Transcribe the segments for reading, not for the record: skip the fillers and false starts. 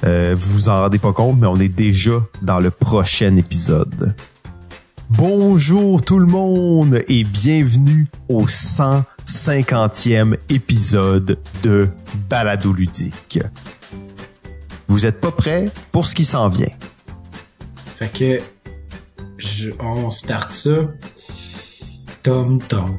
Vous vous en rendez pas compte, mais on est déjà dans le prochain épisode. Bonjour tout le monde et bienvenue au 150e épisode de Balado Ludique. Vous êtes pas prêts pour ce qui s'en vient? Fait que on start ça. Tom.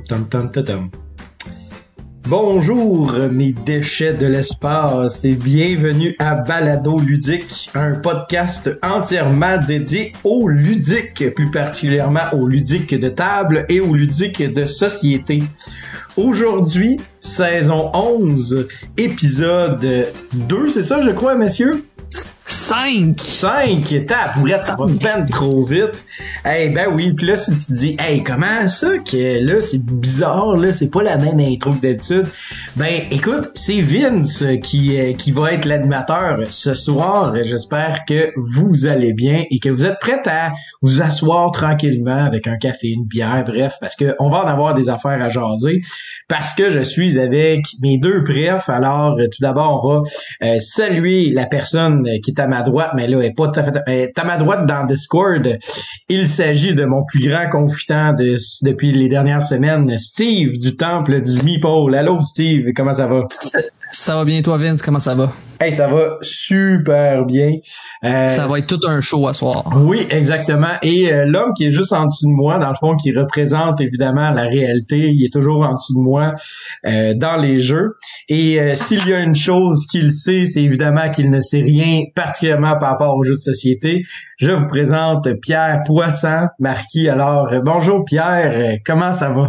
Bonjour mes déchets de l'espace et bienvenue à Balado Ludique, un podcast entièrement dédié au ludique, plus particulièrement au ludique de table et au ludique de société. Aujourd'hui, saison 11, épisode 2, c'est ça je crois messieurs? 5! Tabourette, ça va ben trop vite. Hey, ben oui, pis là, si tu te dis, hey, comment ça que là, c'est bizarre, là, c'est pas la même intro que d'habitude. Ben, écoute, c'est Vince qui va être l'animateur ce soir. J'espère que vous allez bien et que vous êtes prêts à vous asseoir tranquillement avec un café, une bière, bref, parce que on va en avoir des affaires à jaser. Parce que je suis avec mes deux prefs. Alors, tout d'abord, on va saluer la personne qui est à ma droite, mais là, elle est pas tout à fait... Elle est à ma droite dans Discord. Il s'agit de mon plus grand confitant depuis les dernières semaines, Steve du Temple du Meeple. Allô, Steve, comment ça va? Ça va bien, toi, Vince? Comment ça va? Hey, ça va super bien. Ça va être tout un show à soir. Oui, exactement. Et l'homme qui est juste en dessous de moi, dans le fond, qui représente évidemment la réalité, il est toujours en dessous de moi dans les jeux. Et s'il y a une chose qu'il sait, c'est évidemment qu'il ne sait rien particulièrement par rapport aux jeux de société. Je vous présente Pierre Poisson, Marquis. Alors, bonjour Pierre, comment ça va?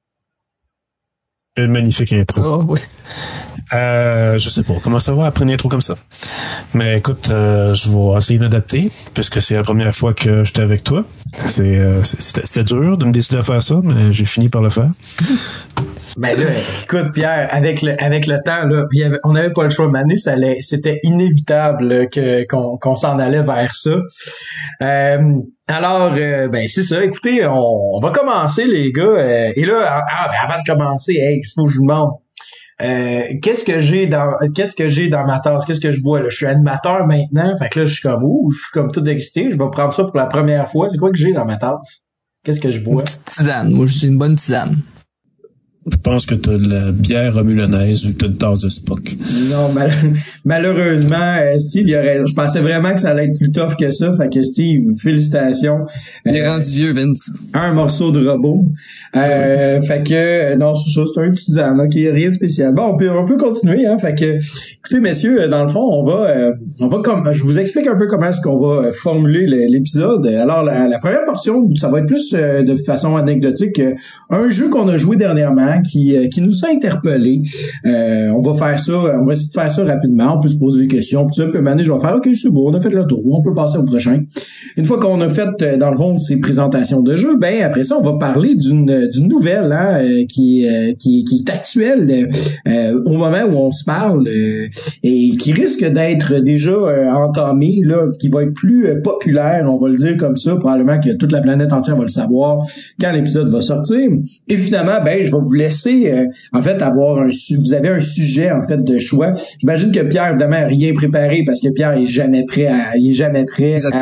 Une magnifique intro. Oh, oui. Je sais pas comment ça va après une intro comme ça. Mais écoute, je vais essayer d'adapter puisque c'est la première fois que j'étais avec toi. C'était dur de me décider à faire ça, mais j'ai fini par le faire. Ben là, écoute Pierre, avec le temps là, on n'avait pas le choix. Mané, c'était inévitable qu'on s'en allait vers ça. Alors, ben c'est ça. Écoutez, on va commencer les gars. Et là, ben, avant de commencer, il faut que je vous demande. Qu'est-ce que j'ai dans ma tasse? Qu'est-ce que je bois là? Je suis animateur maintenant, fait que là je suis comme tout excité. Je vais prendre ça pour la première fois. C'est quoi que j'ai dans ma tasse? Qu'est-ce que je bois? Une petite tisane. Moi, j'ai une bonne tisane. Je pense que t'as de la bière remulanaise vu que t'as une tasse de Spock. Non, malheureusement, Steve, je pensais vraiment que ça allait être plus tough que ça. Fait que Steve, félicitations. Il est rendu vieux, Vince. Un morceau de robot. Fait que, non, c'est un tisane, ok, rien de spécial. Bon, on peut continuer, hein. Fait que, écoutez, messieurs, dans le fond, on va comme, je vous explique un peu comment est-ce qu'on va formuler l'épisode. Alors, la première portion, ça va être plus de façon anecdotique. Un jeu qu'on a joué dernièrement, qui nous a interpellés. On va essayer de faire ça rapidement. On peut se poser des questions. Puis maintenant, je vais faire, OK, c'est beau, on a fait le tour. On peut passer au prochain. Une fois qu'on a fait, dans le fond, ces présentations de jeux, ben après ça, on va parler d'une nouvelle qui est actuelle au moment où on se parle et qui risque d'être déjà entamée, là, qui va être plus populaire, on va le dire comme ça. Probablement que toute la planète entière va le savoir quand l'épisode va sortir. Et finalement, ben, je vais vous laisser, en fait, vous avez un sujet, en fait, de choix. J'imagine que Pierre, évidemment, n'a rien préparé parce que Pierre est jamais prêt à Écoute,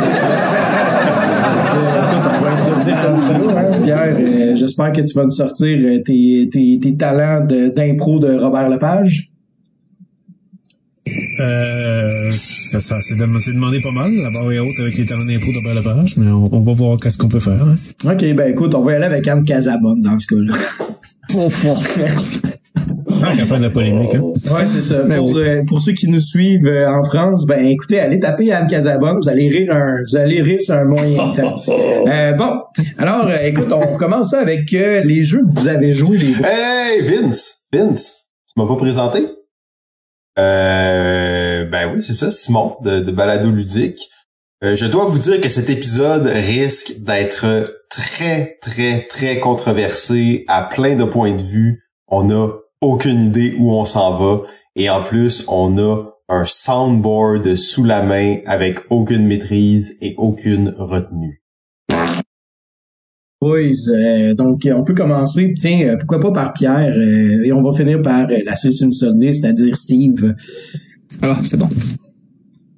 on va improviser comme ça, hein, Pierre. J'espère que tu vas nous sortir tes talents d'impro de Robert Lepage. C'est demandé pas mal, la barre est haute avec les talents d'impro de Robert Lepage, mais on va voir qu'est-ce qu'on peut faire. Hein. OK, ben écoute, on va y aller avec Anne Casabonne dans ce cas-là. Capable de la polémique, hein? Ouais, c'est ça. Pour ceux qui nous suivent en France, ben écoutez, allez taper Anne Casabonne, vous allez rire sur un moyen temps. Bon, alors écoute, on commence ça avec les jeux que vous avez joués les gars. Hey Vince, tu m'as pas présenté? Ben oui, c'est ça, Simon de Balado Ludique. Je dois vous dire que cet épisode risque d'être très, très, très controversé à plein de points de vue. On n'a aucune idée où on s'en va. Et en plus, on a un soundboard sous la main avec aucune maîtrise et aucune retenue. Boys, donc on peut commencer, tiens, pourquoi pas par Pierre, et on va finir par la Session Sunday, c'est-à-dire Steve. Ah, c'est bon.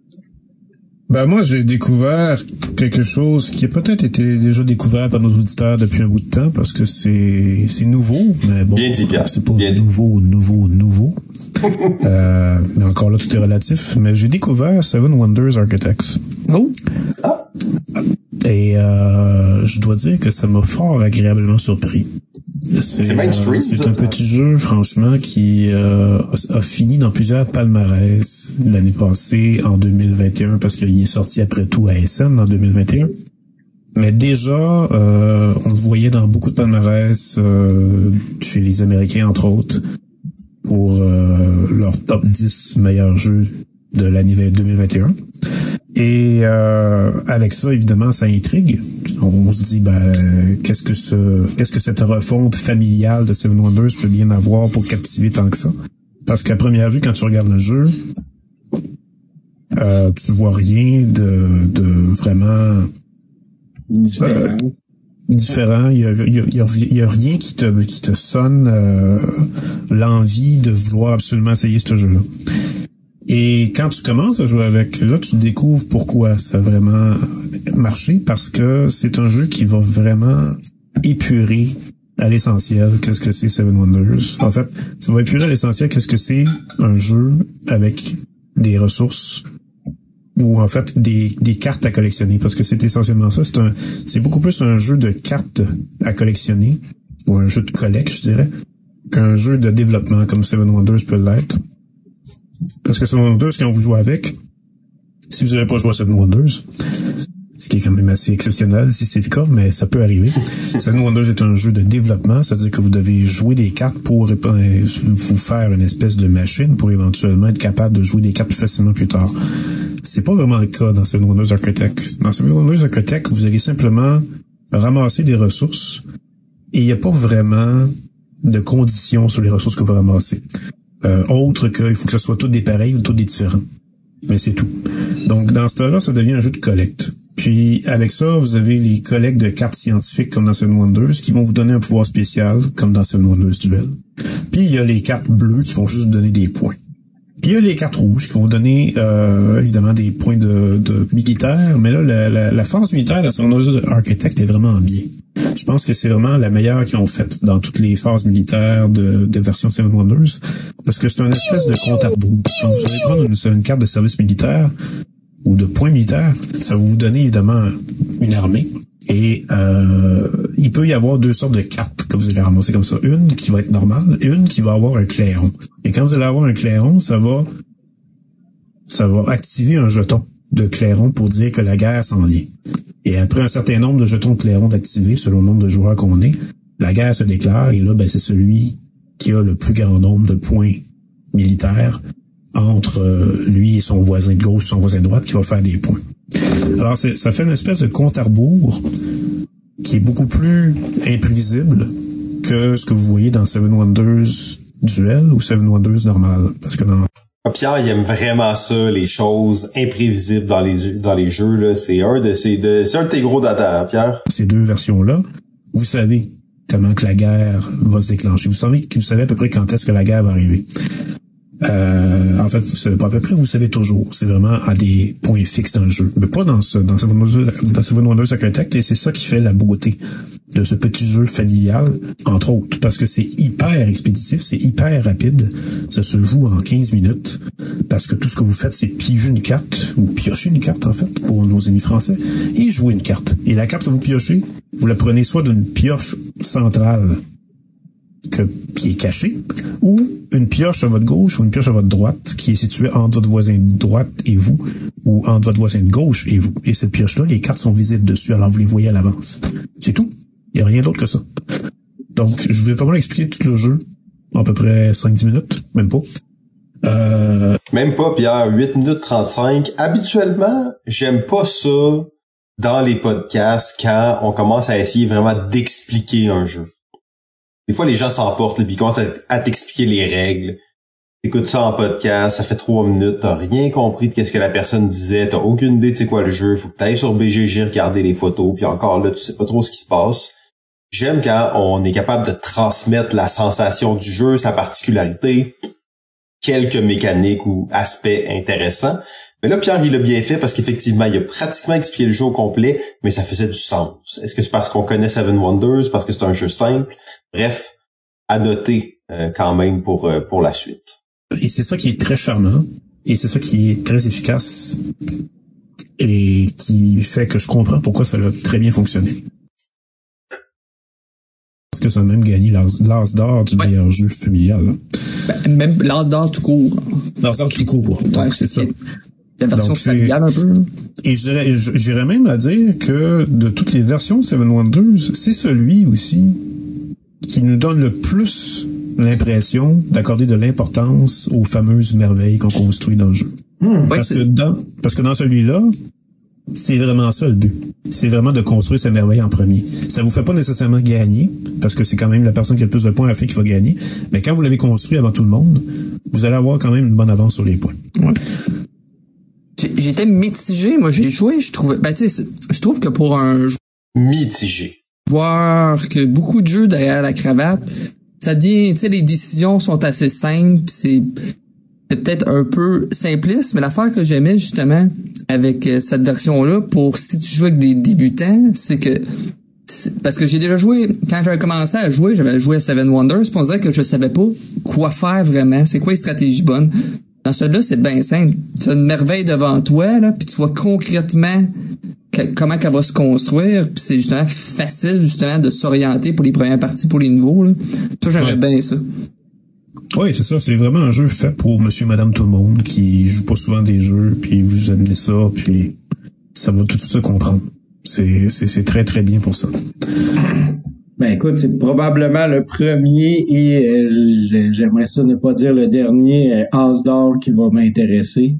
Ben moi, j'ai découvert quelque chose qui a peut-être été déjà découvert par nos auditeurs depuis un bout de temps, parce que c'est nouveau, mais bon, bien dit, Pierre. C'est pas bien nouveau. Mais encore là, tout est relatif. Mais j'ai découvert Seven Wonders Architects. Oh! Et je dois dire que ça m'a fort agréablement surpris. C'est mainstream. C'est un petit jeu, franchement, qui a fini dans plusieurs palmarès l'année passée, en 2021, parce qu'il est sorti après tout à SN en 2021. Mais déjà, on le voyait dans beaucoup de palmarès chez les Américains, entre autres, pour leur top 10 meilleurs jeux de l'année 2021. Et avec ça, évidemment, ça intrigue. On se dit, qu'est-ce que cette refonte familiale de Seven Wonders peut bien avoir pour captiver tant que ça? Parce qu'à première vue, quand tu regardes le jeu, tu vois rien de vraiment différent. Il y a rien qui te sonne l'envie de vouloir absolument essayer ce jeu-là. Et quand tu commences à jouer avec, là, tu découvres pourquoi ça a vraiment marché, parce que c'est un jeu qui va vraiment épurer à l'essentiel qu'est-ce que c'est Seven Wonders. En fait, ça va épurer à l'essentiel qu'est-ce que c'est un jeu avec des ressources ou en fait des cartes à collectionner, parce que c'est essentiellement ça. C'est beaucoup plus un jeu de cartes à collectionner, ou un jeu de collecte, je dirais, qu'un jeu de développement comme Seven Wonders peut l'être. Parce que Seven Wonders, quand vous jouez avec, si vous n'avez pas joué à Seven Wonders, ce qui est quand même assez exceptionnel si c'est le cas, mais ça peut arriver. Seven Wonders est un jeu de développement, c'est-à-dire que vous devez jouer des cartes pour vous faire une espèce de machine pour éventuellement être capable de jouer des cartes plus facilement plus tard. C'est pas vraiment le cas dans Seven Wonders Architects. Dans Seven Wonders Architects, vous allez simplement ramasser des ressources et il n'y a pas vraiment de conditions sur les ressources que vous ramassez. Autre qu'il faut que ce soit tous des pareils ou tous des différents. Mais c'est tout. Donc, dans ce cas-là, ça devient un jeu de collecte. Puis, avec ça, vous avez les collectes de cartes scientifiques comme dans Seven Wonders qui vont vous donner un pouvoir spécial, comme dans Seven Wonders Duel. Puis, il y a les cartes bleues qui vont juste vous donner des points. Puis, il y a les cartes rouges qui vont vous donner, évidemment, des points de militaire. Mais là, la phase militaire dans Seven Wonders Architect est vraiment bien. Je pense que c'est vraiment la meilleure qu'ils ont faite dans toutes les phases militaires de version Seven Wonders, parce que c'est une espèce de compte à rebours. Quand vous allez prendre une carte de service militaire ou de points militaires, ça va vous donner évidemment une armée. Et il peut y avoir deux sortes de cartes que vous allez ramasser comme ça. Une qui va être normale et une qui va avoir un clairon. Et quand vous allez avoir un clairon, ça va activer un jeton de clairon pour dire que la guerre s'en vient. Et après un certain nombre de jetons de clairon d'activer, selon le nombre de joueurs qu'on est, la guerre se déclare, et là, c'est celui qui a le plus grand nombre de points militaires entre lui et son voisin de gauche et son voisin de droite qui va faire des points. Alors, ça fait une espèce de compte à rebours qui est beaucoup plus imprévisible que ce que vous voyez dans Seven Wonders Duel ou Seven Wonders normal. Parce que dans Pierre, il aime vraiment ça, les choses imprévisibles dans les jeux, là. C'est un de tes gros datas, hein, Pierre. Ces deux versions-là, vous savez comment que la guerre va se déclencher. Vous savez à peu près quand est-ce que la guerre va arriver. En fait, vous savez pas à peu près, vous savez toujours. C'est vraiment à des points fixes dans le jeu. Mais pas dans Seven Wonders Architect, et c'est ça qui fait la beauté de ce petit jeu familial, entre autres, parce que c'est hyper expéditif, c'est hyper rapide. Ça se joue en 15 minutes, parce que tout ce que vous faites, c'est piger une carte, ou piocher une carte, en fait, pour nos amis français, et jouer une carte. Et la carte que vous piochez, vous la prenez soit d'une pioche centrale, qui est caché, ou une pioche à votre gauche ou une pioche à votre droite qui est située entre votre voisin de droite et vous, ou entre votre voisin de gauche et vous. Et cette pioche-là, les cartes sont visibles dessus, alors vous les voyez à l'avance. C'est tout. Il n'y a rien d'autre que ça. Donc, je vais pas mal expliquer tout le jeu en à peu près 5-10 minutes, même pas. Même pas, Pierre, 8 minutes 35. Habituellement, j'aime pas ça dans les podcasts quand on commence à essayer vraiment d'expliquer un jeu. Des fois, les gens s'emportent, puis ils commencent à t'expliquer les règles. Écoute ça en podcast, ça fait 3 minutes, t'as rien compris de qu'est-ce que la personne disait, t'as aucune idée de c'est quoi le jeu, faut que t'ailles sur BGG regarder les photos, puis encore là, tu sais pas trop ce qui se passe. J'aime quand on est capable de transmettre la sensation du jeu, sa particularité, quelques mécaniques ou aspects intéressants, Mais là, Pierre, il l'a bien fait parce qu'effectivement, il a pratiquement expliqué le jeu au complet, mais ça faisait du sens. Est-ce que c'est parce qu'on connaît Seven Wonders, parce que c'est un jeu simple? Bref, à noter quand même pour la suite. Et c'est ça qui est très charmant, et c'est ça qui est très efficace, et qui fait que je comprends pourquoi ça a très bien fonctionné. Parce que ça a même gagné l'As d'or du meilleur jeu familial. Ben, même l'As d'or tout court. L'As d'or tout court, donc c'est ça. La version familiale un peu. Et j'irais même à dire que de toutes les versions de Seven Wonders, c'est celui aussi qui nous donne le plus l'impression d'accorder de l'importance aux fameuses merveilles qu'on construit dans le jeu. Parce que dans celui-là, c'est vraiment ça le but. C'est vraiment de construire ces merveilles en premier. Ça vous fait pas nécessairement gagner, parce que c'est quand même la personne qui a le plus de points à faire qui va gagner. Mais quand vous l'avez construit avant tout le monde, vous allez avoir quand même une bonne avance sur les points. Ouais. J'étais mitigé. Moi, j'ai joué, je trouve que pour un joueur que beaucoup de jeux derrière la cravate, ça devient, tu sais, les décisions sont assez simples, c'est peut-être un peu simpliste, mais l'affaire que j'aimais justement avec cette version-là, pour si tu joues avec des débutants, c'est que parce que j'ai déjà joué, quand j'avais commencé à jouer, j'avais joué à Seven Wonders, puis on dirait que je savais pas quoi faire vraiment, c'est quoi les stratégies bonnes. Dans celui-là, c'est bien simple. Tu as une merveille devant toi, là, puis tu vois concrètement comment qu'elle va se construire, puis c'est justement facile justement de s'orienter pour les premières parties, pour les nouveaux. Là. Ça, j'aimerais bien ça. Oui, c'est ça. C'est vraiment un jeu fait pour monsieur, madame, tout le monde qui joue pas souvent des jeux, puis vous amenez ça, puis ça va tout se comprendre. C'est très, très bien pour ça. Ben écoute, c'est probablement le premier et j'aimerais ça ne pas dire le dernier As d'or qui va m'intéresser.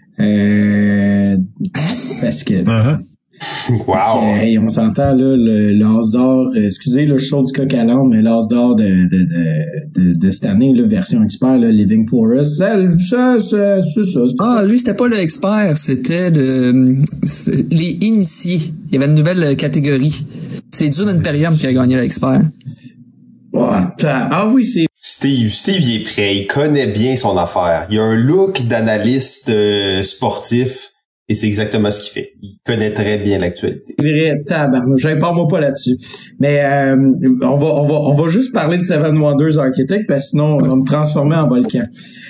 Parce que... Wow. Hey, on s'entend là, l'As d'or, excusez le show du coq à l'âne, mais l'As d'or de cette année, là, version expert, là, Living Forest, ça. Ah, lui, c'était pas le expert, c'était les initiés. Il y avait une nouvelle catégorie. C'est Dune Imperium qui a gagné l'expert. Ah oui, c'est... Steve, il est prêt. Il connaît bien son affaire. Il a un look d'analyste sportif. Et c'est exactement ce qu'il fait. Il connaît très bien l'actualité. C'est vrai, tabarnouche. Parle-moi pas là-dessus. Mais on va juste parler de Seven Wonders Architect parce que sinon on va me transformer en volcan.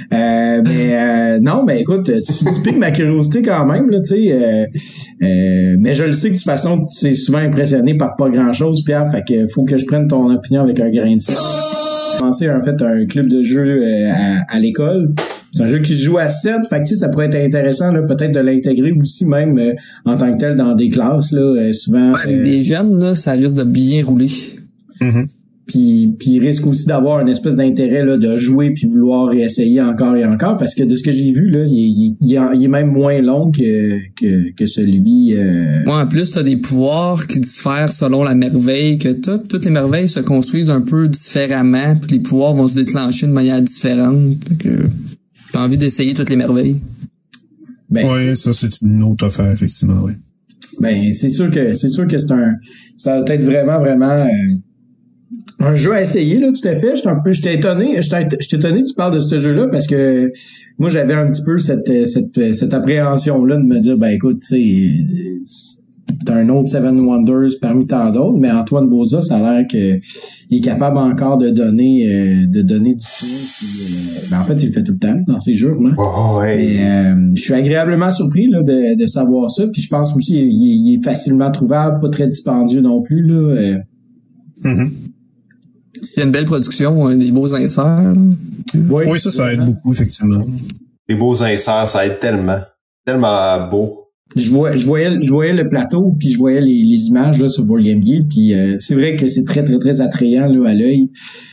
Non, mais écoute, tu piques ma curiosité quand même, là, tu sais. Mais je le sais que de toute façon, tu es souvent impressionné par pas grand-chose, Pierre. Fait que faut que je prenne ton opinion avec un grain de sel. J'ai commencé en fait un club de jeu à l'école. C'est un jeu qui se joue à 7, fait que ça pourrait être intéressant là, peut-être de l'intégrer aussi même en tant que tel dans des classes là, souvent. Ouais, avec des jeunes là, ça risque de bien rouler. Mm-hmm. Puis il risque aussi d'avoir une espèce d'intérêt là de jouer puis vouloir réessayer encore et encore parce que de ce que j'ai vu là, il est même moins long que celui. Ouais, en plus t'as des pouvoirs qui diffèrent selon la merveille que t'as. Toutes les merveilles se construisent un peu différemment, puis les pouvoirs vont se déclencher de manière différente. Fait que j'ai envie d'essayer toutes les merveilles. Oui, ça c'est une autre affaire, effectivement, oui. Ben, c'est sûr que ça va être vraiment un jeu à essayer, là, tout à fait. J'étais étonné que tu parles de ce jeu-là parce que moi, j'avais un petit peu cette appréhension-là de me dire, ben, écoute, tu sais, c'est un autre Seven Wonders parmi tant d'autres, mais Antoine Boza, ça a l'air qu'il est capable encore de donner du soin. En fait, il le fait tout le temps dans ses jeux, hein? Oh, ouais. Je suis agréablement surpris là, de savoir ça. Puis je pense aussi il est facilement trouvable, pas très dispendieux non plus. Là. Mm-hmm. Il y a une belle production, des beaux inserts. Oui, ça aide beaucoup, effectivement. Les beaux inserts, ça aide tellement beau. Je voyais le plateau, puis je voyais les images là sur Board Game Geek, puis c'est vrai que c'est très, très, très attrayant là, à l'œil.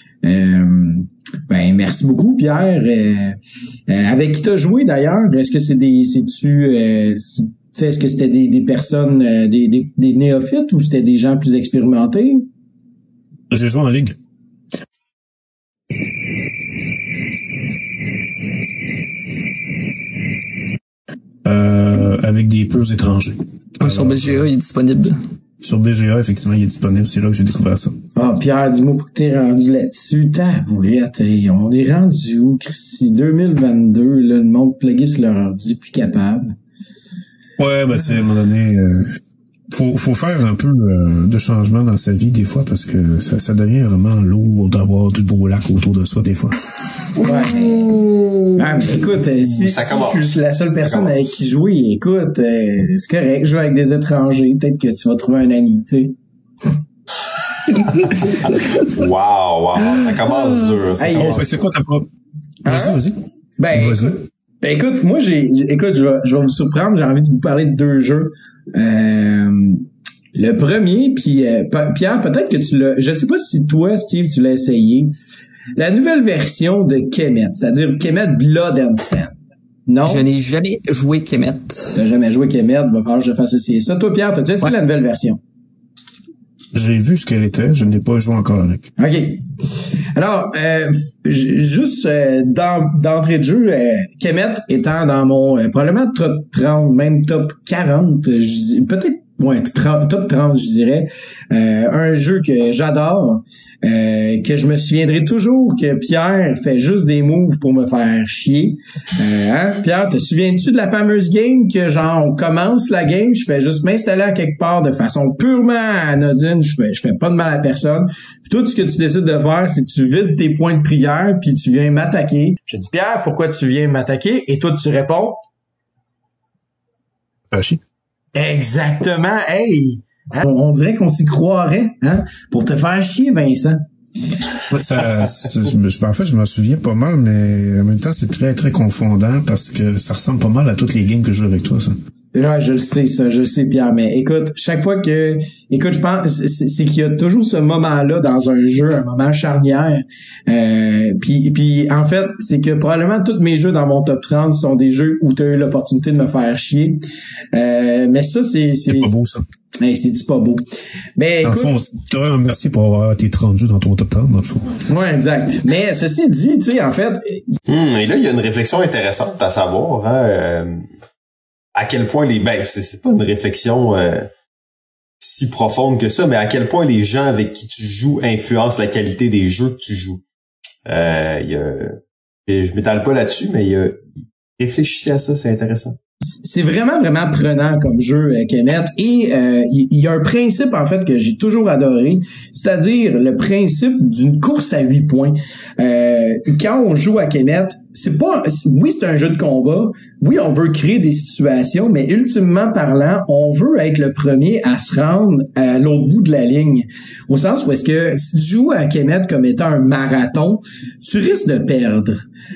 Ben merci beaucoup, Pierre. Avec qui t'as joué d'ailleurs? Est-ce que est-ce que c'était des personnes, des néophytes ou c'était des gens plus expérimentés? J'ai joué en ligne. Avec des purs étrangers. Alors, sur BGA, il est disponible. Sur BGA, effectivement, il est disponible. C'est là que j'ai découvert ça. Ah, Pierre, dis-moi pour que t'es rendu là-dessus. Tabourette, on est rendu où, Christy? 2022, là, le monde plugué sur leur ordi, plus capable. Ouais, ben, tu sais, à un moment donné, faut faire un peu de changement dans sa vie des fois parce que ça devient vraiment lourd d'avoir du beau lac autour de soi des fois. Ouais. Ah, mais écoute, si je suis la seule personne avec qui jouer, écoute, c'est correct, jouer avec des étrangers, peut-être que tu vas trouver un ami, tu sais. Wow, ça commence dur. C'est quoi ta propre? Vas-y. Ben, écoute, moi, je vais vous surprendre, j'ai envie de vous parler de 2 jeux. Le premier, puis Pierre, peut-être que tu l'as, je sais pas si toi, Steve, tu l'as essayé. La nouvelle version de Kemet, c'est-à-dire Kemet Blood and Sand. Non? Je n'ai jamais joué Kemet. T'as jamais joué Kemet, va falloir que je fasse essayer ça. Toi, Pierre, t'as-tu essayé la nouvelle version? J'ai vu ce qu'elle était, je n'ai pas joué encore avec. OK. Alors, juste d'entrée de jeu, Kemet étant dans mon probablement top 30, même top 40, peut-être top 30, je dirais. Un jeu que j'adore, que je me souviendrai toujours que Pierre fait juste des moves pour me faire chier. Pierre, te souviens-tu de la fameuse game que genre on commence la game, je fais juste m'installer à quelque part de façon purement anodine, je fais pas de mal à personne. Puis tout ce que tu décides de faire, c'est que tu vides tes points de prière puis tu viens m'attaquer. Je dis Pierre, pourquoi tu viens m'attaquer? Et toi tu réponds Chier. Exactement, hey! Hein? On dirait qu'on s'y croirait, hein? Pour te faire chier, Vincent. En fait, je m'en souviens pas mal, mais en même temps, c'est très, très confondant parce que ça ressemble pas mal à toutes les games que je joue avec toi, ça. Ouais, je le sais, Pierre, mais écoute, chaque fois que, je pense, c'est qu'il y a toujours ce moment-là dans un jeu, un moment charnière, puis en fait, c'est que probablement tous mes jeux dans mon top 30 sont des jeux où tu as eu l'opportunité de me faire chier, mais ça, c'est pas beau, ça. Hey, c'est du pas beau. Mais dans écoute, le fond, tu te remercie pour avoir été 30 jeux dans ton top 30, dans le fond. Ouais, exact. Mais ceci dit, tu sais, en fait... Et là, il y a une réflexion intéressante à savoir, à quel point c'est pas une réflexion si profonde que ça, mais à quel point les gens avec qui tu joues influencent la qualité des jeux que tu joues. Je m'étale pas là-dessus, mais réfléchissez à ça, c'est intéressant. C'est vraiment, vraiment prenant comme jeu, Kemet. Et il y a un principe, en fait, que j'ai toujours adoré, c'est-à-dire le principe d'une course à 8 points. Quand on joue à Kemet, oui, c'est un jeu de combat. Oui, on veut créer des situations, mais ultimement parlant, on veut être le premier à se rendre à l'autre bout de la ligne. Au sens où est-ce que si tu joues à Kemet comme étant un marathon, tu risques de perdre.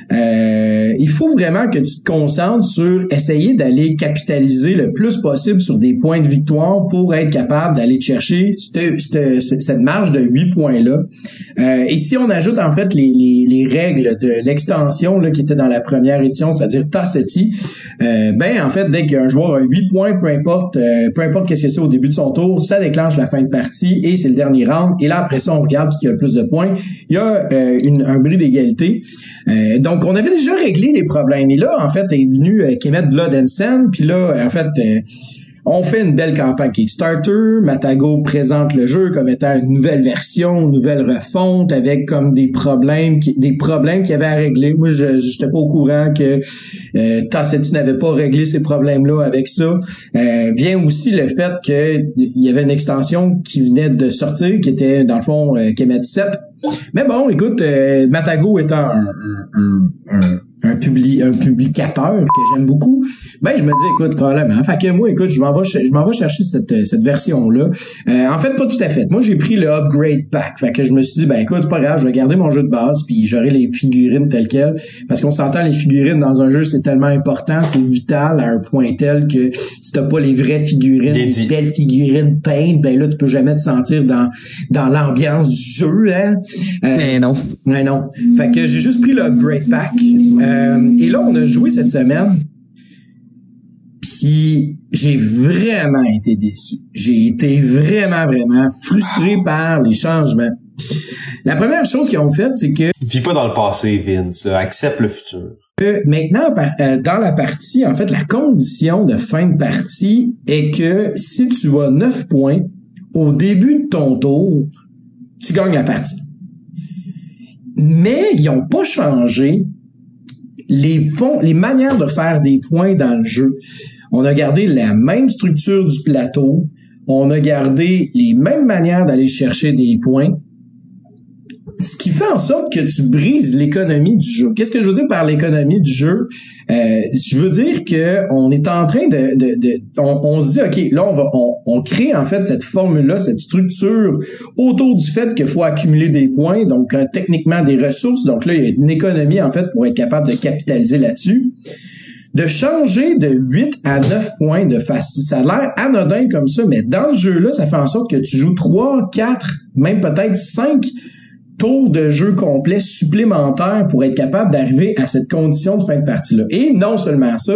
Il faut vraiment que tu te concentres sur essayer d'aller capitaliser le plus possible sur des points de victoire pour être capable d'aller chercher cette marge de 8 points-là. Et si on ajoute en fait les règles de l'extension là, qui était dans la première édition, c'est-à-dire Tassetti, en fait, dès qu'un joueur a 8 points, peu importe qu'est-ce que c'est au début de son tour, ça déclenche la fin de partie et c'est le dernier round. Et là, après ça, on regarde qui a le plus de points. Il y a un bris d'égalité. Donc, on avait déjà réglé les problèmes. Et là, en fait, est venu Kemet Blood and Sand. Puis là, en fait, on fait une belle campagne Kickstarter. Matago présente le jeu comme étant une nouvelle version, une nouvelle refonte avec comme des problèmes qu'il y avait à régler. Moi, je j'étais pas au courant que Tassetti n'avait pas réglé ces problèmes-là avec ça. Vient aussi le fait que il y avait une extension qui venait de sortir, qui était dans le fond Kemet 7. Mais bon, écoute, Matago étant un publicateur que j'aime beaucoup, je me dis, écoute, probablement. Fait que moi, écoute, je m'en vais chercher cette version-là. En fait, pas tout à fait. Moi, j'ai pris le upgrade pack. Fait que je me suis dit, écoute, c'est pas grave, je vais garder mon jeu de base, puis j'aurai les figurines telles quelles. Parce qu'on s'entend, les figurines dans un jeu, c'est tellement important, c'est vital à un point tel que si t'as pas les vraies figurines, les belles figurines peintes, là, tu peux jamais te sentir dans l'ambiance du jeu, hein. Mais non. Fait que j'ai juste pris le upgrade pack. Et là, on a joué cette semaine. Puis j'ai vraiment été déçu. J'ai été vraiment, vraiment frustré par les changements. La première chose qu'ils ont faite, c'est que... Vis pas dans le passé, Vince. Là. Accepte le futur. Maintenant, dans la partie, en fait, la condition de fin de partie est que si tu as 9 points au début de ton tour, tu gagnes la partie. Mais ils n'ont pas changé les manières de faire des points dans le jeu. On a gardé la même structure du plateau. On a gardé les mêmes manières d'aller chercher des points. Ce qui fait en sorte que tu brises l'économie du jeu. Qu'est-ce que je veux dire par l'économie du jeu? Je veux dire que on est en train on se dit, OK, là, on crée en fait cette formule-là, cette structure autour du fait qu'il faut accumuler des points, donc techniquement des ressources. Donc là, il y a une économie en fait pour être capable de capitaliser là-dessus. De changer de 8 à 9 points de facile. Ça a l'air anodin comme ça, mais dans le jeu-là, ça fait en sorte que tu joues 3, 4, même peut-être 5 tours de jeu complet supplémentaires pour être capable d'arriver à cette condition de fin de partie-là. Et non seulement ça,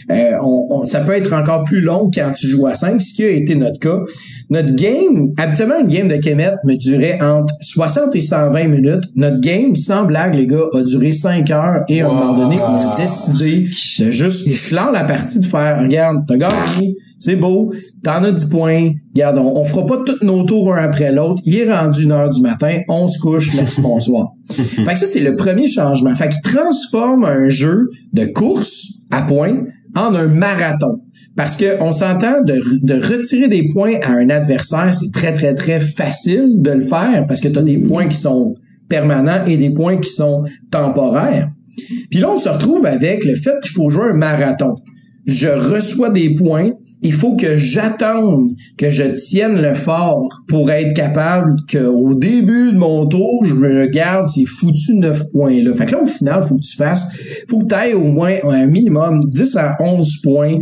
ça peut être encore plus long quand tu joues à 5, ce qui a été notre cas. Notre game, habituellement, une game de Kemet me durait entre 60 et 120 minutes. Notre game, sans blague, les gars, a duré 5 heures et à un moment donné, on a décidé de juste clore la partie, de faire, regarde, t'as gagné, c'est beau, t'en as 10 points, regarde, on fera pas tous nos tours un après l'autre, il est rendu 1h du matin, on se couche, merci, bonsoir. Fait que ça, c'est le premier changement. Fait qu'il transforme un jeu de course à points en un marathon. Parce que on s'entend de retirer des points à un adversaire, c'est très, très, très facile de le faire parce que tu as des points qui sont permanents et des points qui sont temporaires. Puis là, on se retrouve avec le fait qu'il faut jouer un marathon. Je reçois des points, il faut que j'attende que je tienne le fort pour être capable qu'au début de mon tour, je me garde ces foutus 9 points-là. Fait que là, au final, faut que tu ailles au moins un minimum 10 à 11 points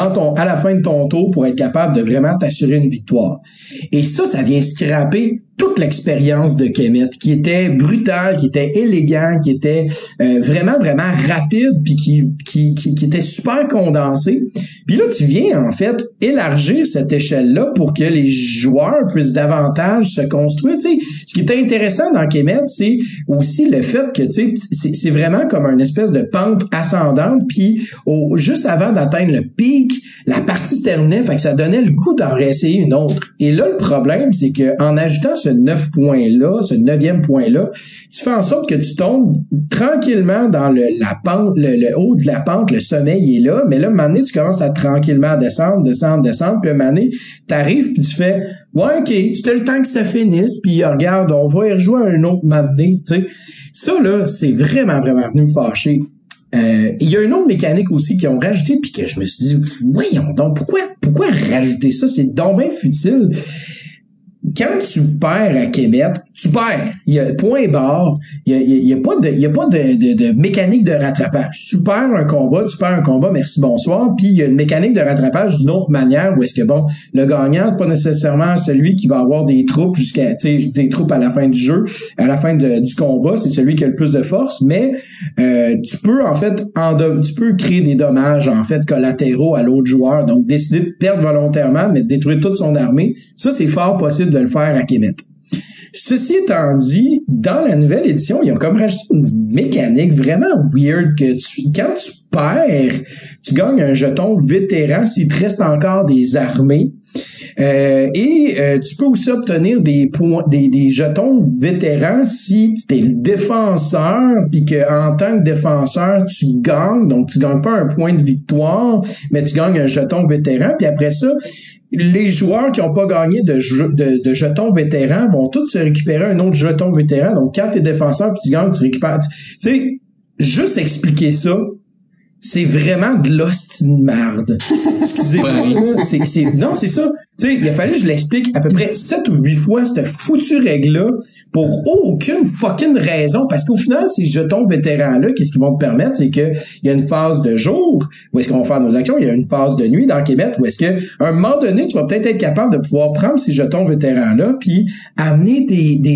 à la fin de ton tour pour être capable de vraiment t'assurer une victoire. Et ça vient scraper toute l'expérience de Kemet, qui était brutale, qui était élégant, qui était vraiment, vraiment rapide, puis qui était super condensé. Puis là, tu viens, en fait, élargir cette échelle-là pour que les joueurs puissent davantage se construire. Tu sais, ce qui est intéressant dans Kemet, c'est aussi le fait que, tu sais, c'est vraiment comme une espèce de pente ascendante, puis juste avant d'atteindre le pic, la partie se terminait, fait que ça donnait le goût d'en réessayer une autre. Et là, le problème, c'est que en ajoutant ce 9 points-là, ce 9e point-là, tu fais en sorte que tu tombes tranquillement dans la pente, le haut de la pente, le sommeil est là, mais là, à un moment donné, tu commences à tranquillement descendre, puis à un moment donné, t'arrives, puis tu fais, ouais, OK, c'était le temps que ça finisse, puis regarde, on va y rejouer un autre moment donné, tu sais. Ça, là, c'est vraiment, vraiment venu me fâcher. Il y a une autre mécanique aussi qu'ils ont rajouté, puis que je me suis dit, voyons donc, pourquoi rajouter ça? C'est donc bien futile. Quand tu perds à Kemet, tu perds. Il y a point barre. Il y a pas de mécanique de rattrapage. Tu perds un combat, merci, bonsoir. Puis il y a une mécanique de rattrapage d'une autre manière où est-ce que bon, le gagnant n'est pas nécessairement celui qui va avoir des troupes des troupes à la fin du jeu, à la fin du combat, c'est celui qui a le plus de force, mais tu peux en fait tu peux créer des dommages en fait collatéraux à l'autre joueur. Donc décider de perdre volontairement mais de détruire toute son armée. Ça, c'est fort possible de le faire à Kemet. Ceci étant dit, dans la nouvelle édition, ils ont comme rajouté une mécanique vraiment weird que quand tu perds, tu gagnes un jeton vétéran s'il te reste encore des armées. Tu peux aussi obtenir des points, des jetons vétérans si t'es le défenseur puis que en tant que défenseur tu gagnes, donc tu gagnes pas un point de victoire, mais tu gagnes un jeton vétéran. Puis après ça, les joueurs qui ont pas gagné de jetons vétérans vont tous se récupérer un autre jeton vétéran. Donc quand t'es défenseur puis tu gagnes, tu récupères. Tu sais, juste expliquer ça. C'est vraiment de l'hostie de marde. Excusez-moi, là. Non, c'est ça. Tu sais, il a fallu que je l'explique à peu près 7 ou 8 fois, cette foutue règle-là, pour aucune fucking raison. Parce qu'au final, ces jetons vétérans-là, qu'est-ce qu'ils vont te permettre? C'est que il y a une phase de jour, où est-ce qu'on va faire nos actions, il y a une phase de nuit dans Kemet, où est-ce que, à un moment donné, tu vas peut-être être capable de pouvoir prendre ces jetons vétérans-là, puis amener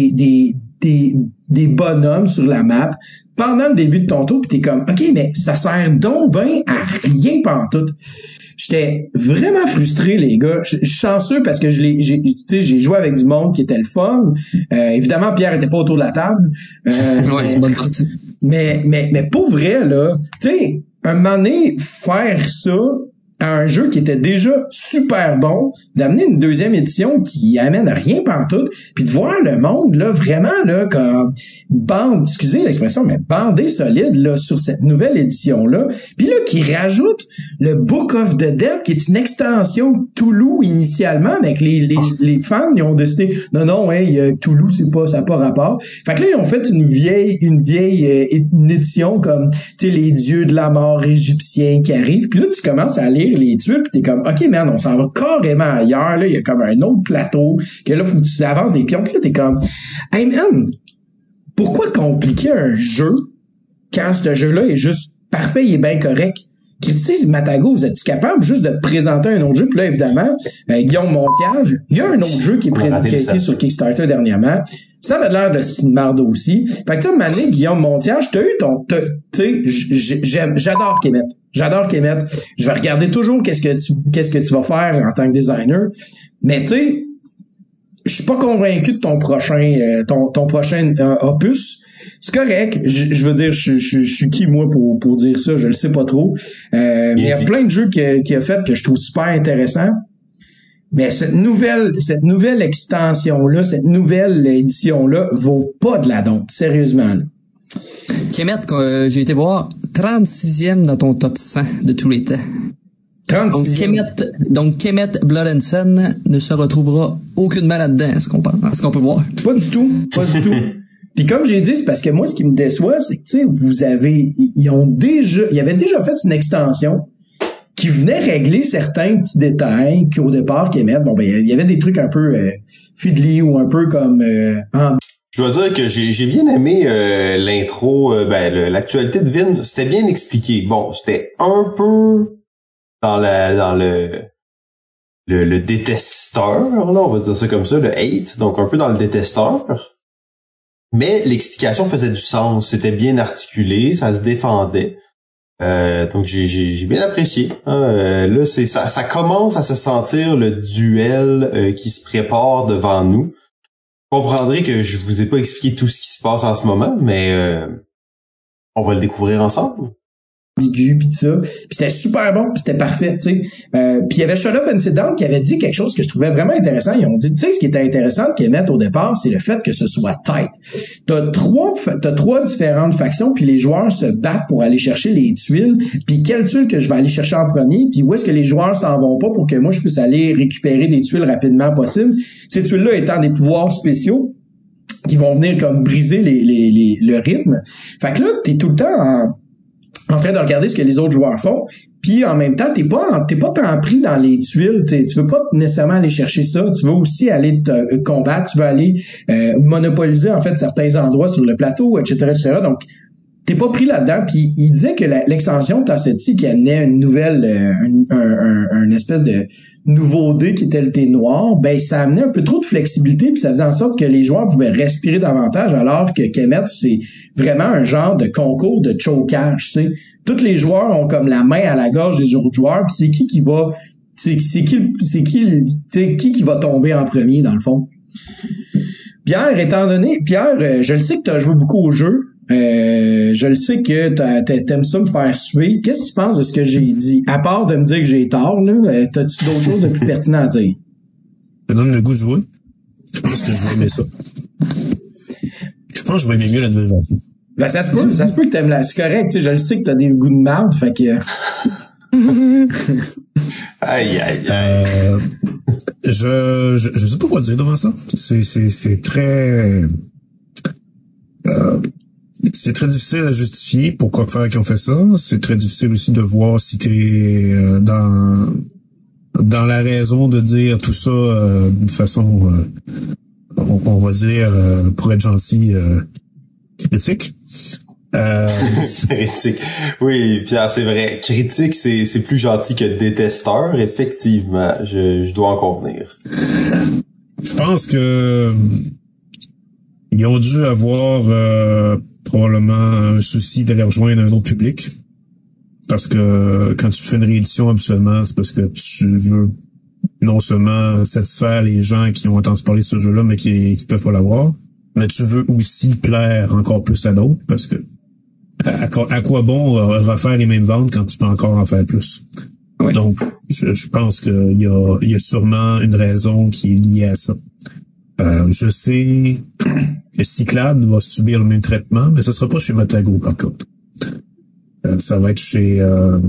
des bonhommes sur la map pendant le début de ton tour, pis t'es comme, OK, mais ça sert donc bien à rien pantoute. J'étais vraiment frustré, les gars. Je suis chanceux parce que j'ai joué avec du monde qui était le fun. Évidemment, Pierre était pas autour de la table. C'est une bonne partie. Mais pour vrai, là, tu sais, un moment donné, faire ça, à un jeu qui était déjà super bon, d'amener une deuxième édition qui amène à rien pantoute, puis de voir le monde, là, vraiment, là, comme excusez l'expression, mais bandé solide, là, sur cette nouvelle édition-là, puis là, qui rajoute le Book of the Dead, qui est une extension Toulouse initialement, avec les fans, ils ont décidé, non, Toulouse, ça n'a pas rapport. Fait que là, ils ont fait une vieille une édition comme, tu sais, les dieux de la mort égyptiens qui arrivent, puis là, tu commences à lire les tuiles, pis t'es comme, OK, man, on s'en va carrément ailleurs, là, il y a comme un autre plateau, que là, faut que tu avances des pions, pis là, t'es comme, hey, man, pourquoi compliquer un jeu quand ce jeu-là est juste parfait, il est bien correct? Christy Matago, vous êtes capable juste de te présenter un autre jeu? Puis là, évidemment, Guillaume Montiage, il y a un autre jeu qui a été sur Kickstarter dernièrement. Ça avait l'air de style marde aussi. Fait que tu sais, mané, Guillaume Montiage, t'as eu tu sais, j'adore Kemet. J'adore Kemet. Je vais regarder toujours qu'est-ce que tu vas faire en tant que designer. Mais tu sais, je suis pas convaincu de ton prochain opus. C'est correct. Je veux dire, je suis qui, moi, pour dire ça? Je le sais pas trop. Mais il y a plein de jeux qu'il a fait que je trouve super intéressants. Mais cette nouvelle extension-là, cette nouvelle édition-là, vaut pas de la dompe. Sérieusement, là. Kemet, j'ai été voir 36e dans ton top 100 de tous les temps. 36e. Donc Kemet Blood and Sun ne se retrouvera aucunement là-dedans, est-ce qu'on peut voir? Pas du tout. Puis comme j'ai dit, c'est parce que moi, ce qui me déçoit, c'est que, tu sais, ils avaient déjà fait une extension qui venait régler certains petits détails qu'au départ, Kemet, il y avait des trucs un peu fiddly ou un peu comme Je dois dire que j'ai bien aimé l'intro, l'actualité de Vince, c'était bien expliqué. Bon, c'était un peu dans le détesteur, là, on va dire ça comme ça, le hate, donc un peu dans le détesteur. Mais l'explication faisait du sens, c'était bien articulé, ça se défendait. Donc j'ai bien apprécié. Là, ça commence à se sentir le duel qui se prépare devant nous. Vous comprendrez que je vous ai pas expliqué tout ce qui se passe en ce moment, mais on va le découvrir ensemble. Puis ça. Puis c'était super bon, puis c'était parfait, tu sais. Puis il y avait Shut Up and Sit Down qui avait dit quelque chose que je trouvais vraiment intéressant. Ils ont dit, tu sais, ce qui était intéressant de Kemet au départ, c'est le fait que ce soit tight. T'as trois différentes factions, puis les joueurs se battent pour aller chercher les tuiles, puis quelle tuile que je vais aller chercher en premier, puis où est-ce que les joueurs s'en vont pas pour que moi je puisse aller récupérer des tuiles rapidement possible. Ces tuiles-là étant des pouvoirs spéciaux qui vont venir comme briser le rythme. Fait que là, t'es tout le temps en train de regarder ce que les autres joueurs font, puis en même temps, t'es pas tant pris dans les tuiles, tu veux pas nécessairement aller chercher ça, tu veux aussi aller te combattre, tu veux aller monopoliser en fait certains endroits sur le plateau, etc. Donc, t'es pas pris là-dedans, puis il disait que l'extension de Tassetti qui amenait une nouvelle, une espèce de nouveau dé qui était le thé noir, ben ça amenait un peu trop de flexibilité, puis ça faisait en sorte que les joueurs pouvaient respirer davantage, alors que Kemet, c'est vraiment un genre de concours de chocage, tu sais. Tous les joueurs ont comme la main à la gorge des autres joueurs, puis c'est qui va tomber en premier, dans le fond. Pierre, je le sais que tu as joué beaucoup au jeu. Je le sais que t'aimes ça me faire suer. Qu'est-ce que tu penses de ce que j'ai dit? À part de me dire que j'ai tort, là, t'as-tu d'autres choses de plus pertinentes à dire? Ça donne le goût de jouer. Je pense que je vais aimer ça. Je pense que je vais aimer mieux la nouvelle version. Ben, ça se peut que t'aimes c'est correct, tu sais, je le sais que t'as des goûts de marde, fait que... Aïe. Je sais pas quoi dire devant ça. C'est très... c'est très difficile à justifier pourquoi faire qu'ils ont fait ça. C'est très difficile aussi de voir si t'es dans la raison de dire tout ça d'une façon, on va dire, pour être gentil, critique. Critique. Oui, Pierre, c'est vrai. Critique, c'est plus gentil que détesteur, effectivement. Je dois en convenir. Je pense que ils ont dû avoir probablement un souci d'aller rejoindre un autre public. Parce que quand tu fais une réédition habituellement, c'est parce que tu veux non seulement satisfaire les gens qui ont entendu parler de ce jeu-là, mais qui peuvent pas l'avoir, mais tu veux aussi plaire encore plus à d'autres, parce que à quoi bon refaire les mêmes ventes quand tu peux encore en faire plus? Ouais. Donc, je pense qu'il y a sûrement une raison qui est liée à ça. Je sais que Cyclade va subir le même traitement, mais ce sera pas chez Matago, par contre. Ça va être chez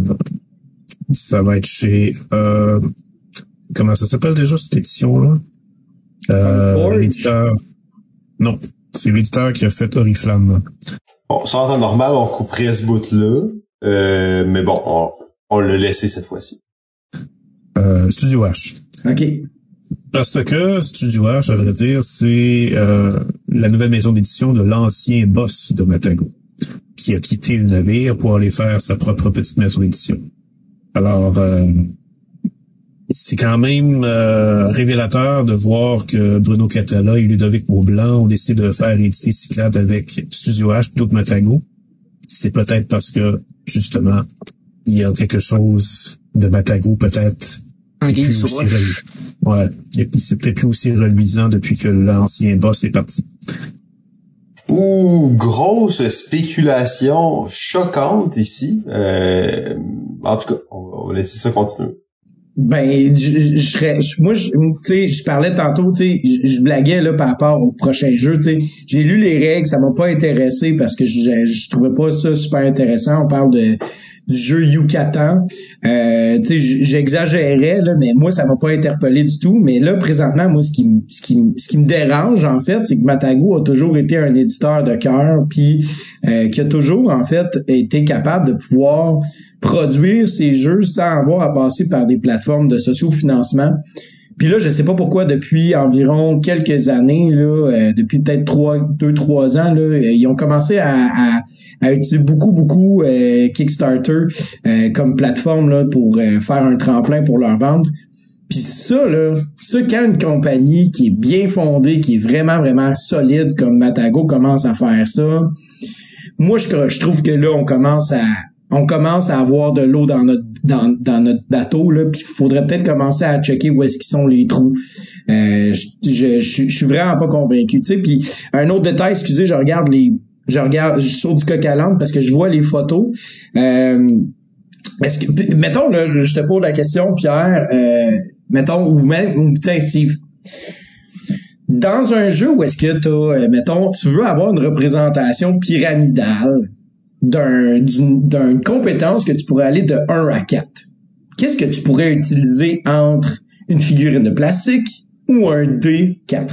comment ça s'appelle déjà cette édition-là? L'éditeur. Non. C'est l'éditeur qui a fait Oriflamme. Bon, ça en temps normal, on couperait ce bout-là. Mais bon, on l'a laissé cette fois-ci. Studio H. OK. Parce que Studio H, à vrai dire, c'est la nouvelle maison d'édition de l'ancien boss de Matago, qui a quitté le navire pour aller faire sa propre petite maison d'édition. Alors, c'est quand même révélateur de voir que Bruno Catala et Ludovic Maublanc ont décidé de faire éditer Cyclade avec Studio H plutôt que Matago. C'est peut-être parce que, justement, il y a quelque chose de Matago, peut-être, qui est plus aussi reluisant. Ouais. Et puis, c'est peut-être plus aussi reluisant depuis que l'ancien boss est parti. Ouh, grosse spéculation choquante ici. En tout cas, on va laisser ça continuer. Ben, je parlais tantôt, tu sais, je blaguais là par rapport au prochain jeu, tu sais. J'ai lu les règles, ça m'a pas intéressé parce que je trouvais pas ça super intéressant. On parle du jeu Yucatan. Tu sais, j'exagérais là, mais moi ça m'a pas interpellé du tout. Mais là présentement, moi ce qui me dérange en fait, c'est que Matago a toujours été un éditeur de cœur, puis qui a toujours en fait été capable de pouvoir produire ces jeux sans avoir à passer par des plateformes de sociofinancement. Puis là, je sais pas pourquoi depuis environ quelques années, là, depuis peut-être 2-3 ans, là, ils ont commencé à utiliser beaucoup Kickstarter comme plateforme là, pour faire un tremplin pour leur vente. Puis ça, quand une compagnie qui est bien fondée, qui est vraiment solide comme Matago commence à faire ça, moi je trouve que là, on commence à avoir de l'eau dans notre bateau, là, puis il faudrait peut-être commencer à checker où est-ce qu'ils sont les trous. Je suis vraiment pas convaincu. Tu sais, puis un autre détail, excusez, je saute du coq à l'âne parce que je vois les photos. Est-ce que, mettons, là, je te pose la question, Pierre, ou Steve. Dans un jeu où est-ce que tu veux avoir une représentation pyramidale d'une compétence que tu pourrais aller de 1 à 4. Qu'est-ce que tu pourrais utiliser entre une figurine de plastique ou un D4?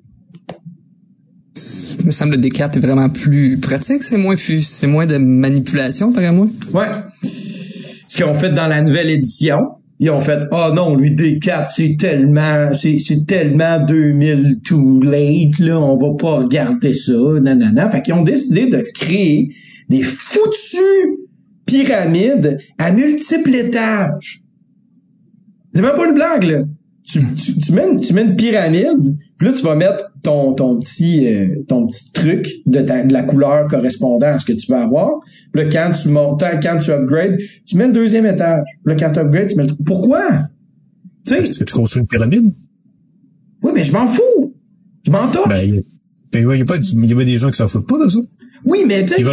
Il me semble que le D4 est vraiment plus pratique, c'est moins de manipulation, par moi. Ouais. Ce qu'ils ont fait dans la nouvelle édition, ils ont fait, non, lui, D4, c'est tellement 2000 too late, là, on va pas regarder ça, nanana. Fait qu'ils ont décidé de créer des foutues pyramides à multiples étages. C'est même pas une blague, là. Tu mets une pyramide, puis là, tu vas mettre ton petit truc de la couleur correspondant à ce que tu veux avoir. Puis là, quand tu upgrades, tu mets le deuxième étage. Puis là, quand tu upgrades, tu mets le... Pourquoi? Tu sais? Est-ce que tu construis une pyramide? Oui, mais je m'en fous. Je m'en torche. Il y a des gens qui s'en foutent pas de ça. Oui, mais tu sais,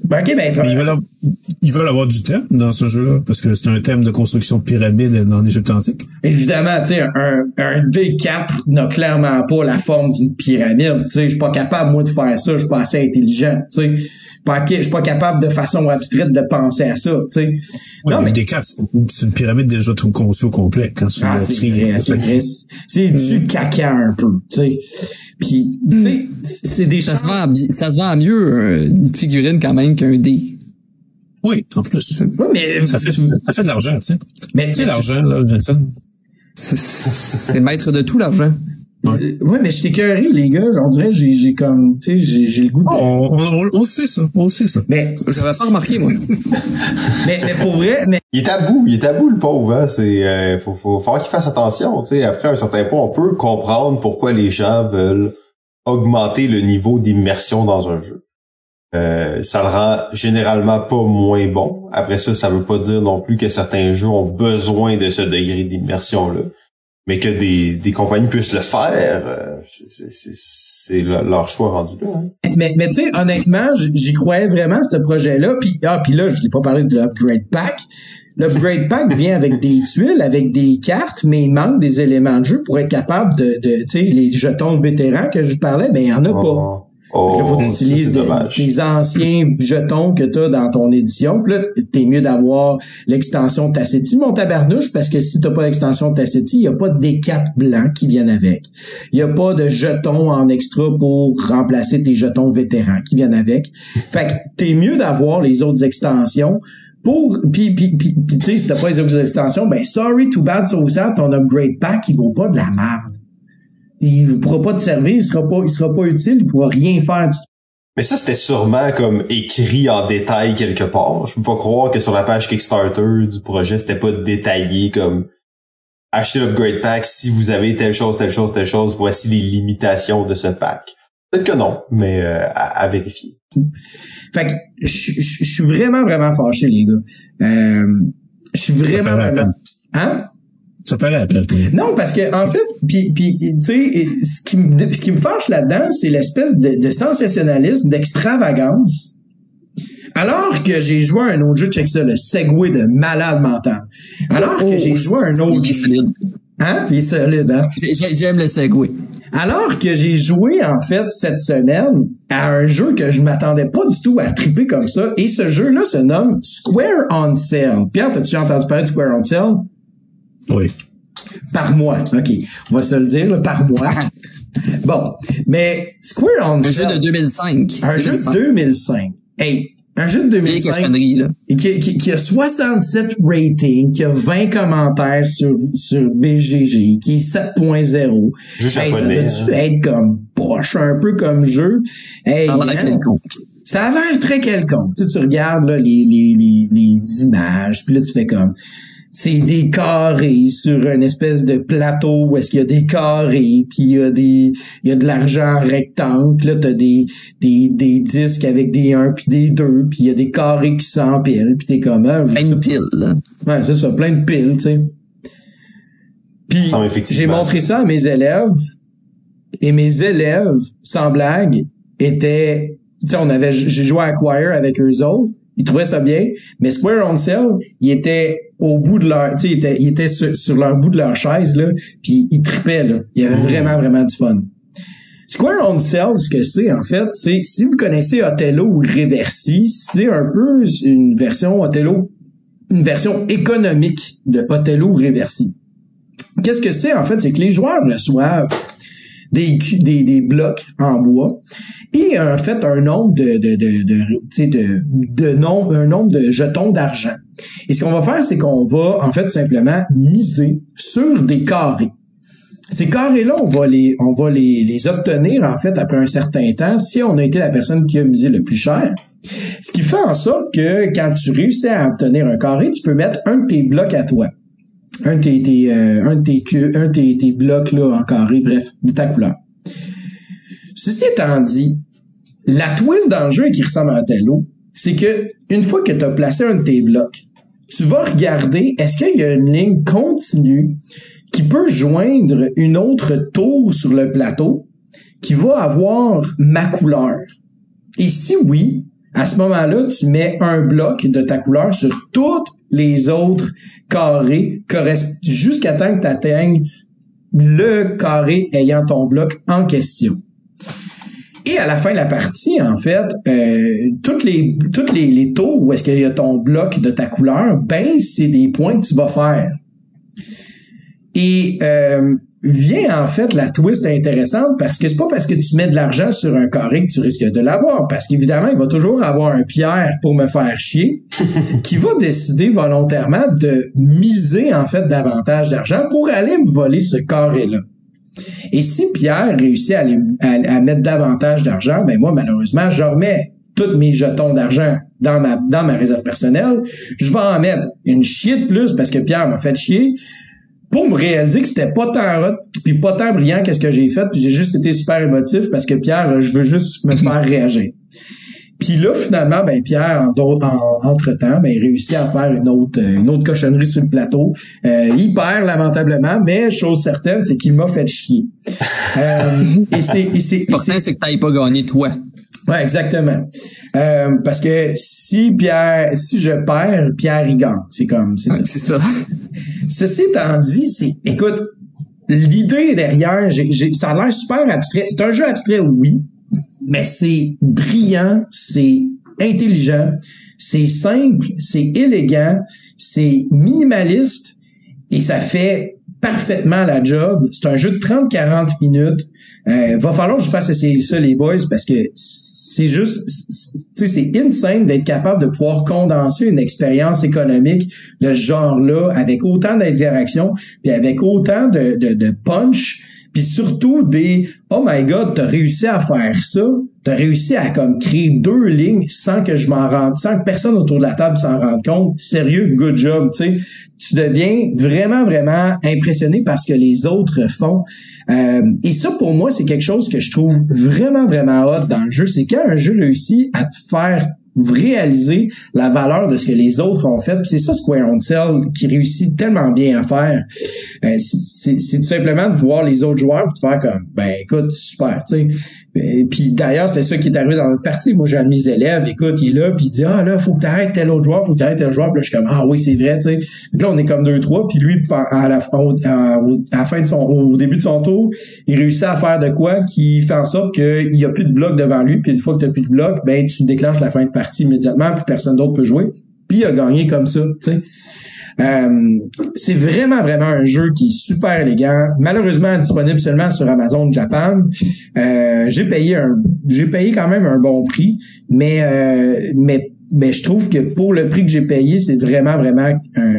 ils veulent avoir du thème dans ce jeu-là, parce que c'est un thème de construction de pyramide en Égypte antique. Évidemment, tu sais, un D4 n'a clairement pas la forme d'une pyramide. Tu sais, je suis pas capable, moi, de faire ça. Je suis pas assez intelligent, tu sais. Je suis pas capable de façon abstraite de penser à ça, tu sais. Oui, non, mais le D4, c'est une pyramide déjà tout conçue au complet. Quand tu c'est du caca un peu, tu sais. Puis, tu sais, c'est des ça se vend mieux une figurine quand même qu'un dé. Oui, en plus. Oui, mais ça fait de l'argent, tu sais. Mais tu sais, l'argent, là, Vincent. C'est le maître de tout, l'argent. Oui, mais je t'ai écœuré, les gars. On dirait j'ai comme, tu sais, j'ai le goût de... On sait ça. Mais j'avais pas remarqué, moi. mais pour vrai, mais il est à bout le pauvre, hein. C'est faut falloir qu'il fasse attention, tu sais. Après un certain point, on peut comprendre pourquoi les gens veulent augmenter le niveau d'immersion dans un jeu. Ça le rend généralement pas moins bon. Après ça veut pas dire non plus que certains jeux ont besoin de ce degré d'immersion-là. Mais que des compagnies puissent le faire, c'est leur choix rendu là. Hein. Mais tu sais, honnêtement, j'y croyais vraiment, ce projet-là. Puis là, je n'ai pas parlé de l'Upgrade Pack. L'Upgrade Pack vient avec des tuiles, avec des cartes, mais il manque des éléments de jeu pour être capable de tu sais, les jetons de vétérans que je parlais, ben il y en a pas. Fait que là, faut que tu utilises des anciens jetons que t'as dans ton édition. Puis là, t'es mieux d'avoir l'extension Tassetti, mon tabarnouche, parce que si t'as pas l'extension Tassetti, il y a pas de D4 blancs qui viennent avec. Il y a pas de jetons en extra pour remplacer tes jetons vétérans qui viennent avec. Fait que t'es mieux d'avoir les autres extensions pour puis tu sais, si t'as pas les autres extensions, ben sorry, too bad, so sad, ton Upgrade Pack, il vaut pas de la merde. Il ne pourra pas te servir, il sera pas utile, il pourra rien faire du tout. Mais ça, c'était sûrement comme écrit en détail quelque part. Je peux pas croire que sur la page Kickstarter du projet, c'était pas détaillé comme achetez l'Upgrade Pack si vous avez telle chose, voici les limitations de ce pack. Peut-être que non, mais à vérifier. Fait que je suis vraiment, vraiment fâché, les gars. Je suis vraiment... Hein? Ça paraît après. Non, parce que en fait, puis tu sais, ce qui me fâche là-dedans, c'est l'espèce de sensationnalisme, d'extravagance. Alors que j'ai joué à un autre jeu, check ça, le Segway de malade mental. Alors que j'ai joué à un autre jeu. Hein? Il est solide, hein? J'aime le Segway. Alors que j'ai joué, en fait, cette semaine à un jeu que je m'attendais pas du tout à triper comme ça. Et ce jeu-là se nomme Square on Sale. Pierre, t'as-tu déjà entendu parler de Square on Sale? Oui. Par mois. OK. On va se le dire, là, par mois. Bon. Mais Square on Sale. Un jeu de 2005. Un jeu de 2005. Hey. Un jeu de 2005 qui a 67 ratings, qui a 20 commentaires sur BGG, qui est 7.0. Hey, ça doit-tu être comme poche, un peu comme jeu? Hey, ça a l'air très quelconque. Tu regardes là, les images, puis là tu fais comme... C'est des carrés sur une espèce de plateau où est-ce qu'il y a des carrés, puis il y a de l'argent rectangle, puis là t'as des disques avec des 1 puis des 2, puis il y a des carrés qui s'empilent, puis t'es comme plein de piles, là. Ouais, c'est ça, plein de piles, tu sais. Puis j'ai montré ça à mes élèves, et mes élèves, sans blague, étaient, tu sais, j'ai joué à Acquire avec eux autres. Ils trouvaient ça bien, mais Square on Sale, ils étaient au bout de leur, tu sais, ils étaient sur leur bout de leur chaise, là, puis ils tripaient, là. Il y avait vraiment, vraiment du fun. Square on Sale, ce que c'est, en fait, c'est, si vous connaissez Othello ou Reversi, c'est un peu une version Othello, une version économique de Othello ou Reversi. Qu'est-ce que c'est, en fait? C'est que les joueurs reçoivent des blocs en bois et en fait un nombre un nombre de jetons d'argent. Et ce qu'on va faire, c'est qu'on va en fait tout simplement miser sur des carrés. Ces carrés-là, on va les obtenir en fait après un certain temps si on a été la personne qui a misé le plus cher. Ce qui fait en sorte que quand tu réussis à obtenir un carré, tu peux mettre un de tes blocs à toi. Un de tes blocs là en carré, bref, de ta couleur. Ceci étant dit, la twist dans le jeu qui ressemble à Othello, c'est que une fois que tu as placé un de tes blocs, tu vas regarder est-ce qu'il y a une ligne continue qui peut joindre une autre tour sur le plateau qui va avoir ma couleur. Et si oui, à ce moment-là, tu mets un bloc de ta couleur sur toutes les autres carrés jusqu'à temps que tu atteignes le carré ayant ton bloc en question. Et à la fin de la partie, en fait, toutes les tours où est-ce qu'il y a ton bloc de ta couleur, ben c'est des points que tu vas faire. Et vient en fait la twist intéressante parce que c'est pas parce que tu mets de l'argent sur un carré que tu risques de l'avoir, parce qu'évidemment il va toujours avoir un Pierre pour me faire chier qui va décider volontairement de miser en fait davantage d'argent pour aller me voler ce carré-là. Et si Pierre réussit à mettre davantage d'argent, ben moi malheureusement je remets tous mes jetons d'argent dans ma réserve personnelle, je vais en mettre une chier de plus parce que Pierre m'a fait chier, pour me réaliser que c'était pas tant hot puis pas tant brillant qu'est-ce que j'ai fait, puis j'ai juste été super émotif parce que Pierre, je veux juste me faire réagir. Puis là finalement ben Pierre entre-temps ben il réussit à faire une autre cochonnerie sur le plateau, il perd lamentablement, mais chose certaine c'est qu'il m'a fait chier. L'important c'est que t'ailles pas gagné toi. Ouais, exactement. Parce que si je perds, Pierre il gagne. C'est ça. C'est ça. Ceci étant dit, écoute, l'idée derrière, ça a l'air super abstrait. C'est un jeu abstrait, oui, mais c'est brillant, c'est intelligent, c'est simple, c'est élégant, c'est minimaliste et ça fait parfaitement la job. C'est un jeu de 30-40 minutes. Va falloir que je fasse essayer ça, les boys, parce que c'est juste, tu sais, c'est insane d'être capable de pouvoir condenser une expérience économique de ce genre-là avec autant d'interaction puis avec autant de punch, puis surtout des « Oh my God, t'as réussi à faire ça, t'as réussi à comme créer 2 lignes sans que sans que personne autour de la table s'en rende compte. Sérieux, good job, tu sais. » Tu deviens vraiment, vraiment impressionné par ce que les autres font. Et ça, pour moi, c'est quelque chose que je trouve vraiment, vraiment hot dans le jeu. C'est quand un jeu réussit à te faire réaliser la valeur de ce que les autres ont fait. Puis c'est ça Square Enix qui réussit tellement bien à faire. C'est tout simplement de voir les autres joueurs et de faire comme, ben écoute, super, tu sais. Puis d'ailleurs, c'est ça qui est arrivé dans notre partie. Moi, j'ai un de mes élèves, écoute, il est là, puis il dit, ah là, faut que t'arrêtes tel autre joueur, faut que t'arrêtes tel joueur. Puis là, je suis comme, ah oui, c'est vrai, tu sais. Donc là, on est comme 2-3, puis lui, à la fin de au début de son tour, il réussit à faire de quoi qui fait en sorte qu'il y a plus de blocs devant lui, puis une fois que t'as plus de blocs, ben tu déclenches la fin de partie immédiatement, puis personne d'autre peut jouer. Puis il a gagné comme ça, tu sais. C'est vraiment, vraiment un jeu qui est super élégant. Malheureusement, disponible seulement sur Amazon Japan. J'ai payé quand même un bon prix, mais je trouve que pour le prix que j'ai payé, c'est vraiment, vraiment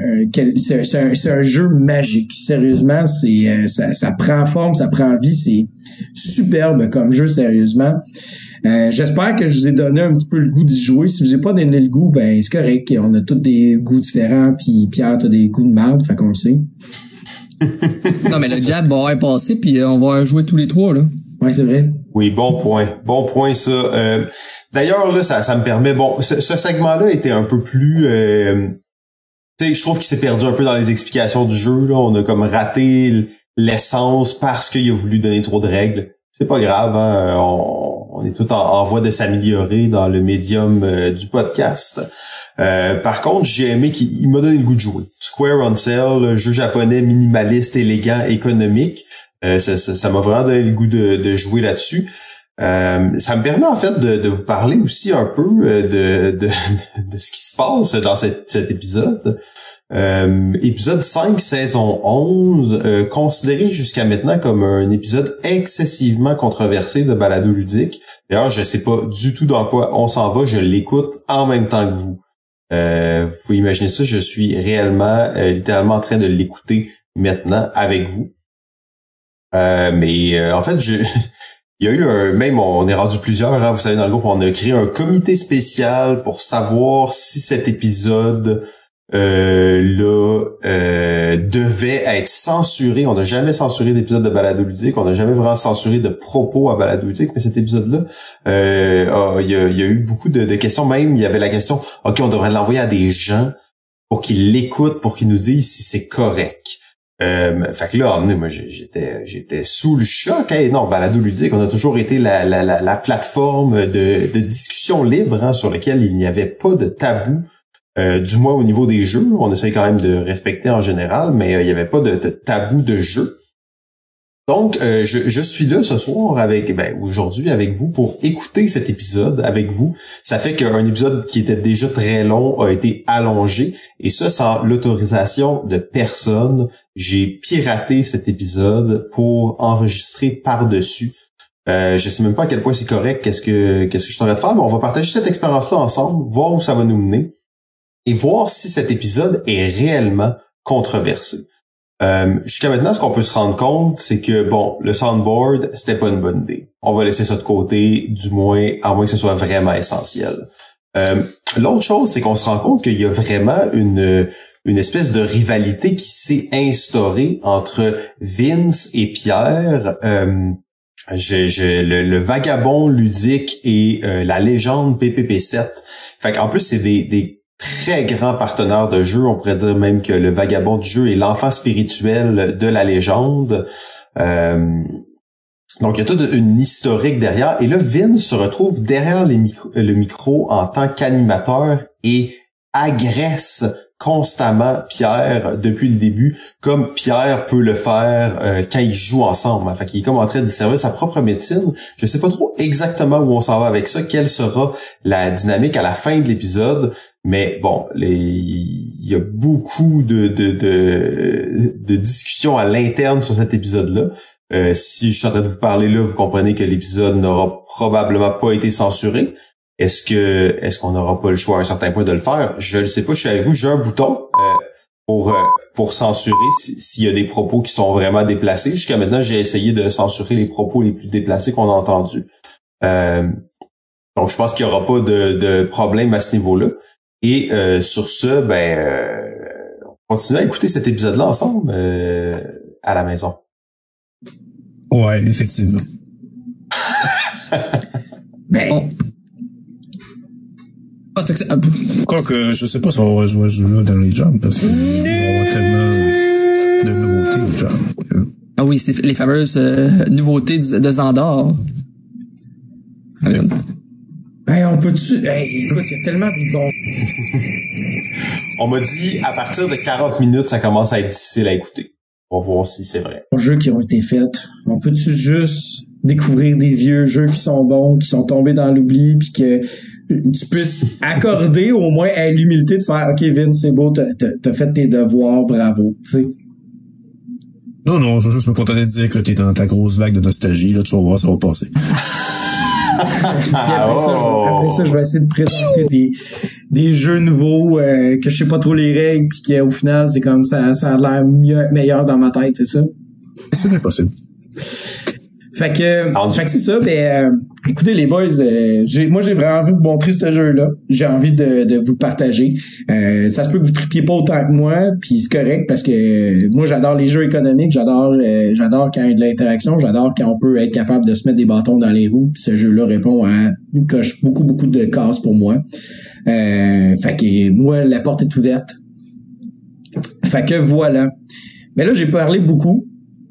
c'est un jeu magique. Sérieusement, ça prend forme, ça prend vie, c'est superbe comme jeu, sérieusement. J'espère que je vous ai donné un petit peu le goût d'y jouer. Si je vous ai pas donné le goût, ben c'est correct. On a tous des goûts différents, puis Pierre, t'as des goûts de merde, fait qu'on le sait. Non, mais le jab va avoir passé, puis on va jouer tous les 3, là. Ouais, c'est vrai. Oui, bon point ça. D'ailleurs, là, ça me permet, ce segment-là était un peu plus... tu sais, je trouve qu'il s'est perdu un peu dans les explications du jeu, là. On a comme raté l'essence parce qu'il a voulu donner trop de règles. C'est pas grave, hein. On est tout en voie de s'améliorer dans le médium du podcast. Par contre, j'ai aimé qu'il m'a donné le goût de jouer. Square Enix, jeu japonais minimaliste, élégant, économique. Ça m'a vraiment donné le goût de jouer là-dessus. Ça me permet en fait de vous parler aussi un peu de ce qui se passe dans cet épisode. Épisode 5, saison 11, considéré jusqu'à maintenant comme un épisode excessivement controversé de balado ludique. D'ailleurs, je sais pas du tout dans quoi on s'en va, je l'écoute en même temps que vous. Vous pouvez imaginer ça, je suis réellement, littéralement en train de l'écouter maintenant avec vous. Mais en fait, il y a eu même on est rendu plusieurs, hein, vous savez, dans le groupe, on a créé un comité spécial pour savoir si cet épisode devait être censuré. On n'a jamais censuré d'épisode de balado ludique, on n'a jamais vraiment censuré de propos à balado ludique, mais cet épisode-là, il y a eu beaucoup de questions. Même, il y avait la question, OK, on devrait l'envoyer à des gens pour qu'ils l'écoutent, pour qu'ils nous disent si c'est correct. Fait que là, moi, j'étais sous le choc. Hey, non, balado ludique, on a toujours été la plateforme de discussion libre, hein, sur laquelle il n'y avait pas de tabou. Du moins au niveau des jeux, on essaie quand même de respecter en général, mais il n'y avait pas de tabou de jeu. Donc, je suis là ce soir aujourd'hui avec vous pour écouter cet épisode avec vous. Ça fait qu'un épisode qui était déjà très long a été allongé, et ça sans l'autorisation de personne. J'ai piraté cet épisode pour enregistrer par-dessus. Je sais même pas à quel point c'est correct, qu'est-ce que je suis en train de faire, mais on va partager cette expérience-là ensemble, voir où ça va nous mener, et voir si cet épisode est réellement controversé. Jusqu'à maintenant, ce qu'on peut se rendre compte, c'est que, le soundboard, c'était pas une bonne idée. On va laisser ça de côté, du moins, à moins que ce soit vraiment essentiel. L'autre chose, c'est qu'on se rend compte qu'il y a vraiment une espèce de rivalité qui s'est instaurée entre Vince et Pierre. Le vagabond ludique et la légende PPP7. Fait qu'en plus, c'est des très grands partenaires de jeu. On pourrait dire même que le vagabond du jeu est l'enfant spirituel de la légende. Donc, il y a toute une historique derrière. Et là, Vince se retrouve derrière le micro en tant qu'animateur et agresse constamment Pierre depuis le début, comme Pierre peut le faire quand ils jouent ensemble. Fait qu'il est comme en train de servir sa propre médecine. Je sais pas trop exactement où on s'en va avec ça, quelle sera la dynamique à la fin de l'épisode, mais bon, il y a beaucoup de discussions à l'interne sur cet épisode-là. Si je suis en train de vous parler là, vous comprenez que l'épisode n'aura probablement pas été censuré. Est-ce qu'on n'aura pas le choix à un certain point de le faire? Je le sais pas, je suis avec vous, j'ai un bouton pour censurer s'il y a des propos qui sont vraiment déplacés. Jusqu'à maintenant, j'ai essayé de censurer les propos les plus déplacés qu'on a entendus. Donc je pense qu'il n'y aura pas de problème à ce niveau-là. Et sur ce, on continue à écouter cet épisode-là ensemble à la maison. Ouais, effectivement. Quoique, je sais pas si on va jouer ce jeu-là dans les jobs, parce qu'il va y avoir tellement de nouveautés au job. Ah oui, c'est les fameuses nouveautés de Xandor. On peut-tu... écoute, il y a tellement de bons... On m'a dit, à partir de 40 minutes, ça commence à être difficile à écouter. On va voir si c'est vrai. Les jeux qui ont été faits, on peut-tu juste découvrir des vieux jeux qui sont bons, qui sont tombés dans l'oubli, puis que tu puisses accorder au moins à l'humilité de faire « Ok, Vince, c'est beau, t'as fait tes devoirs, bravo. » Tu sais. Non, je veux juste me contenter de dire que t'es dans ta grosse vague de nostalgie, là, tu vas voir, ça va passer. Puis après ça, je vais essayer de présenter des jeux nouveaux que je sais pas trop les règles, puis qu'au final, c'est comme ça a l'air meilleur dans ma tête, c'est ça? C'est bien possible. Fait que c'est ça, écoutez les boys, moi j'ai vraiment envie de vous montrer ce jeu-là. J'ai envie de vous le partager. Ça se peut que vous tripiez pas autant que moi, puis c'est correct parce que moi j'adore les jeux économiques, j'adore quand il y a de l'interaction, j'adore quand on peut être capable de se mettre des bâtons dans les roues. Puis ce jeu-là répond à coche beaucoup de cases pour moi. Fait que moi la porte est ouverte. Fait que voilà. Mais là j'ai parlé beaucoup.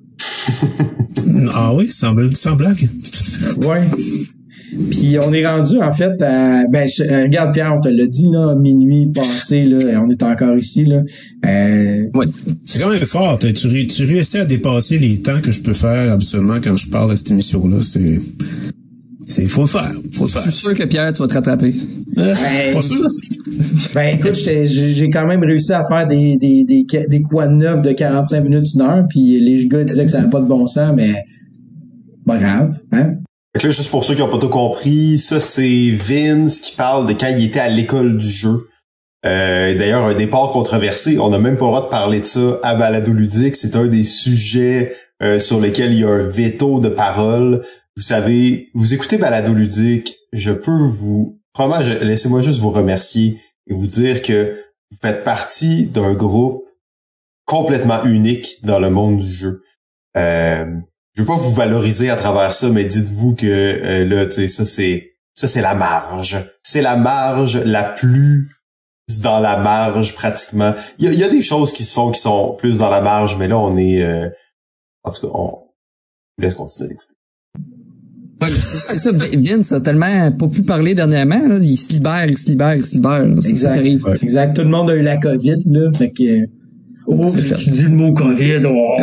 Ah oui, sans blague. Ouais. Puis on est rendu en fait à regarde Pierre, on te l'a dit là, minuit passé là, on est encore ici là. Ouais. C'est quand même fort. Tu réussis à dépasser les temps que je peux faire absolument quand je parle à cette émission là. Faut le faire. Je suis sûr que Pierre, tu vas te rattraper. Pas sûr. Écoute, j'ai quand même réussi à faire des quad neufs de 45 minutes, 1 heure, puis les gars disaient que ça n'avait pas de bon sens, mais pas grave, hein? Fait que là, juste pour ceux qui n'ont pas tout compris, ça c'est Vince qui parle de quand il était à l'école du jeu. D'ailleurs, un départ controversé, on n'a même pas le droit de parler de ça à Balado Ludique, c'est un des sujets sur lesquels il y a un veto de parole. Vous savez, vous écoutez Balado Ludique, je peux vous... Probablement, laissez-moi juste vous remercier et vous dire que vous faites partie d'un groupe complètement unique dans le monde du jeu. Je veux pas vous valoriser à travers ça, mais dites-vous que là, tu sais, ça c'est la marge. C'est la marge la plus dans la marge pratiquement. Il y a des choses qui se font qui sont plus dans la marge, mais là on est... en tout cas, on laisse continuer d'écouter. Ouais, c'est ça, Vince a tellement pas pu parler dernièrement, là. Il se libère. Là. C'est ça qui arrive. Exact. Tout le monde a eu la COVID, là. Fait que, tu dis le mot COVID.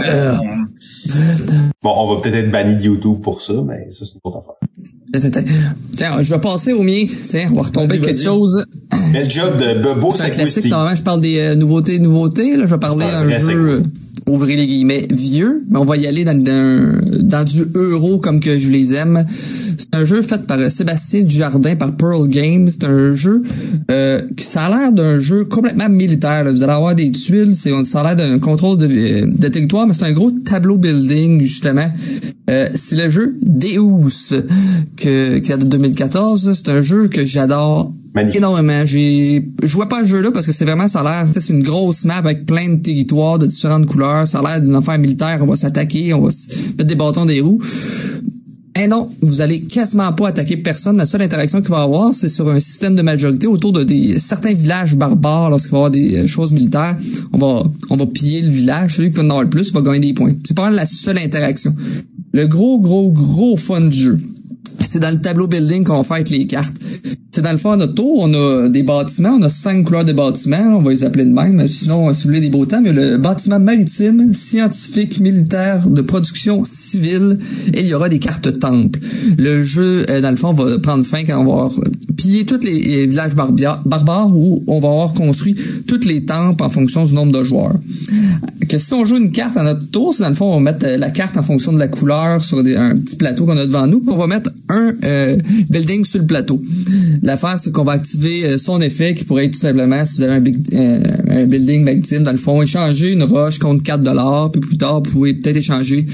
Bon, on va peut-être être banni de YouTube pour ça, mais ça, c'est une autre affaire. Tiens, je vais passer au mien. Tiens, on va retomber quelque chose. Quel job de beau classique. Normalement, je parle des nouveautés. Là, je vais parler d'un jeu... ouvrez les guillemets, vieux, mais on va y aller dans du euro comme que je les aime. C'est un jeu fait par Sébastien Dujardin, par Pearl Games. C'est un jeu qui ça a l'air d'un jeu complètement militaire. Là. Vous allez avoir des tuiles, ça a l'air d'un contrôle de territoire, mais c'est un gros tableau building, justement. C'est le jeu Deus, qui date de 2014. C'est un jeu que j'adore énormément. Je jouais pas à ce jeu-là parce que c'est vraiment, ça a l'air, c'est une grosse map avec plein de territoires de différentes couleurs. Ça a l'air d'une affaire militaire. On va s'attaquer, on va se mettre des bâtons des roues. Eh non, vous allez quasiment pas attaquer personne. La seule interaction qu'il va y avoir, c'est sur un système de majorité autour de certains villages barbares. Lorsqu'il va y avoir des choses militaires, on va piller le village. Celui qui va en avoir le plus va gagner des points. C'est pas mal la seule interaction. le gros fun du jeu. C'est dans le tableau building qu'on va faire avec les cartes. C'est dans le fond, à notre tour, on a des bâtiments, on a 5 couleurs de bâtiments, on va les appeler de même, sinon, si vous voulez des beaux temps, mais le bâtiment maritime, scientifique, militaire, de production civile, et il y aura des cartes temples. Le jeu, dans le fond, va prendre fin quand on va avoir pillé tous les villages barbares où on va avoir construit tous les temples en fonction du nombre de joueurs. Que si on joue une carte à notre tour, c'est dans le fond, on va mettre la carte en fonction de la couleur sur un petit plateau qu'on a devant nous, puis on va mettre un building sur le plateau. L'affaire, c'est qu'on va activer son effet qui pourrait être tout simplement, si vous avez un building maritime, dans le fond, échanger une roche contre 4$, puis plus tard, vous pouvez peut-être échanger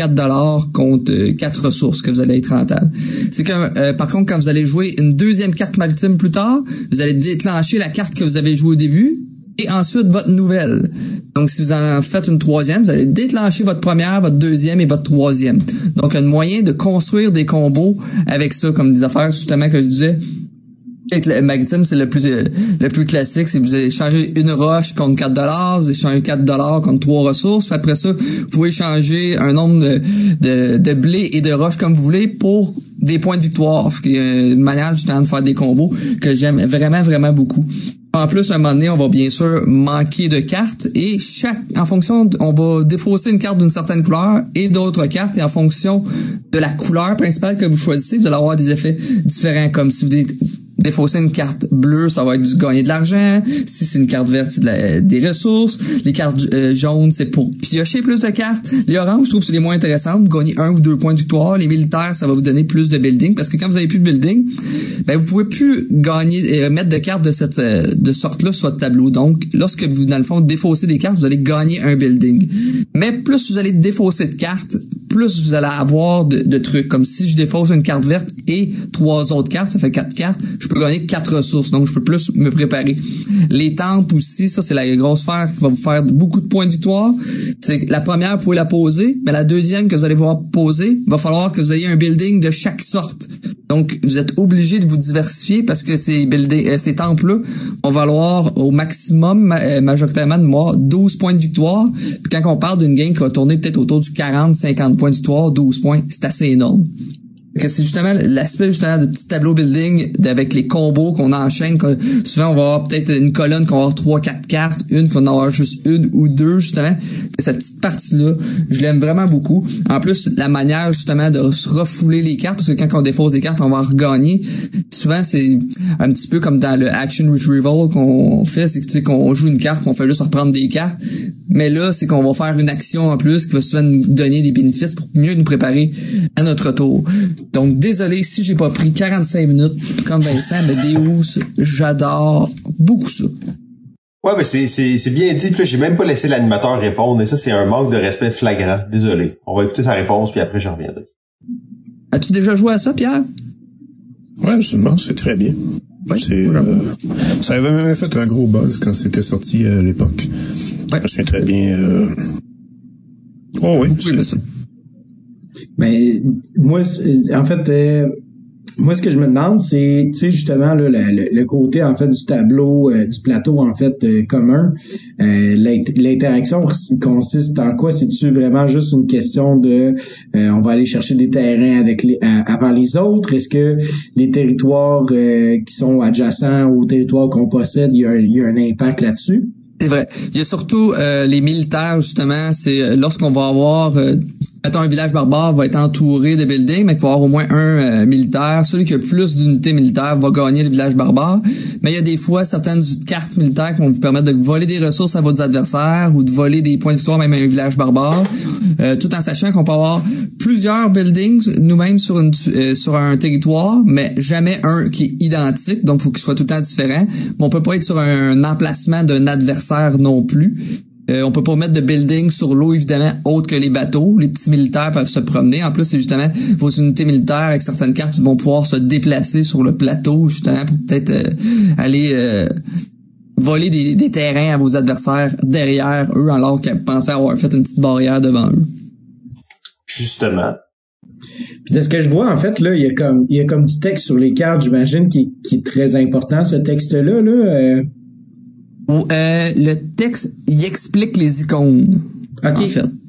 4$ contre 4 ressources que vous allez être rentable. C'est que, par contre, quand vous allez jouer une deuxième carte maritime plus tard, vous allez déclencher la carte que vous avez jouée au début, et ensuite votre nouvelle. Donc, si vous en faites une troisième, vous allez déclencher votre première, votre deuxième et votre troisième. Donc, un moyen de construire des combos avec ça, comme des affaires, justement, que je disais. Avec le maritime, c'est le plus classique, c'est que vous allez échanger une roche contre 4$, vous échangez 4$ contre 3 ressources, puis après ça, vous pouvez échanger un nombre de blés et de roches comme vous voulez pour des points de victoire. C'est une manière justement de faire des combos que j'aime vraiment, vraiment beaucoup. En plus, à un moment donné, on va bien sûr manquer de cartes et en fonction, on va défausser une carte d'une certaine couleur et d'autres cartes et en fonction de la couleur principale que vous choisissez, vous allez avoir des effets différents comme si vous défausser une carte bleue, ça va être gagner de l'argent. Si c'est une carte verte, c'est des ressources. Les cartes jaunes, c'est pour piocher plus de cartes. Les oranges, je trouve que c'est les moins intéressantes. Gagner 1 ou 2 points de victoire. Les militaires, ça va vous donner plus de building parce que quand vous avez plus de building, ben vous pouvez plus gagner mettre de cartes de cette de sorte-là sur votre tableau. Donc, lorsque vous, dans le fond, défaussez des cartes, vous allez gagner un building. Mais plus vous allez défausser de cartes, plus vous allez avoir de trucs. Comme si je défausse une carte verte et 3 autres cartes, ça fait 4 cartes. Je peux gagner 4 ressources, donc je peux plus me préparer. Les temples aussi, ça c'est la grosse sphère qui va vous faire beaucoup de points de victoire. C'est la première, vous pouvez la poser, mais la deuxième que vous allez pouvoir poser, il va falloir que vous ayez un building de chaque sorte. Donc, vous êtes obligé de vous diversifier parce que ces temples-là vont valoir au maximum, majoritairement de moi, 12 points de victoire. Puis quand on parle d'une game qui va tourner peut-être autour du 40-50 points de victoire, 12 points, c'est assez énorme. C'est justement l'aspect justement de petit tableau building avec les combos qu'on enchaîne. Souvent, on va avoir peut-être une colonne qu'on va avoir 3-4 cartes, une qu'on va avoir juste une ou deux, justement. Cette petite partie-là, je l'aime vraiment beaucoup. En plus, la manière justement de se refouler les cartes, parce que quand on défausse des cartes, on va en regagner. Souvent, c'est un petit peu comme dans le Action Retrieval qu'on fait, c'est que tu sais, qu'on joue une carte, qu'on fait juste reprendre des cartes. Mais là, c'est qu'on va faire une action en plus qui va souvent nous donner des bénéfices pour mieux nous préparer à notre tour. Donc, désolé si j'ai pas pris 45 minutes comme Vincent, mais Deus, j'adore beaucoup ça. Ouais, mais c'est bien dit. Puis là, j'ai même pas laissé l'animateur répondre. Et ça, c'est un manque de respect flagrant. Désolé. On va écouter sa réponse, puis après, je reviendrai. As-tu déjà joué à ça, Pierre? Ouais, absolument. C'est très bien. Ouais, ça avait même fait un gros buzz quand c'était sorti à l'époque. Ouais. Je me souviens très bien. Oh oui. Oui, ça. Mais moi, en fait, moi ce que je me demande, c'est, tu sais, justement là, le côté en fait du tableau, du plateau en fait commun. L'interaction consiste en quoi? C'est-tu vraiment juste une question de, on va aller chercher des terrains avant les autres? Est-ce que les territoires qui sont adjacents aux territoires qu'on possède, il y a un impact là-dessus? C'est vrai. Il y a surtout les militaires, justement. C'est lorsqu'on va avoir... mettons, un village barbare va être entouré de buildings, mais il va y avoir au moins un militaire. Celui qui a plus d'unités militaires va gagner le village barbare. Mais il y a des fois certaines cartes militaires qui vont vous permettre de voler des ressources à vos adversaires ou de voler des points de victoire même à un village barbare, tout en sachant qu'on peut avoir plusieurs buildings nous-mêmes sur un territoire, mais jamais un qui est identique. Donc, il faut qu'il soit tout le temps différent. Mais on peut pas être sur un emplacement d'un adversaire non plus. On peut pas mettre de building sur l'eau, évidemment, autre que les bateaux. Les petits militaires peuvent se promener. En plus, c'est justement vos unités militaires avec certaines cartes vont pouvoir se déplacer sur le plateau, justement, pour peut-être aller voler des terrains à vos adversaires derrière eux, alors qu'ils pensaient avoir fait une petite barrière devant eux. Justement. Puis de ce que je vois, en fait, là, il y a comme du texte sur les cartes, j'imagine, qui est très important, ce texte-là, là. Le texte, il explique les icônes. OK. En fait.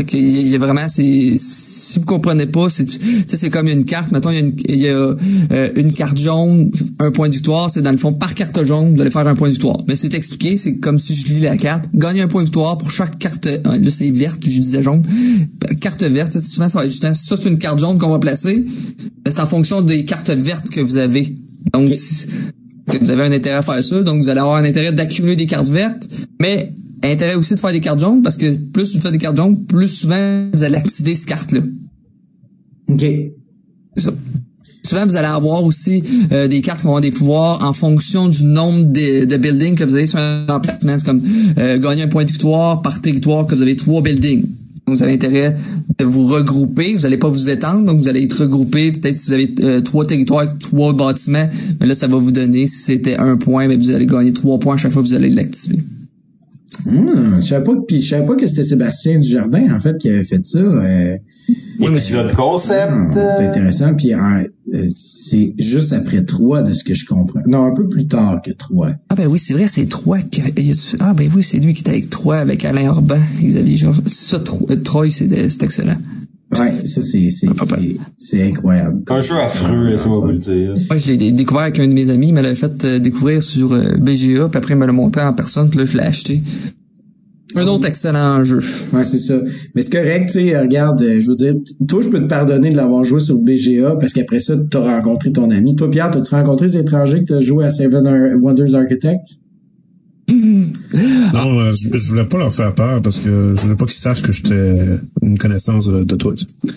Fait qu'il y a vraiment, si vous comprenez pas, c'est comme il y a une carte, mettons, il y a une carte jaune, un point de victoire, c'est dans le fond, par carte jaune, vous allez faire un point de victoire. Mais c'est expliqué, c'est comme si je lis la carte, gagner un point de victoire pour chaque carte, là c'est verte, je disais jaune, carte verte, souvent ça c'est une carte jaune qu'on va placer, c'est en fonction des cartes vertes que vous avez. Donc, vous avez un intérêt à faire ça, donc vous allez avoir un intérêt d'accumuler des cartes vertes, mais intérêt aussi de faire des cartes jaunes, parce que plus vous faites des cartes jaunes, plus souvent vous allez activer ces cartes-là. OK. C'est ça. Souvent, vous allez avoir aussi des cartes qui vont avoir des pouvoirs en fonction du nombre de buildings que vous avez sur un emplacement. C'est comme gagner un point de victoire par territoire que vous avez 3 buildings. Donc, vous avez intérêt de vous regrouper. Vous n'allez pas vous étendre, donc vous allez être regroupé. Peut-être si vous avez 3 territoires avec 3 bâtiments, mais là, ça va vous donner, si c'était 1 point, mais vous allez gagner 3 points à chaque fois que vous allez l'activer. Je savais pas que c'était Sébastien Dujardin, en fait, qui avait fait ça. Épisode concept. C'est intéressant. Puis c'est juste après 3 de ce que je comprends. Non, un peu plus tard que 3. Ah ben oui, c'est vrai, c'est 3 ah ben oui, c'est lui qui était avec 3 avec Alain Orban. Xavier Georges. Ça, Troy, c'est excellent. Ouais, ça c'est incroyable. Un jeu affreux, laissez-moi vous le dire. Ouais, je l'ai découvert avec un de mes amis, il me l'avait fait découvrir sur BGA, puis après il me l'a montré en personne, puis là je l'ai acheté. Un autre excellent jeu. Ouais, c'est ça. Mais c'est correct, tu sais, regarde, je veux dire, toi, je peux te pardonner de l'avoir joué sur BGA, parce qu'après ça, t'as rencontré ton ami. Toi, Pierre, t'as-tu rencontré les étrangers que t'as joué à Seven Wonders Architect? Non, je voulais pas leur faire peur parce que je voulais pas qu'ils sachent que j'étais une connaissance de toi.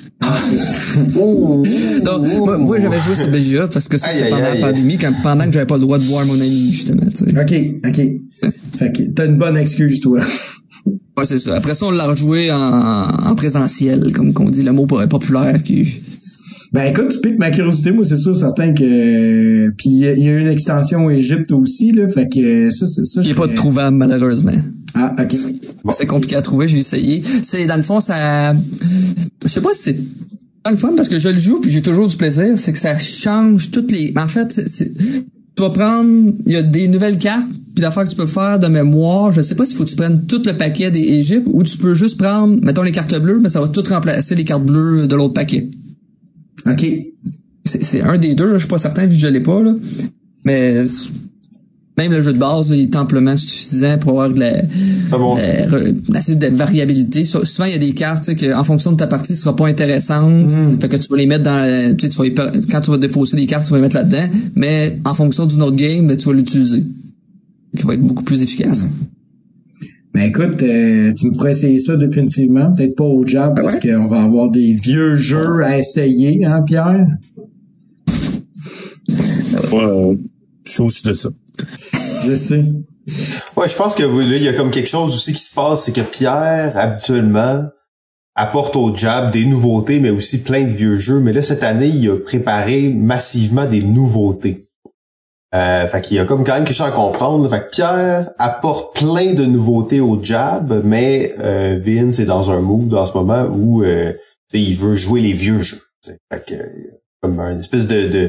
Donc, moi, j'avais joué sur BGA parce que c'était pendant la pandémie, pendant que j'avais pas le droit de voir mon ami, justement, tu sais. OK. Fait que t'as une bonne excuse, toi. Ouais, c'est ça. Après ça, on l'a rejoué en présentiel, comme qu'on dit, le mot populaire qui... Ben écoute, tu piques ma curiosité, moi c'est sûr certain que puis il y a eu une extension au Égypte aussi là, fait que ça il est pas trouvable malheureusement. Ah, OK. Bon. C'est compliqué à trouver, j'ai essayé. C'est dans le fond ça je sais pas si c'est dans le fun parce que je le joue puis j'ai toujours du plaisir, c'est que ça change toutes les en fait, tu vas prendre il y a des nouvelles cartes puis l'affaire que tu peux faire de mémoire, je sais pas s'il faut que tu prennes tout le paquet des Égypte ou tu peux juste prendre mettons les cartes bleues, mais ça va tout remplacer les cartes bleues de l'autre paquet. OK. C'est un des deux, là, je suis pas certain vu que je l'ai pas, là. Mais même le jeu de base, là, il est amplement suffisant pour avoir assez de variabilité. Souvent, il y a des cartes que, en fonction de ta partie, ce sera pas intéressante. Fait que tu vas les mettre dans quand tu vas défausser des cartes, tu vas les mettre là-dedans. Mais en fonction d'une autre game, tu vas l'utiliser. Qui va être beaucoup plus efficace. Ben écoute, tu me ferais essayer ça définitivement, peut-être pas au job parce qu'on va avoir des vieux jeux à essayer, hein Pierre? Ouais, je suis au-dessus de ça. Je sais. Ouais, je pense que là, il y a comme quelque chose aussi qui se passe, c'est que Pierre, habituellement, apporte au job des nouveautés, mais aussi plein de vieux jeux. Mais là, cette année, il a préparé massivement des nouveautés. Fait qu'il y a comme quand même quelque chose à comprendre. Fait que Pierre apporte plein de nouveautés au jab, mais Vince est dans un mood en ce moment où il veut jouer les vieux jeux. T'sais. Fait que comme une espèce de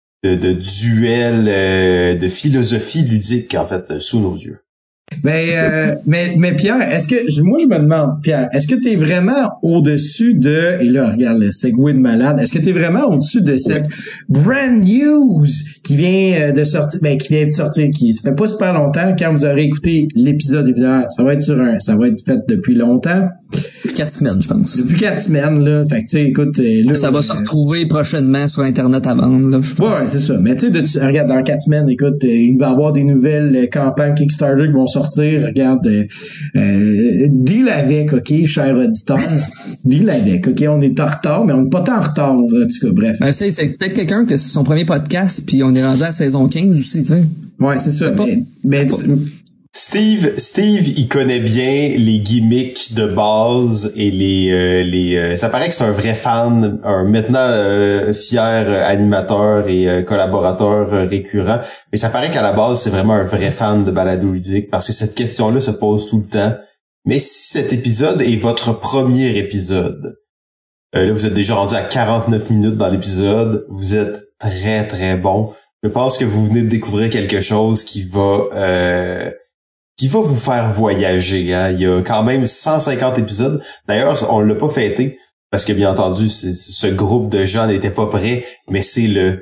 duel de philosophie ludique en fait sous nos yeux. Mais Pierre, moi je me demande, Pierre, est-ce que t'es vraiment au-dessus de, et là regarde le segway de malade, est-ce que t'es vraiment au-dessus de cette brand news qui vient de sortir, qui se fait pas super longtemps quand vous aurez écouté l'épisode évidemment, ça va être fait depuis longtemps. 4 semaines, je pense. Depuis 4 semaines, là. Fait que, tu sais, écoute, là. Ça va se retrouver prochainement sur Internet à vendre, là, je pense. Ouais, c'est ça. Mais, tu sais, regarde, dans 4 semaines, écoute, il va y avoir des nouvelles campagnes Kickstarter qui vont sortir. Regarde, deal avec, OK, cher auditeur. Deal avec, OK, on est en retard, mais on n'est pas tant en retard, en tout cas, bref. C'est peut-être quelqu'un que c'est son premier podcast, puis on est rendu à saison 15 aussi, tu sais. Ouais, c'est ça. Steve, il connaît bien les gimmicks de base et les ça paraît que c'est un vrai fan, un maintenant fier animateur et collaborateur récurrent, mais ça paraît qu'à la base c'est vraiment un vrai fan de balado ludique parce que cette question-là se pose tout le temps. Mais si cet épisode est votre premier épisode, là vous êtes déjà rendu à 49 minutes dans l'épisode, vous êtes très très bon. Je pense que vous venez de découvrir quelque chose qui va qui va vous faire voyager. Hein. Il y a quand même 150 épisodes. D'ailleurs, on l'a pas fêté parce que bien entendu, ce groupe de gens n'était pas prêt, mais c'est le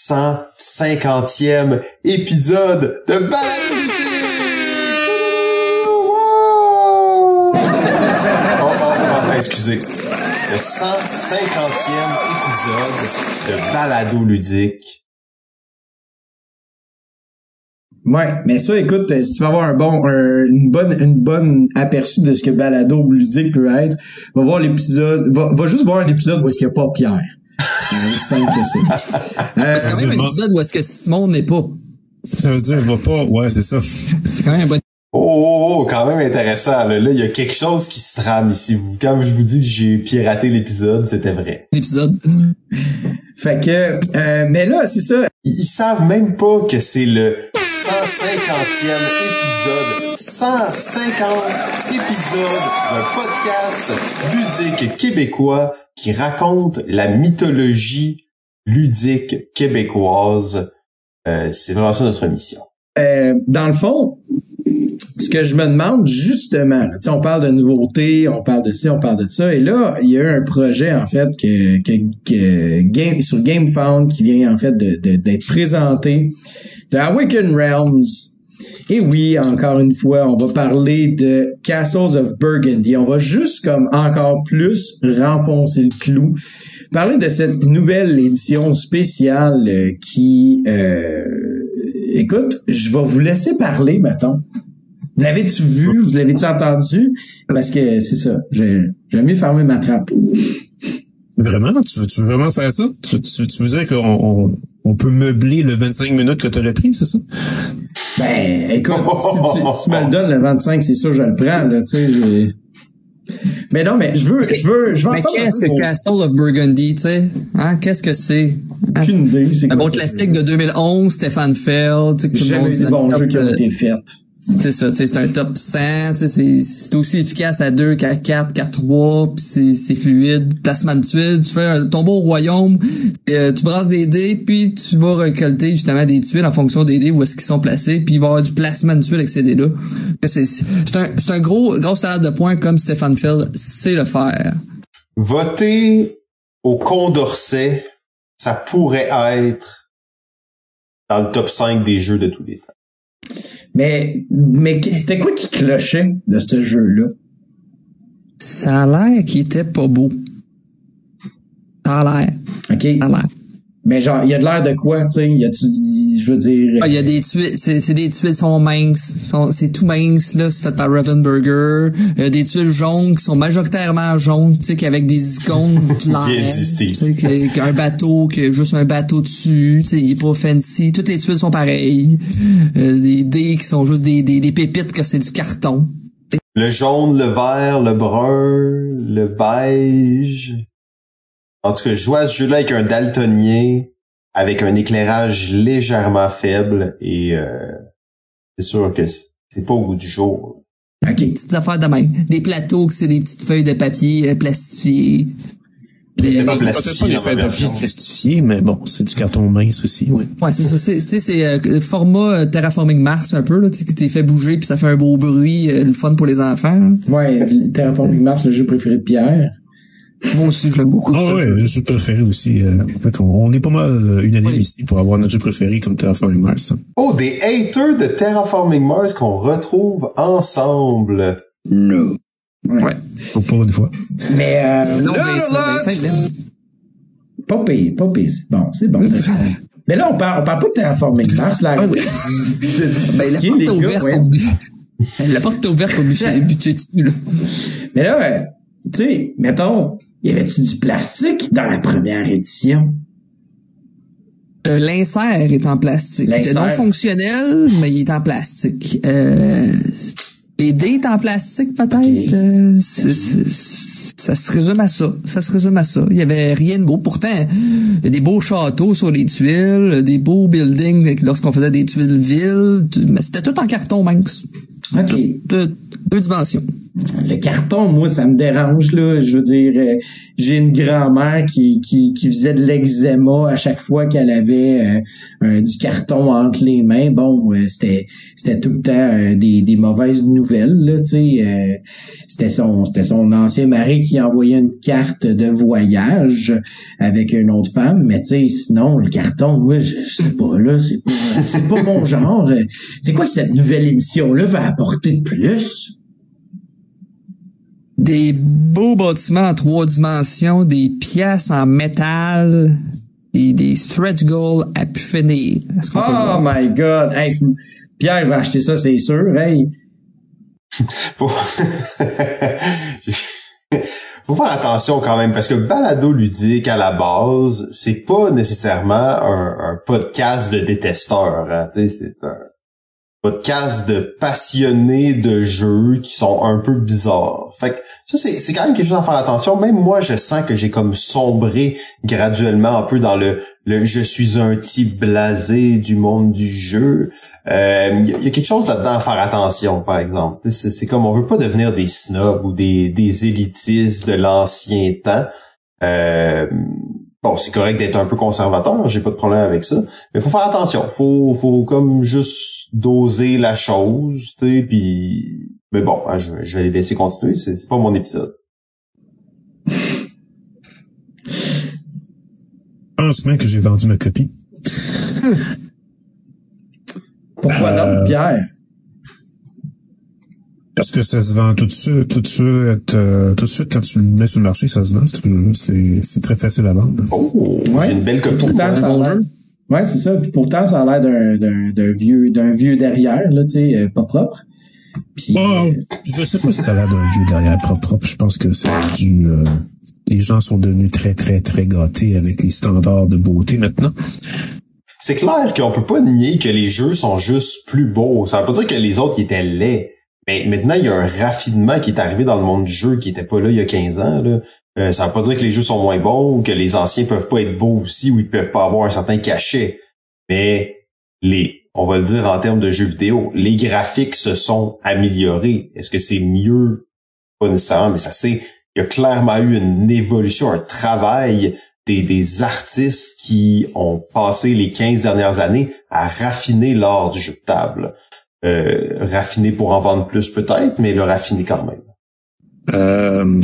150e épisode de Balado Ludique. Excusez. Le 150e épisode de Balado Ludique. Ouais, mais ça, écoute, si tu veux avoir une bonne aperçu de ce que Balado Ludique peut être, va voir l'épisode, va juste voir un épisode où est-ce qu'il n'y a pas Pierre. C'est simple que ça. C'est quand même un épisode où est-ce que Simon n'est pas. Ça veut dire, va pas, ouais, c'est ça. C'est quand même un bon. Quand même intéressant. Là, il y a quelque chose qui se trame ici. Quand je vous dis que j'ai piraté l'épisode, c'était vrai. L'épisode. Fait que, mais là, c'est ça. Ils savent même pas que c'est le 150e épisode. 150 épisodes d'un podcast ludique québécois qui raconte la mythologie ludique québécoise. C'est vraiment ça notre mission. Dans le fond, ce que je me demande justement, là, on parle de nouveautés, on parle de ci, on parle de ça, et là, il y a eu un projet en fait que sur GameFound qui vient en fait d'être présenté, de Awaken Realms. Et oui, encore une fois, on va parler de Castles of Burgundy. On va juste comme encore plus renfoncer le clou. Parler de cette nouvelle édition spéciale qui... écoute, je vais vous laisser parler, mettons. L'avez-tu vu? Vous l'avez-tu entendu? Parce que c'est ça. J'aime mieux fermer ma trappe. Vraiment? Tu veux vraiment faire ça? Tu veux dire qu'on peut meubler le 25 minutes que tu aurais pris, c'est ça? Ben, écoute, si tu me le donnes le 25, c'est sûr je le prends, là, tu sais, mais non, mais je veux mais qu'est-ce que Castle of Burgundy, tu sais? Hein? Qu'est-ce que c'est? Aucune idée. C'est un bon classique de 2011, Stéphane Feld, tu sais, que tout le monde dit. Jamais eu des bons jeux qui ont été faits. C'est ça, tu sais, c'est un top 100, tu sais, c'est aussi efficace à 2 qu'à 4, 4-3, puis c'est fluide, placement de tuiles, tu fais un tombeau au royaume, tu brasses des dés, puis tu vas récolter justement des tuiles en fonction des dés où est-ce qu'ils sont placés, puis il va y avoir du placement de tuiles avec ces dés-là. C'est un gros salade de points comme Stéphane Feld sait le faire. Voter au Condorcet, ça pourrait être dans le top 5 des jeux de tous les temps. Mais c'était quoi qui clochait de ce jeu-là? Ça a l'air qu'il était pas beau. Ça a l'air. OK. Ça a l'air. Mais genre, il y a de l'air de quoi, tu sais? Je veux dire... il y a des tuiles, c'est des tuiles sont minces. C'est tout mince, là. C'est fait par Ravenberger. Il y a des tuiles jaunes qui sont majoritairement jaunes, tu sais, avec des icônes claires. Tu sais, qu'un bateau, juste un bateau dessus, tu sais, il est pas fancy. Toutes les tuiles sont pareilles. Des dés qui sont juste des pépites que c'est du carton. Le jaune, le vert, le brun, le beige. En tout cas, je joue à ce jeu-là avec un daltonien, avec un éclairage légèrement faible, et c'est sûr que c'est pas au goût du jour. OK. Des petites affaires de même. Des plateaux que c'est des petites feuilles de papier plastifiées. C'est pas peut-être pas des feuilles de papier plastifiées, mais bon, c'est du carton mince aussi, oui. Ouais, c'est ça. C'est format Terraforming Mars un peu, là, tu sais, qui t'es fait bouger puis ça fait un beau bruit, le fun pour les enfants. Ouais, Terraforming Mars, le jeu préféré de Pierre. Moi aussi, j'aime beaucoup ça. Ouais, le jeu préféré aussi. En fait, on est pas mal unanime ici pour avoir notre jeu préféré comme Terraforming Mars. Oh, des haters de Terraforming Mars qu'on retrouve ensemble. No. Ouais. Faut pas une fois. Mais non, mais ça, pas pire. Bon, c'est bon. Mais là, on parle pas de Terraforming Mars, là. Ben, la porte est ouverte au but. La porte est ouverte au but dessus, là. Mais là, tu sais, mettons, y avait-tu du plastique dans la première édition? L'insert est en plastique. Il était non fonctionnel, mais il est en plastique. Les dés est en plastique, peut-être. Okay. Ça se résume à ça. Il y avait rien de beau. Pourtant, il y a des beaux châteaux sur les tuiles, des beaux buildings lorsqu'on faisait des tuiles villes, mais c'était tout en carton mince. OK. 2 dimensions. Le carton, moi, ça me dérange, là. Je veux dire, j'ai une grand-mère qui faisait de l'eczéma à chaque fois qu'elle avait du carton entre les mains. Bon, c'était tout le temps des mauvaises nouvelles, là, tu sais. C'était son ancien mari qui envoyait une carte de voyage avec une autre femme, mais tu sais, sinon, le carton, moi, je sais pas, là, c'est pas mon genre. C'est quoi que cette nouvelle édition-là va apporter de plus? Des beaux bâtiments en 3 dimensions, des pièces en métal et des stretch goals à pu finir. Oh my God! Hey, Pierre va acheter ça, c'est sûr. Hey. Faut faire attention quand même, parce que Balado Ludique, à la base, c'est pas nécessairement un podcast de détesteurs. Hein, tu sais, c'est un podcast de passionnés de jeux qui sont un peu bizarres. Fait que ça, c'est quand même quelque chose à faire attention. Même moi, je sens que j'ai comme sombré graduellement un peu dans le je suis un type blasé du monde du jeu. Il y a quelque chose là-dedans à faire attention, par exemple. C'est comme on veut pas devenir des snobs ou des élitistes de l'ancien temps. Bon, c'est correct d'être un peu conservateur, j'ai pas de problème avec ça, mais faut faire attention, faut comme juste doser la chose, tu sais, puis mais bon, je vais les laisser continuer, c'est pas mon épisode. Je pense bien que j'ai vendu ma copie. Pourquoi donc, Pierre? Parce que ça se vend tout de suite quand tu le mets sur le marché, ça se vend. C'est très facile à vendre. Oh, ouais. J'ai une belle copie. Pourtant, ça a l'air. Ouais, c'est ça. Puis pourtant, ça a l'air d'un vieux derrière, là, tu sais, pas propre. Puis, je sais pas si ça a l'air d'un vieux derrière propre. Je pense que c'est les gens sont devenus très, très, très gâtés avec les standards de beauté maintenant. C'est clair qu'on peut pas nier que les jeux sont juste plus beaux. Ça veut pas dire que les autres, ils étaient laids. Mais maintenant, il y a un raffinement qui est arrivé dans le monde du jeu qui était pas là il y a 15 ans. Là. Ça veut pas dire que les jeux sont moins bons ou que les anciens peuvent pas être beaux aussi ou ils peuvent pas avoir un certain cachet. Mais on va le dire en termes de jeux vidéo, les graphiques se sont améliorés. Est-ce que c'est mieux? Pas nécessairement, mais il y a clairement eu une évolution, un travail des artistes qui ont passé les 15 dernières années à raffiner l'art du jeu de table. Raffiner pour en vendre plus peut-être, mais le raffiner quand même.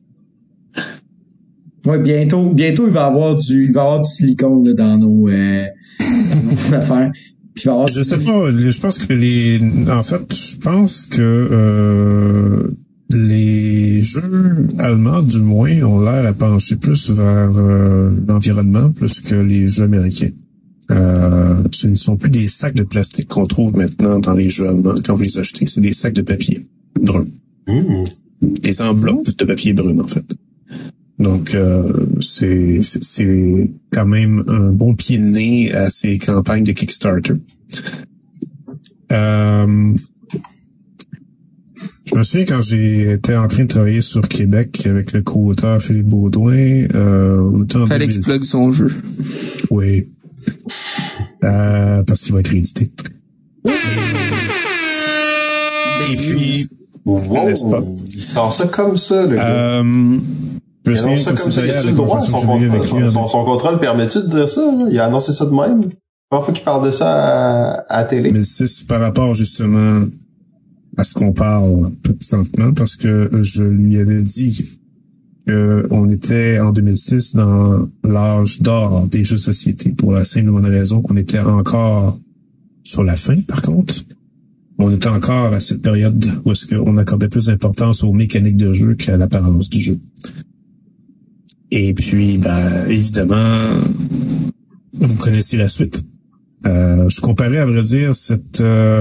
Ouais, bientôt il va y avoir du silicone là, dans nos affaires. Puis il va y avoir sais pas, je pense que les jeux allemands, du moins, ont l'air à pencher plus vers l'environnement plus que les jeux américains. Ce ne sont plus des sacs de plastique qu'on trouve maintenant dans les jeux allemands quand vous les achetez, c'est des sacs de papier brun. Des enveloppes de papier brun, en fait. Donc, c'est quand même un bon pied de nez à ces campagnes de Kickstarter. Je me souviens quand j'étais en train de travailler sur Québec avec le co-auteur Philippe Baudouin, on était en fallait qu'il plug son jeu. Oui. Parce qu'il va être réédité. Et puis, wow, il sort ça comme ça, le gars. Je me souviens ça comme ça, y a-tu le droit? Son contrat le permet-tu de dire ça? Là? Il a annoncé ça de même. Parfois qu'il parle de ça à télé. Mais c'est par rapport justement à ce qu'on parle présentement, parce que je lui avais dit qu'on était en 2006 dans l'âge d'or des jeux de société, pour la simple et bonne raison qu'on était encore sur la fin, par contre. On était encore à cette période où est-ce qu'on accordait plus d'importance aux mécaniques de jeu qu'à l'apparence du jeu. Et puis, évidemment, vous connaissez la suite. Je comparais, à vrai dire, cette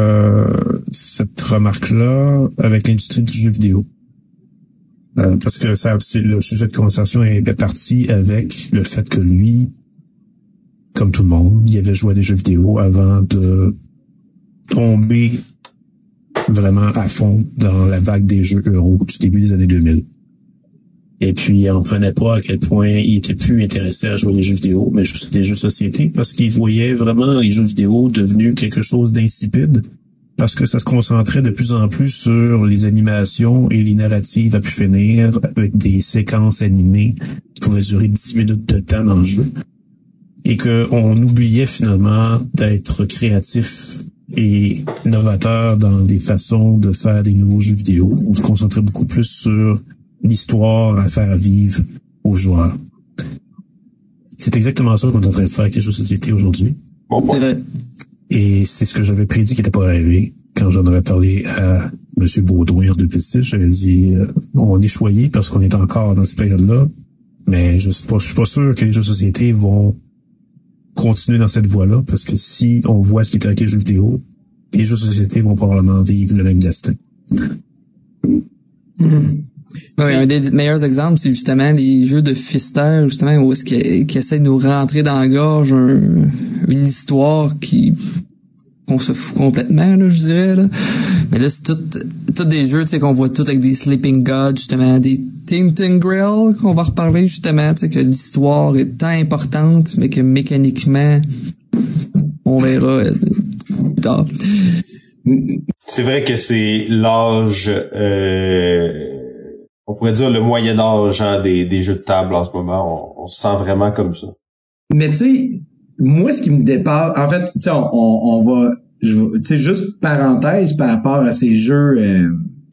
remarque-là avec l'industrie du jeu vidéo. Parce que c'est le sujet de conversation est parti avec le fait que lui, comme tout le monde, il avait joué à des jeux vidéo avant de tomber vraiment à fond dans la vague des jeux euro du début des années 2000. Et puis, on ne revenait pas à quel point il était plus intéressé à jouer à des jeux vidéo, mais juste des jeux de société, parce qu'il voyait vraiment les jeux vidéo devenus quelque chose d'insipide parce que ça se concentrait de plus en plus sur les animations et les narratives à pu finir avec des séquences animées qui pouvaient durer 10 minutes de temps dans le jeu. Et qu'on oubliait finalement d'être créatif et novateur dans des façons de faire des nouveaux jeux vidéo. On se concentrait beaucoup plus sur l'histoire à faire vivre aux joueurs. C'est exactement ça qu'on est en train de faire avec les jeux de société aujourd'hui. C'est vrai. Et c'est ce que j'avais prédit qui n'était pas arrivé. Quand j'en avais parlé à M. Baudouin en 2006, j'avais dit on est choyé parce qu'on est encore dans cette période-là, mais je suis pas sûr que les jeux de société vont continuer dans cette voie-là, parce que si on voit ce qui est avec les jeux vidéo, les jeux de société vont probablement vivre le même destin. Ouais, un des meilleurs exemples, c'est justement les jeux de Pfister, justement, où est-ce qu'ils essaient de nous rentrer dans la gorge une histoire qu'on se fout complètement, là, je dirais, là. Mais là, c'est tout des jeux, tu sais, qu'on voit tout avec des Sleeping Gods, justement, des Tintin Grail, qu'on va reparler, justement, tu sais, que l'histoire est tant importante, mais que mécaniquement, on verra plus tard. C'est vrai que c'est l'âge, on pourrait dire le moyen âge, hein, des jeux de table en ce moment. On se sent vraiment comme ça. Mais tu sais, moi, ce qui me dépasse, en fait, tu sais, on va, tu sais, juste parenthèse par rapport à ces jeux-là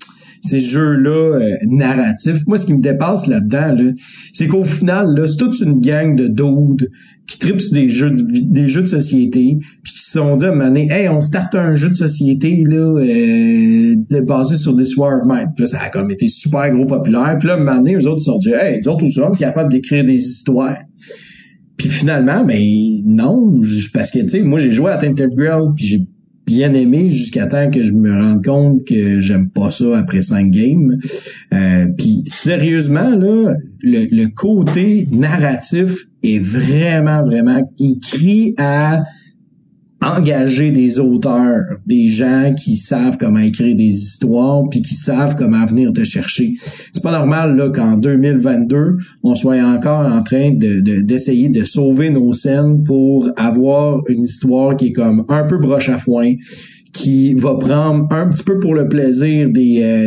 narratifs. Moi, ce qui me dépasse là-dedans, là, c'est qu'au final, là, c'est toute une gang de dudes qui trippent sur des jeux de société, puis qui se sont dit à un moment donné, hey, on starte un jeu de société là, basé sur des War of Mine. Puis là, ça a comme été super gros populaire. Puis là, à un moment donné, eux autres, ils se sont dit, hey, nous autres, nous sommes capables d'écrire des histoires. Puis finalement, ben non, parce que tu sais, moi j'ai joué à Tainted Grail, puis j'ai bien aimé jusqu'à temps que je me rende compte que j'aime pas ça après 5 games. Puis sérieusement là, le côté narratif est vraiment écrit à engager des auteurs, des gens qui savent comment écrire des histoires puis qui savent comment venir te chercher. C'est pas normal là qu'en 2022, on soit encore en train d'essayer de sauver nos scènes pour avoir une histoire qui est comme un peu broche à foin, qui va prendre un petit peu pour le plaisir des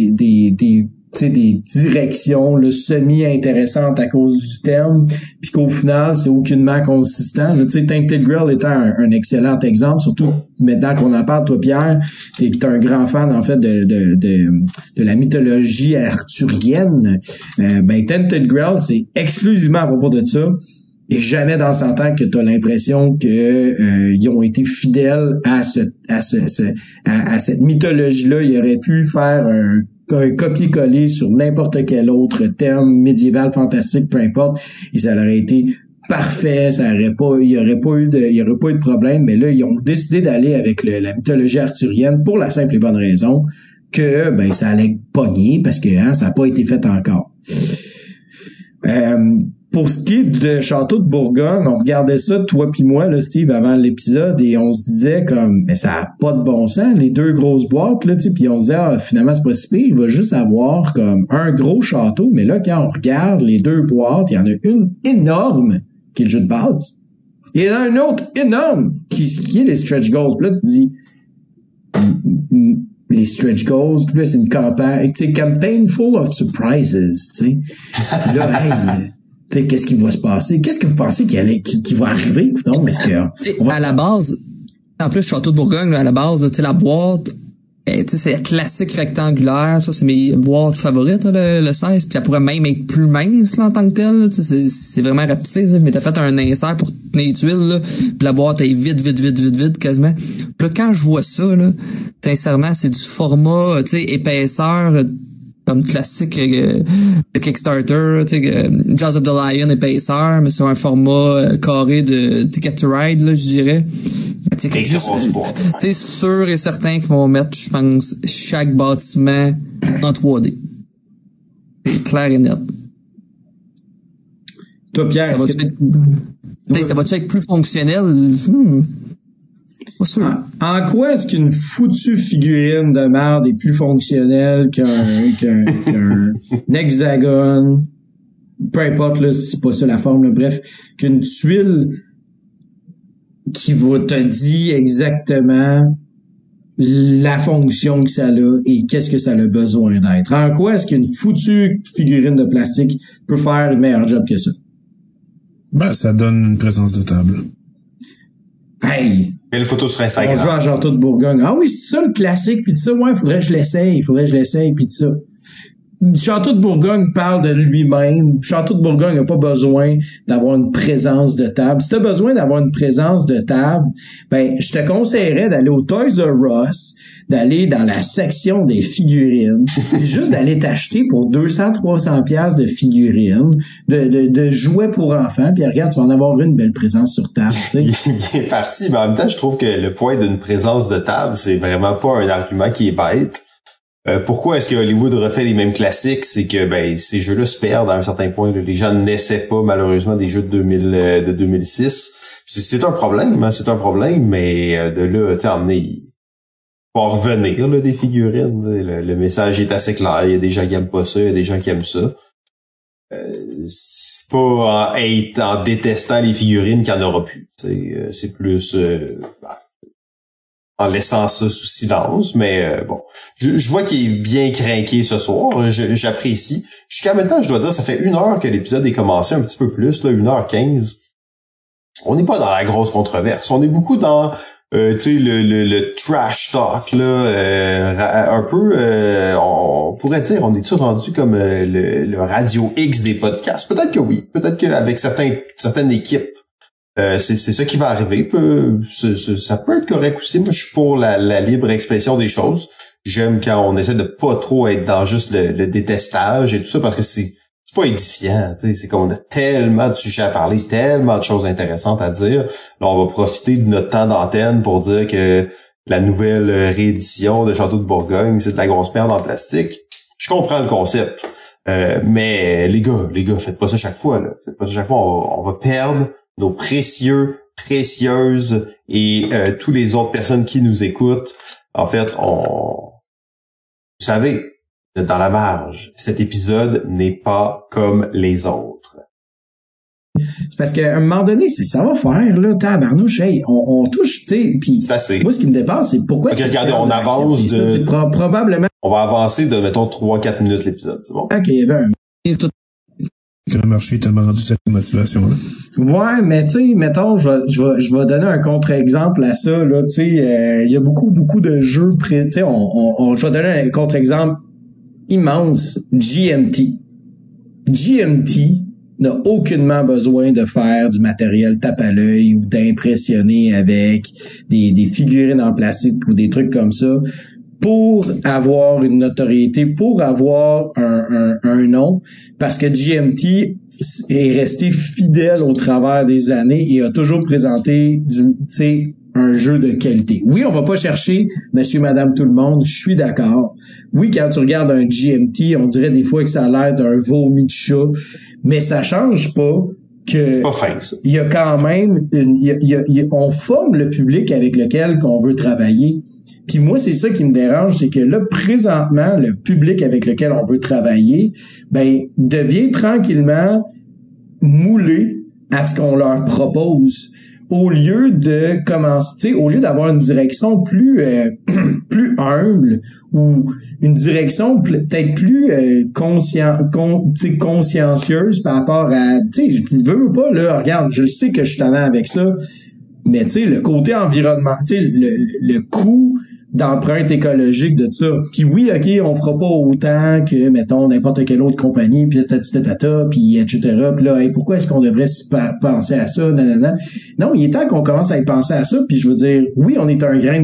directions là, semi-intéressantes à cause du thème, puis qu'au final, c'est aucunement consistant. Tu sais, Tainted Grail étant un excellent exemple, surtout maintenant qu'on en parle, toi, Pierre, t'es un grand fan, en fait, de la mythologie arthurienne. Ben, Tainted Grail, c'est exclusivement à propos de ça. Et jamais dans 100 ans que t'as l'impression que ils ont été fidèles à cette mythologie-là. Ils auraient pu faire un copier-coller sur n'importe quel autre terme médiéval, fantastique, peu importe, et ça aurait été parfait, il y aurait pas eu de problème, mais là, ils ont décidé d'aller avec la mythologie arthurienne pour la simple et bonne raison que, ben, ça allait pogner parce que, ça n'a pas été fait encore. Pour ce qui est de Château de Bourgogne, on regardait ça, toi puis moi, là, Steve, avant l'épisode, et on se disait comme, mais ça a pas de bon sens, les deux grosses boîtes, là, tu sais, puis on se disait, finalement, c'est pas si pire, il va juste avoir comme un gros château, mais là, quand on regarde les deux boîtes, il y en a une énorme, qui est le jeu de base. Il y en a une autre énorme, qui est les stretch goals. Puis là, tu dis, les stretch goals, puis là, c'est une campagne, tu sais, campaign full of surprises, tu sais. Là, hey, tu sais, qu'est-ce qui va se passer? Qu'est-ce que vous pensez qui va arriver? Non, mais est-ce que... À la base, en plus, Château de Bourgogne, là, à la base, tu sais, la boîte, tu sais, c'est la classique rectangulaire. Ça, c'est mes boîtes favorites, là, le 16. Puis elle pourrait même être plus mince, là, en tant que telle. Là, c'est vraiment rapide. Mais t'as fait un insert pour tenir les tuiles, là. Puis la boîte est vide, quasiment. Puis là, quand je vois ça, là, sincèrement, c'est du format, tu sais, épaisseur, comme classique de Kickstarter, tu sais, Jaws of the Lion épaisseur, mais sur un format carré de Ticket to Ride, là, je dirais. Tu sais, sûr et certain qu'ils vont mettre, je pense, chaque bâtiment en 3D. C'est clair et net. Toi, Pierre, ça va-tu être plus fonctionnel? Pas sûr. En quoi est-ce qu'une foutue figurine de merde est plus fonctionnelle qu'un hexagone? Peu importe, là, si c'est pas ça la forme, là, bref, qu'une tuile qui va te dire exactement la fonction que ça a et qu'est-ce que ça a besoin d'être. En quoi est-ce qu'une foutue figurine de plastique peut faire une meilleure job que ça? Ben, ça donne une présence de table. Hey! Quelle photo sur Instagram? On joue à Château de Bourgogne. Ah oui, c'est ça le classique, puis tout ça, ouais, faudrait que je l'essaye, puis tout ça. Château de Bourgogne parle de lui-même. Château de Bourgogne n'a pas besoin d'avoir une présence de table. Si tu as besoin d'avoir une présence de table, ben je te conseillerais d'aller au Toys R Us, d'aller dans la section des figurines, puis juste d'aller t'acheter pour 200-300 piastres de figurines, de jouets pour enfants, puis regarde, tu vas en avoir une belle présence sur table, tu sais. Il est parti, mais en même temps, je trouve que le point d'une présence de table, c'est vraiment pas un argument qui est bête. Pourquoi est-ce que Hollywood refait les mêmes classiques? C'est que ces jeux-là se perdent à un certain point. Les gens n'essaient pas malheureusement des jeux de 2006. C'est un problème, hein, c'est un problème, mais de là, tu sais, emmener, il faut en revenir là, des figurines. Le message est assez clair. Il y a des gens qui aiment pas ça, il y a des gens qui aiment ça. C'est pas en détestant les figurines qu'il n'y en aura plus. C'est plus en laissant ça sous silence, mais bon. Je vois qu'il est bien craqué ce soir, j'apprécie. Jusqu'à maintenant, je dois dire, ça fait 1 heure que l'épisode est commencé, un petit peu plus, là, 1h15. On n'est pas dans la grosse controverse, on est beaucoup dans tu sais, le trash talk, là, un peu, on pourrait dire, on est-tu rendu comme le Radio X des podcasts? Peut-être que oui, peut-être qu'avec certaines équipes, c'est ça qui va arriver. Ça peut être correct aussi. Moi, je suis pour la libre expression des choses. J'aime quand on essaie de pas trop être dans juste le détestage et tout ça, parce que c'est pas édifiant. Tu sais, c'est qu'on a tellement de sujets à parler, tellement de choses intéressantes à dire. Là, on va profiter de notre temps d'antenne pour dire que la nouvelle réédition de Château de Bourgogne, c'est de la grosse merde en plastique. Je comprends le concept. Mais les gars, faites pas ça chaque fois, là. Faites pas ça chaque fois. On va perdre nos précieuses et tous les autres personnes qui nous écoutent. En fait, vous savez, dans la marge, cet épisode n'est pas comme les autres. C'est parce qu'à un moment donné, ça va faire, là, tabarnouche, hey, on touche, tu sais, pis c'est assez. Moi, ce qui me dépasse, c'est pourquoi... Ok, regardez, on avance de... Probablement... On va avancer de, mettons, 3-4 minutes l'épisode, c'est bon? Ok, il y avait un... Le marché t'a rendu cette motivation-là. Ouais, mais tu sais, mettons, je vais donner un contre-exemple à ça, là, tu sais, il y a beaucoup de jeux tu sais, je vais donner un contre-exemple immense, GMT. GMT n'a aucunement besoin de faire du matériel tape à l'œil ou d'impressionner avec des figurines en plastique ou des trucs comme ça pour avoir une notoriété, pour avoir un nom, parce que GMT est resté fidèle au travers des années et a toujours présenté un jeu de qualité. Oui, on va pas chercher monsieur, madame, tout le monde, je suis d'accord. Oui, quand tu regardes un GMT, on dirait des fois que ça a l'air d'un vomi de chat, mais ça change pas que c'est pas fin, ça. Il y a quand même on forme le public avec lequel qu'on veut travailler. Puis moi, c'est ça qui me dérange, c'est que là, présentement, le public avec lequel on veut travailler, devient tranquillement moulé à ce qu'on leur propose. Au lieu de commencer, au lieu d'avoir une direction plus plus humble ou une direction peut-être plus consciencieuse par rapport à, tu sais, je veux pas là, regarde, je sais que je suis tannant avec ça, mais tu sais, le côté environnement, tu sais, le coût d'empreinte écologique de ça. Puis oui, OK, on fera pas autant que, mettons, n'importe quelle autre compagnie, puis puis etc. Puis là, hey, pourquoi est-ce qu'on devrait penser à ça? Nanana. Non, il est temps qu'on commence à y penser à ça, puis je veux dire, oui, on est un grain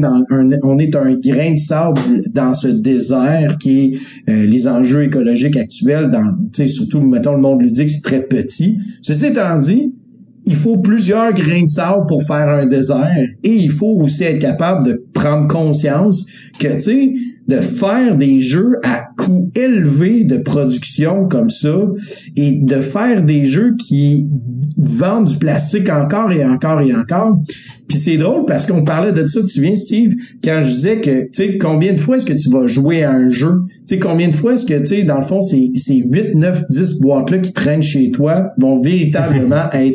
de sable dans ce désert qui est les enjeux écologiques actuels dans, tu sais, surtout, mettons, le monde ludique, c'est très petit. Ceci étant dit, il faut plusieurs grains de sable pour faire un désert et il faut aussi être capable de prendre conscience que, tu sais, de faire des jeux à coût élevé de production comme ça et de faire des jeux qui vendent du plastique encore et encore et encore. Puis c'est drôle parce qu'on parlait de ça, tu te souviens, Steve, quand je disais que, tu sais, combien de fois est-ce que tu vas jouer à un jeu? Tu sais, combien de fois est-ce que, tu sais, dans le fond, ces 8, 9, 10 boîtes-là qui traînent chez toi vont véritablement être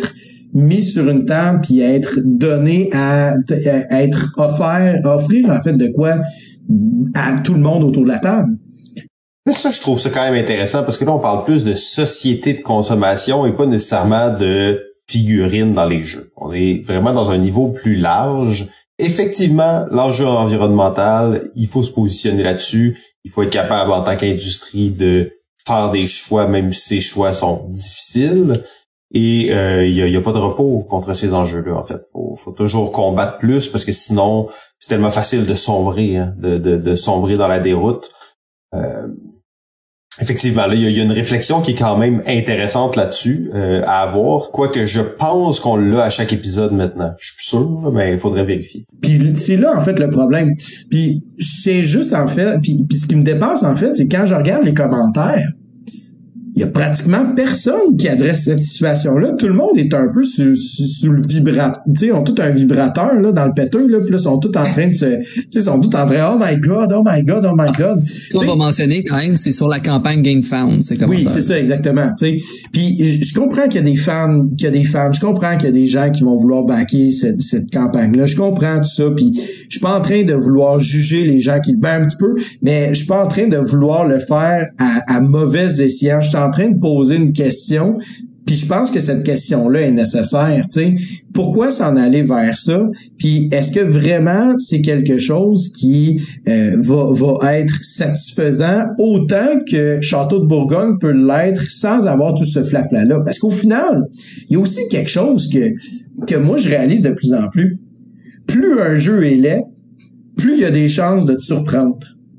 mis sur une table puis à être donné à être offrir en fait de quoi à tout le monde autour de la table. Ça, je trouve ça quand même intéressant parce que là, on parle plus de société de consommation et pas nécessairement de figurines dans les jeux. On est vraiment dans un niveau plus large. Effectivement, l'enjeu environnemental, il faut se positionner là-dessus. Il faut être capable en tant qu'industrie de faire des choix, même si ces choix sont difficiles. Et il y a pas de repos contre ces enjeux-là, en fait. Faut toujours combattre plus parce que sinon, c'est tellement facile de sombrer, hein, de sombrer dans la déroute. Effectivement, là, il y a une réflexion qui est quand même intéressante là-dessus à avoir, quoique je pense qu'on l'a à chaque épisode maintenant. Je suis sûr, mais il faudrait vérifier. Puis c'est là, en fait, le problème. Puis c'est juste, en fait, puis ce qui me dépasse, en fait, c'est quand je regarde les commentaires, il y a pratiquement personne qui adresse cette situation-là. Tout le monde est un peu sous le vibrateur. Tu sais, ils ont tout un vibrateur là dans le péteux, là, puis là, ils sont tous en train de se... Tu sais, ils sont tous en train, oh my God, oh my God, oh my God. Ça, on va mentionner quand même, c'est sur la campagne GameFound, c'est commentaires. Oui, c'est ça, exactement. Tu sais, puis je comprends qu'il y a des fans, je comprends qu'il y a des gens qui vont vouloir backer cette campagne-là. Je comprends tout ça, puis je suis pas en train de vouloir juger les gens qui le battent un petit peu, mais je suis pas en train de vouloir le faire à mauvais escient. Je suis en train de poser une question, puis je pense que cette question-là est nécessaire, tu sais. Pourquoi s'en aller vers ça? Puis est-ce que vraiment c'est quelque chose qui va être satisfaisant autant que Château de Bourgogne peut l'être sans avoir tout ce flafla-là? Parce qu'au final, il y a aussi quelque chose que moi je réalise de plus en plus. Plus un jeu est laid, plus il y a des chances de te surprendre.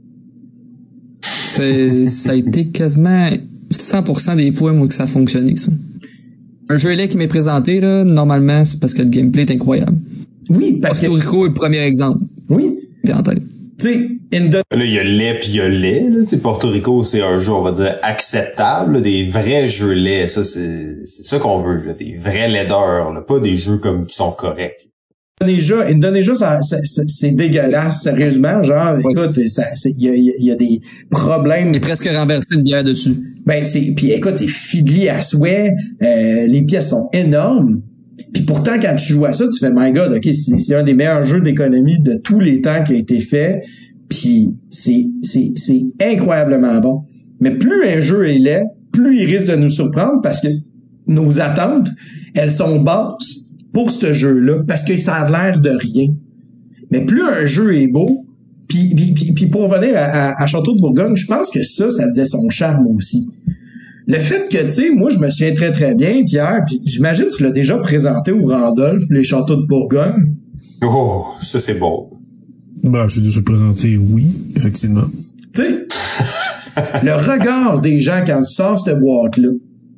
Ça a été quasiment 100% des fois, moi, que ça a fonctionné, ça. Un jeu laid qui m'est présenté, là, normalement, c'est parce que le gameplay est incroyable. Oui, parce Porto Rico est le premier exemple. Oui. Puis en tête. Tu sais, Là, il y a lait puis il y a lait, là. C'est Porto Rico, c'est un jeu, on va dire, acceptable, là, des vrais jeux laids. Ça, c'est ça qu'on veut, là. Des vrais laideurs, là. Pas des jeux comme qui sont corrects. Indonesia, c'est dégueulasse, sérieusement, genre, oui. Écoute, il y a des problèmes. J'ai presque renversé une bière dessus. Ben, puis écoute, c'est fiddly à souhait, les pièces sont énormes. Puis pourtant, quand tu joues à ça, tu fais, my God, ok, c'est un des meilleurs jeux d'économie de tous les temps qui a été fait. Puis c'est incroyablement bon. Mais plus un jeu est laid, plus il risque de nous surprendre parce que nos attentes, elles sont basses pour ce jeu-là, parce que ça a l'air de rien. Mais plus un jeu est beau, puis pour revenir à Château de Bourgogne, je pense que ça faisait son charme aussi. Le fait que, tu sais, moi, je me souviens très, très bien, Pierre, puis j'imagine que tu l'as déjà présenté au Randolph, les Châteaux de Bourgogne. Oh, ça, c'est bon. Ben, je suis déjà présenté, oui, effectivement. Tu sais, le regard des gens quand tu sors cette boîte-là,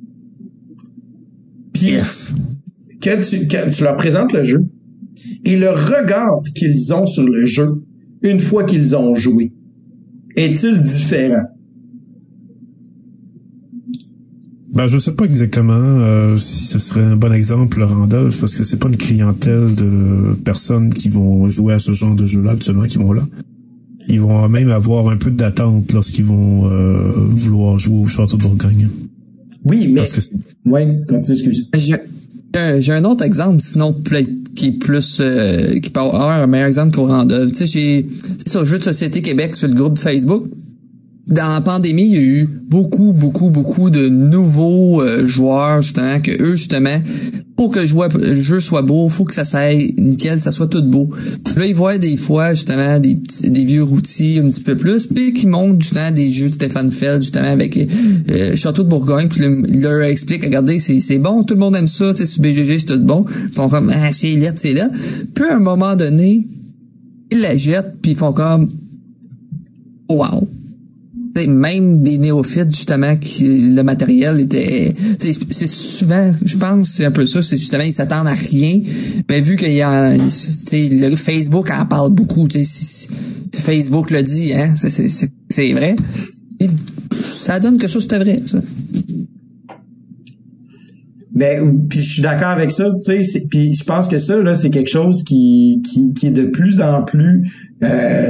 puis quand tu leur présentes le jeu, et le regard qu'ils ont sur le jeu, une fois qu'ils ont joué, est-il différent? Ben, je sais pas exactement si ce serait un bon exemple, le Randolph, parce que c'est pas une clientèle de personnes qui vont jouer à ce genre de jeu-là absolument qui vont là. Ils vont même avoir un peu d'attente lorsqu'ils vont vouloir jouer au Château de Bourgogne. Oui, mais... Ouais, continue, excuse. J'ai un autre exemple, sinon qui est plus qui peut avoir un meilleur exemple qu'au Randolph. Tu sais, c'est sur Jeux de Société Québec sur le groupe Facebook. Dans la pandémie, il y a eu beaucoup de nouveaux joueurs, justement, que eux, justement, pour que le jeu soit beau, faut que ça s'aille nickel, ça soit tout beau. Là, ils voient des fois, justement, des vieux routiers un petit peu plus, puis qui montrent, justement, des jeux de Stéphane Feld, justement, avec Château de Bourgogne, puis ils leur expliquent, regardez, c'est bon, tout le monde aime ça, tu sais, sur BGG, c'est tout bon. Ils font comme, c'est lettre. Puis, à un moment donné, ils la jettent, puis ils font comme, wow. T'sais, même des néophytes, justement, le matériel était... C'est souvent, je pense, c'est un peu ça, c'est justement, ils s'attendent à rien, mais vu qu'il y a... Le Facebook en parle beaucoup, Facebook le dit, hein, c'est vrai. Et ça donne que ça, c'était vrai, ça. Ben, puis je suis d'accord avec ça, tu sais, puis je pense que ça, là, c'est quelque chose qui est de plus en plus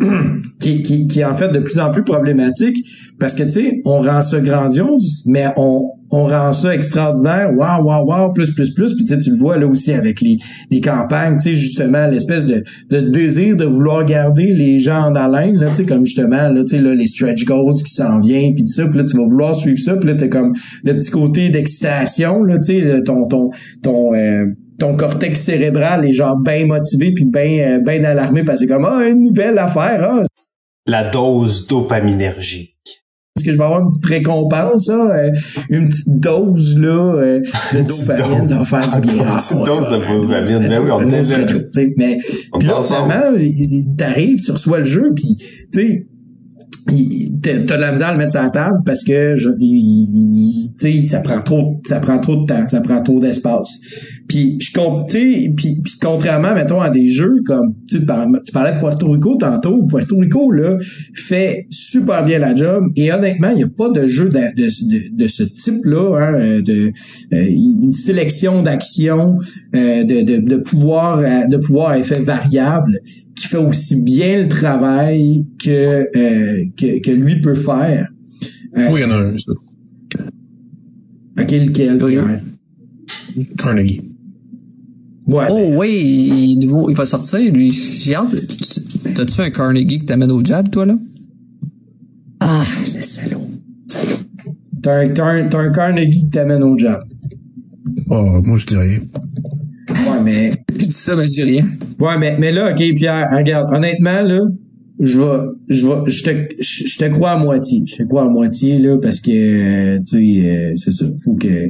qui est en fait de plus en plus problématique parce que, tu sais, on rend ça grandiose, mais on rend ça extraordinaire, wow, plus, puis tu sais, tu le vois là aussi avec les campagnes, tu sais, justement, l'espèce de désir de vouloir garder les gens en haleine, là, tu sais, comme justement, là, tu sais, là, les stretch goals qui s'en viennent, puis tout ça, puis là, tu vas vouloir suivre ça, puis là, t'as comme le petit côté d'excitation, là, tu sais, ton cortex cérébral est genre bien motivé puis bien alarmé parce que c'est comme une nouvelle affaire. La dose dopaminergique. Est-ce que je vais avoir une petite récompense, une petite dose là de dopamine, ça va faire du bien. Une petite dose de dopamine. Ben oui, on est là. Mais puis là, finalement, t'arrives, tu reçois le jeu, puis tu sais, t'as de la misère à le mettre sur la table parce que ça prend trop de temps, ça prend trop d'espace. Puis puis contrairement mettons à des jeux comme tu parlais de Puerto Rico tantôt, Puerto Rico là fait super bien la job et honnêtement, il y a pas de jeu de ce type-là une sélection d'actions de pouvoir à effet variable qui fait aussi bien le travail que lui peut faire. Oui, il y en a un, ça. OK, lequel? Carnegie. Ouais. Oh oui, il va sortir, lui. J'ai hâte. T'as-tu un Carnegie qui t'amène au jab, toi, là? Ah, le salaud. T'as un Carnegie qui t'amène au jab. Oh, moi, je dis rien. Ouais, mais... Je dis ça, mais je dis rien. Ouais, mais là, OK, Pierre, regarde, honnêtement, là, je te crois à moitié. Je te crois à moitié, là, parce que, tu sais, c'est ça. Faut que...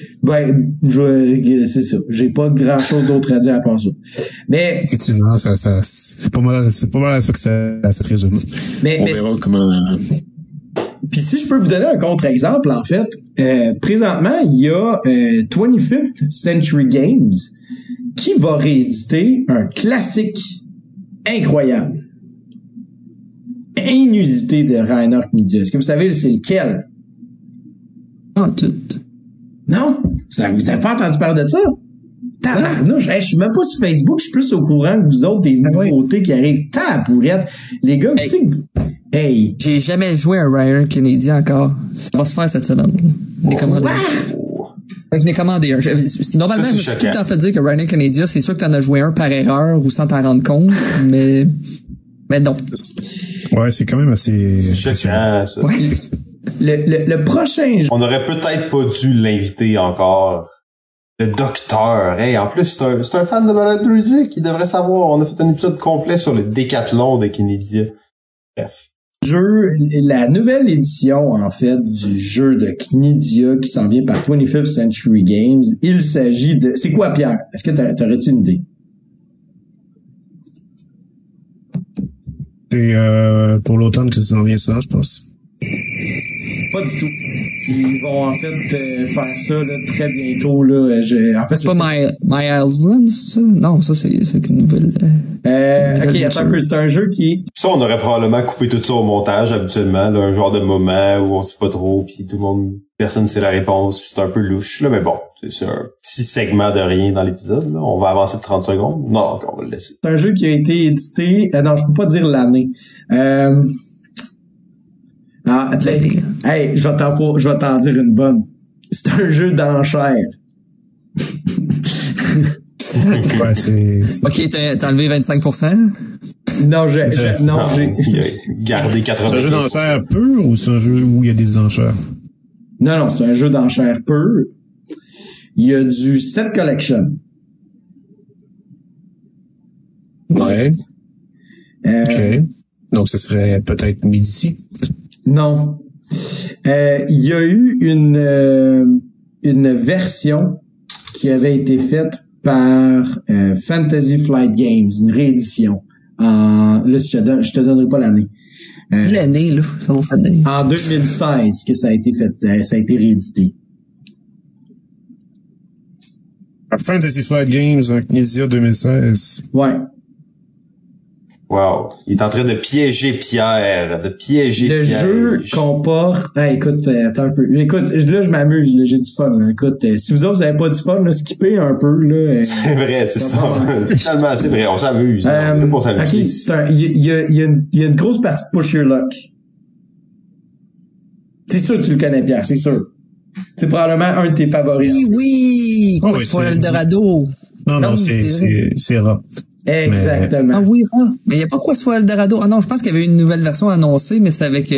c'est ça. J'ai pas grand chose d'autre à dire à part ça. Mais. Effectivement, c'est pas mal à ça que ça se résume. On verra comment. Puis si je peux vous donner un contre-exemple, en fait, présentement, il y a 25th Century Games qui va rééditer un classique incroyable. Inusité de Rainer Knizia. Est-ce que vous savez c'est lequel? Pas tout. Non? Vous avez pas entendu parler de ça? Tabarnouche, je suis même pas sur Facebook, je suis plus au courant que vous autres des nouveautés qui arrivent. Tabourette. Les gars, tu sais que... Hey! J'ai jamais joué à Ryan Kennedy encore. Ça va se faire cette semaine. Je l'ai commandé. Je l'ai commandé un. Normalement, je me suis tout le temps fait dire que Ryan Kennedy, c'est sûr que t'en as joué un par erreur ou sans t'en rendre compte, mais non. Ouais, c'est quand même assez... C'est choquant, ça. Ouais. Le prochain jeu... On aurait peut-être pas dû l'inviter encore. Le docteur. Hey, en plus, c'est un fan de balade ludique. Il devrait savoir. On a fait un épisode complet sur le décathlon de Kennedy. Bref. La nouvelle édition, en fait, du jeu de Knidia qui s'en vient par 25th Century Games, il s'agit de... C'est quoi, Pierre? Est-ce que t'aurais-tu une idée? C'est pour l'automne que ça s'en vient ça, je pense. Pas du tout. Ils vont en fait faire ça là, très bientôt. Là. C'est pas My Island, ça? Non, ça c'est une nouvelle... OK, attends un peu. C'est un jeu qui est... Ça, on aurait probablement coupé tout ça au montage, habituellement. Là, un genre de moment où on sait pas trop, puis tout le monde... Personne sait la réponse, puis c'est un peu louche. Là, mais bon, c'est un petit segment de rien dans l'épisode. Là. On va avancer de 30 secondes. Non, OK, on va le laisser. C'est un jeu qui a été édité... non, je peux pas dire l'année. Hey, je vais t'en dire une bonne. C'est un jeu d'enchères. Ouais, c'est... OK, t'as enlevé 25%? Non, j'ai gardé 80%. C'est un jeu d'enchères pur ou c'est un jeu où il y a des enchères? Non, c'est un jeu d'enchères pur. Il y a du set collection. Ouais. OK. Donc, ce serait peut-être Medici? Non. Il y a eu une version qui avait été faite par Fantasy Flight Games, une réédition. Là, je te donnerai pas l'année. L'année, là, ça va faire des... En 2016 que ça a été fait, ça a été réédité. Fantasy Flight Games, Knizia 2016. Ouais. Wow. Il est en train de piéger Pierre. Le jeu comporte... écoute, attends un peu. Écoute, là, je m'amuse. Là, j'ai du fun. Là. Écoute, si vous autres, vous avez pas du fun, là, skippez un peu. Là, c'est vrai, c'est ça. Finalement, c'est vrai. On s'amuse. OK, il y a une grosse partie de Push Your Luck. C'est sûr que tu le connais, Pierre. C'est sûr. C'est probablement un de tes favoris. Oui! Quest for Eldorado. Non, c'est rare. Exactement. Ah oui, mais il n'y a pas Quest for Eldorado. Ah non, je pense qu'il y avait une nouvelle version annoncée, mais c'est avec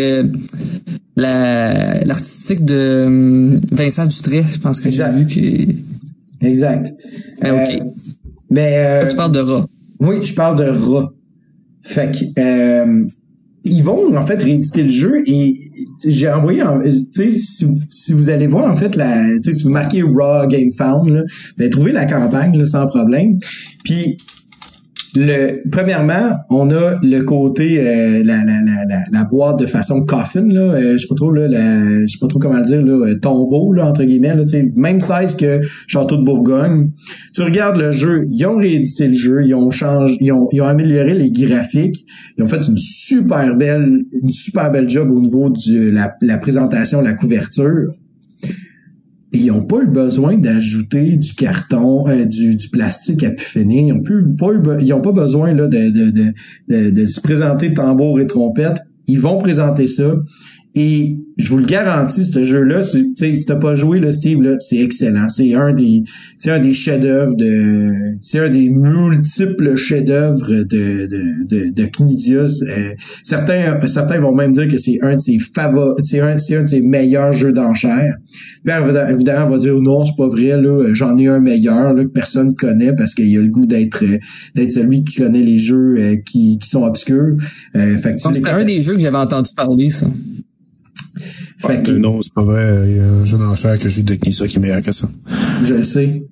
l'artistique de Vincent Dutray, je pense que j'ai vu que... Exact. OK. Mais tu parles de Ra. Oui, je parle de Ra. Fait que ils vont en fait rééditer le jeu et j'ai envoyé tu sais si vous allez voir en fait tu sais si vous marquez Raw Game Found là, vous allez trouver la campagne là, sans problème. Puis premièrement, on a le côté la boîte de façon coffin là, je sais pas trop comment le dire là, tombeau là entre guillemets là, tu sais même size que Château de Bourgogne. Tu regardes le jeu, ils ont réédité le jeu, ils ont amélioré les graphiques, ils ont fait une super belle job au niveau de la présentation, la couverture. Et ils n'ont pas eu besoin d'ajouter du carton, du plastique à pu finir. Ils ont pas besoin là de se présenter tambour et trompette. Ils vont présenter ça. Et je vous le garantis, ce jeu-là, si t'as pas joué, là, Steve, là, c'est excellent. C'est un des chefs-d'œuvre c'est un des multiples chefs-d'œuvre de Knizia. Certains vont même dire que c'est un de ses c'est un de ses meilleurs jeux d'enchères. Pierre, évidemment, on va dire, non, c'est pas vrai, là, j'en ai un meilleur, là, que personne connaît parce qu'il a le goût d'être celui qui connaît les jeux, qui sont obscurs. C'était un des jeux que j'avais entendu parler, ça. Non, c'est pas vrai. Il y a un jeu d'enchères que j'ai de Knizia qui est meilleur que ça. Je le sais.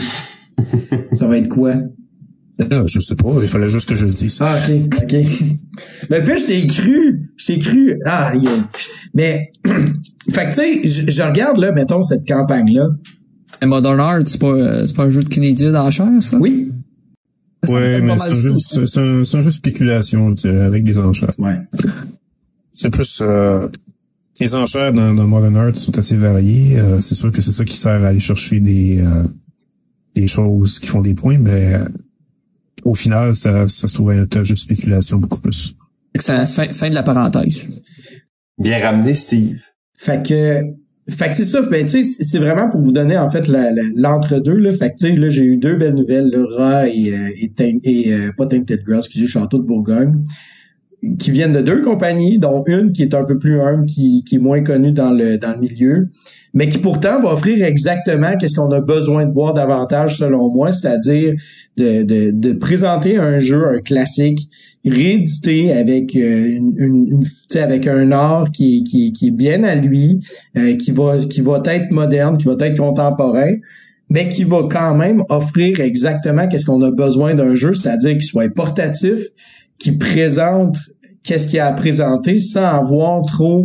Ça va être quoi? Je sais pas, il fallait juste que je le dise. Ah, OK. Mais puis, je t'ai cru. Ah, yeah. Mais, fait que, tu sais, je regarde, là, mettons, cette campagne-là. Et Modern Art, c'est pas un jeu de Knizia d'enchères, ça? Oui. Oui, mais c'est un jeu de spéculation, je dirais, avec des enchères. Ouais. C'est plus... les enchères dans Modern Art sont assez variées. C'est sûr que c'est ça qui sert à aller chercher des choses qui font des points, mais au final, ça se trouve être un jeu de spéculation beaucoup plus. C'est la fin de la parenthèse. Bien ramené, Steve. Fait que c'est ça. Ben, tu sais, c'est vraiment pour vous donner, en fait, l'entre-deux, là. Fait que, tu sais, là, j'ai eu deux belles nouvelles, là, Ra et pas Tainted Grass, excusez, Château de Bourgogne, qui viennent de deux compagnies, dont une qui est un peu plus humble, qui est moins connue dans le milieu, mais qui pourtant va offrir exactement qu'est-ce qu'on a besoin de voir davantage selon moi, c'est-à-dire de présenter un jeu, un classique, réédité avec avec un art qui est bien à lui, qui va être moderne, qui va être contemporain, mais qui va quand même offrir exactement qu'est-ce qu'on a besoin d'un jeu, c'est-à-dire qu'il soit portatif, qui présente qu'est-ce qu'il y a à présenter sans avoir trop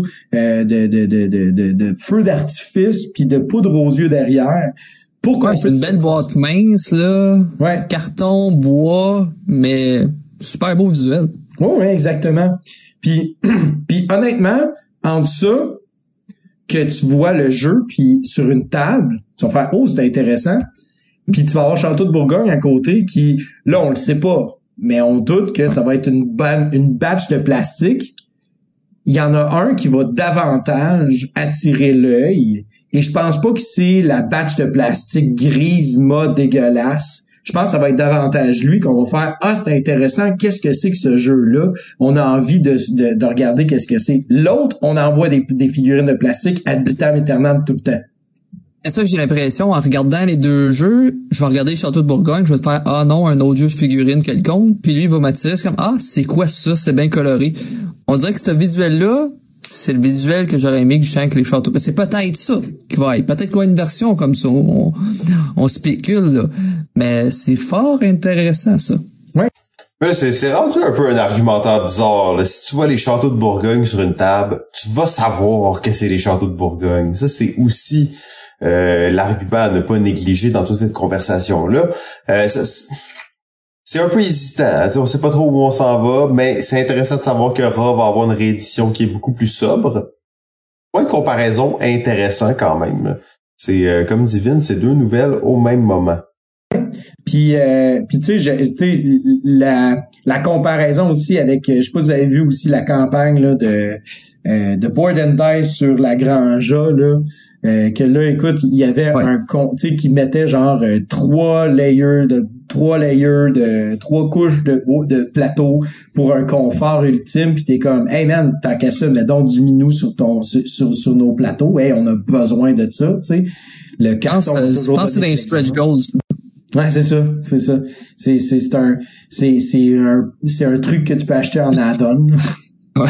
de feux d'artifice puis de poudre aux yeux derrière. C'est une belle boîte mince, là. Ouais. Carton, bois, mais super beau visuel. Oui, exactement. Puis honnêtement, entre ça, que tu vois le jeu, puis sur une table, tu vas faire « Oh, c'est intéressant », puis tu vas avoir Château de Bourgogne à côté qui, là, on le sait pas, mais on doute que ça va être une batch de plastique. Il y en a un qui va davantage attirer l'œil, et je pense pas que c'est la batch de plastique grise, mode dégueulasse. Je pense que ça va être davantage lui qu'on va faire « Ah, c'est intéressant, qu'est-ce que c'est que ce jeu-là? » On a envie de regarder qu'est-ce que c'est. L'autre, on envoie des figurines de plastique ad vitam aeternam tout le temps. C'est ça que j'ai l'impression, en regardant les deux jeux, je vais regarder Château de Bourgogne, je vais te faire « Ah non, un autre jeu de figurines quelconque », puis lui, il va m'attirer, c'est comme « Ah, c'est quoi ça? C'est bien coloré. » On dirait que ce visuel-là, c'est le visuel que j'aurais aimé que je chante avec les châteaux. C'est peut-être ça qui va être. Peut-être qu'il y a une version comme ça. On spécule, là. Mais c'est fort intéressant, ça. Ouais. Mais c'est rendu un peu un argumentaire bizarre, là. Si tu vois les châteaux de Bourgogne sur une table, tu vas savoir que c'est les châteaux de Bourgogne. Ça, c'est aussi l'argument à ne pas négliger dans toute cette conversation-là. c'est un peu hésitant. On sait pas trop où on s'en va, mais c'est intéressant de savoir que Raw va avoir une réédition qui est beaucoup plus sobre. Point de comparaison intéressant quand même. C'est comme dit Vin, c'est 2 nouvelles au même moment. Puis tu sais, la comparaison aussi avec, je sais pas si vous avez vu aussi la campagne là de Board and Dice sur la Granja là, que là, écoute, il y avait un tu sais, qui mettait genre 3 couches de plateau pour un confort ultime, puis t'es comme, hey man, tant qu'à ça, mets donc du minou sur nos plateaux, hey, on a besoin de ça, tu sais. Le carton, je pense que c'est dans les stretch goals. Ouais, c'est ça. C'est un truc que tu peux acheter en add-on. Ouais.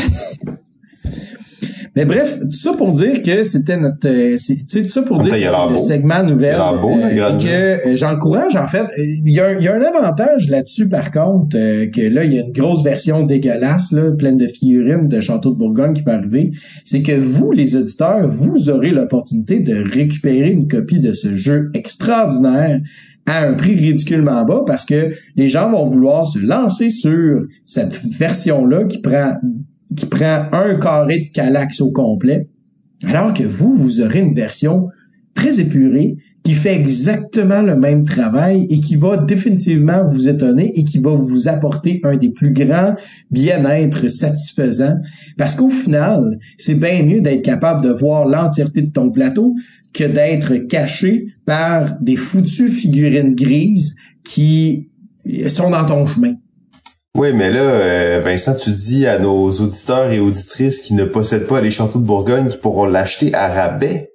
Mais bref, tout ça pour dire que c'était notre, tout ça pour dire que c'est le segment nouvelle et que j'encourage en fait. Il y a un avantage là-dessus par contre, que là il y a une grosse version dégueulasse là, pleine de figurines de Château de Bourgogne qui peut arriver. C'est que vous, les auditeurs, vous aurez l'opportunité de récupérer une copie de ce jeu extraordinaire à un prix ridiculement bas parce que les gens vont vouloir se lancer sur cette version-là qui prend un carré de Kallax au complet, alors que vous aurez une version très épurée qui fait exactement le même travail et qui va définitivement vous étonner et qui va vous apporter un des plus grands bien-être satisfaisants. Parce qu'au final, c'est bien mieux d'être capable de voir l'entièreté de ton plateau que d'être caché par des foutues figurines grises qui sont dans ton chemin. Oui, mais là, Vincent, tu dis à nos auditeurs et auditrices qui ne possèdent pas les châteaux de Bourgogne qui pourront l'acheter à rabais.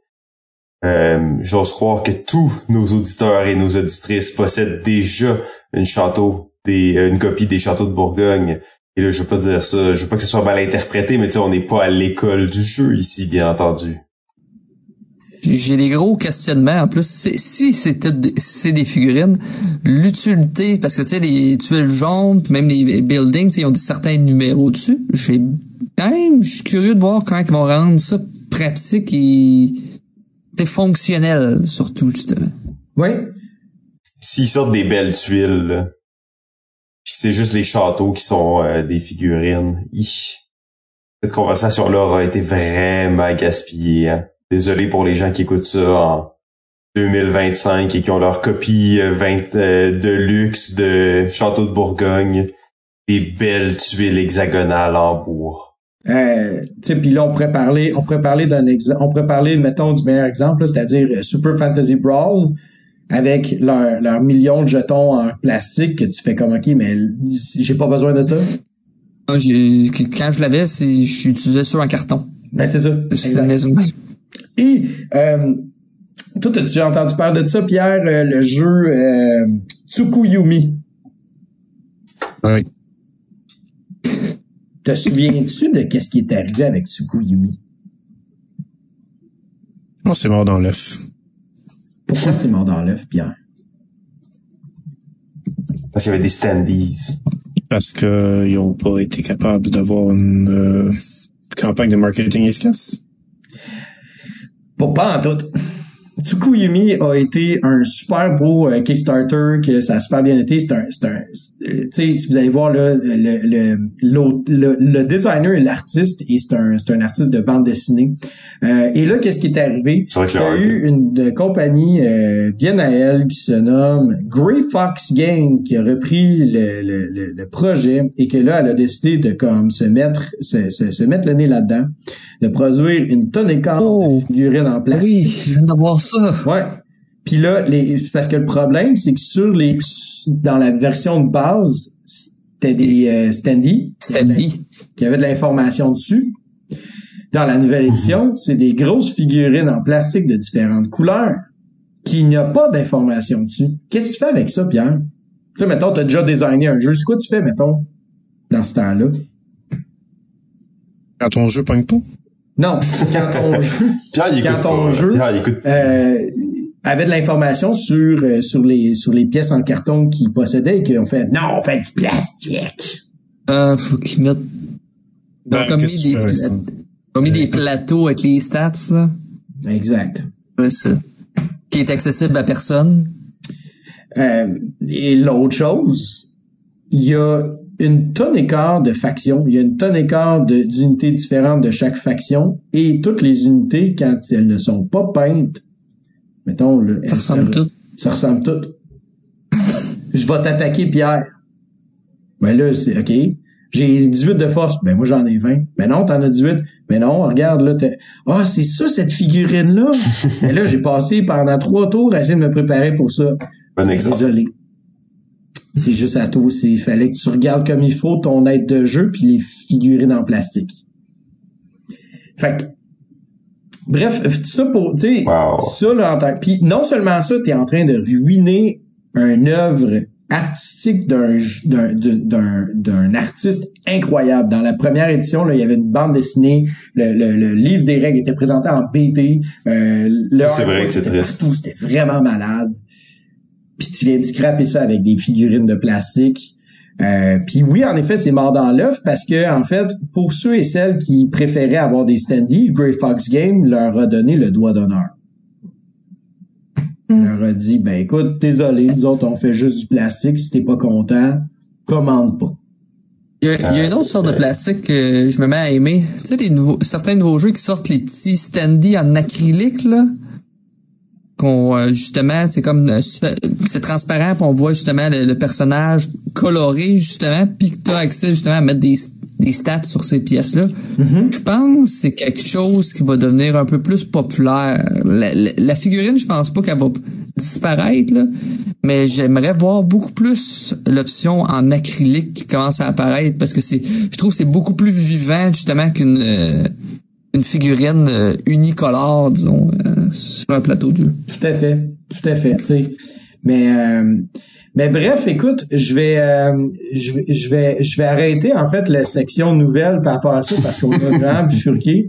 J'ose croire que tous nos auditeurs et nos auditrices possèdent déjà une copie des châteaux de Bourgogne. Et là, je veux pas dire ça, je veux pas que ce soit mal interprété, mais tu sais, on n'est pas à l'école du jeu ici, bien entendu. J'ai des gros questionnements. En plus, si c'est des figurines, l'utilité, parce que tu sais, les tuiles jaunes, puis même les buildings, tu sais, ils ont certains numéros dessus. Je suis curieux de voir comment ils vont rendre ça pratique et fonctionnel, surtout, justement. Oui. S'ils sortent des belles tuiles, là, puis que c'est juste les châteaux qui sont des figurines, cette conversation-là aura été vraiment gaspillée, hein. Désolé pour les gens qui écoutent ça en 2025 et qui ont leur copie de luxe de Château de Bourgogne, des belles tuiles hexagonales en bois. Tu sais, puis là on pourrait parler d'un exemple, on pourrait parler, mettons, du meilleur exemple, là, c'est-à-dire Super Fantasy Brawl avec leur millions de jetons en plastique que tu fais comme ok, mais j'ai pas besoin de ça. Quand je l'avais, j'utilisais ça en carton. Ben c'est ça. Et toi, t'as déjà entendu parler de ça, Pierre, le jeu Tsukuyumi? Oui. Te souviens-tu de qu'est-ce qui est arrivé avec Tsukuyumi? Non, c'est mort dans l'œuf. Pourquoi c'est mort dans l'œuf, Pierre? Parce qu'il y avait des standees. Parce que ils ont pas été capables d'avoir une campagne de marketing efficace. Pas en tout. Tsukuyumi a été un super beau Kickstarter, que ça a super bien été. Tu sais, si vous allez voir là, le designer et l'artiste, et c'est un artiste de bande dessinée. Et là, qu'est-ce qui est arrivé? Il y a eu une compagnie bien à elle qui se nomme Grey Fox Gang qui a repris le projet et que là, elle a décidé de comme se mettre le nez là-dedans, de produire une tonne et quart de figurines en plastique. Oui, je viens de voir ça. Ouais. Puis là, parce que le problème, c'est que dans la version de base, c'était des standees qui avaient de l'information dessus. Dans la nouvelle édition, c'est des grosses figurines en plastique de différentes couleurs qui n'y a pas d'information dessus. Qu'est-ce que tu fais avec ça, Pierre? Tu sais, mettons, t'as déjà designé un jeu. C'est quoi tu fais, mettons, dans ce temps-là? Quand ton jeu pogne pas? Non, quand ton jeu avait de l'information sur les pièces en carton qu'il possédait et qu'on fait non, on fait du plastique. Faut qu'ils mettent mis des plateaux avec les stats là. Exact. Ouais, ça. Qui est accessible à personne. Et l'autre chose, il y a une tonne et quart de factions, il y a une tonne et quart d'unités différentes de chaque faction, et toutes les unités, quand elles ne sont pas peintes, mettons, là, Ça ressemble toutes. Je vais t'attaquer, Pierre. Ben là, c'est OK. J'ai 18 de force. Ben moi, j'en ai 20. Ben non, t'en as 18. Ben non, regarde, là, c'est ça, cette figurine-là. Ben là, j'ai passé pendant 3 tours à essayer de me préparer pour ça. Bon exemple. Désolé. C'est juste à toi. Il fallait que tu regardes comme il faut ton aide de jeu puis les figurines en plastique. Fait que, bref, tout ça pour, tu sais, ça, là, puis non seulement ça, t'es en train de ruiner une œuvre artistique d'un artiste incroyable. Dans la première édition, là, il y avait une bande dessinée, le livre des règles était présenté en BD, c'est vrai que c'est triste. Partout, c'était vraiment malade. Puis tu viens de scraper ça avec des figurines de plastique. Puis oui, en effet, c'est mort dans l'œuf parce que, en fait, pour ceux et celles qui préféraient avoir des standees, Grey Fox Game leur a donné le doigt d'honneur. Il leur a dit, ben écoute, désolé, nous autres, on fait juste du plastique. Si t'es pas content, commande pas. Il y a une autre sorte de plastique que je me mets à aimer. Tu sais, certains nouveaux jeux qui sortent les petits standees en acrylique, là. Justement, c'est comme c'est transparent, puis on voit justement le personnage coloré, justement, puis que t'as accès justement à mettre des stats sur ces pièces-là. Je pense que c'est quelque chose qui va devenir un peu plus populaire. La figurine, je pense pas qu'elle va disparaître, là, mais j'aimerais voir beaucoup plus l'option en acrylique qui commence à apparaître parce que je trouve que c'est beaucoup plus vivant justement qu'une figurine unicolore, disons, sur un plateau de jeu. Tout à fait, tu sais. Mais bref, écoute, je vais arrêter en fait la section nouvelle par rapport à ça parce qu'on a vraiment bifurqué.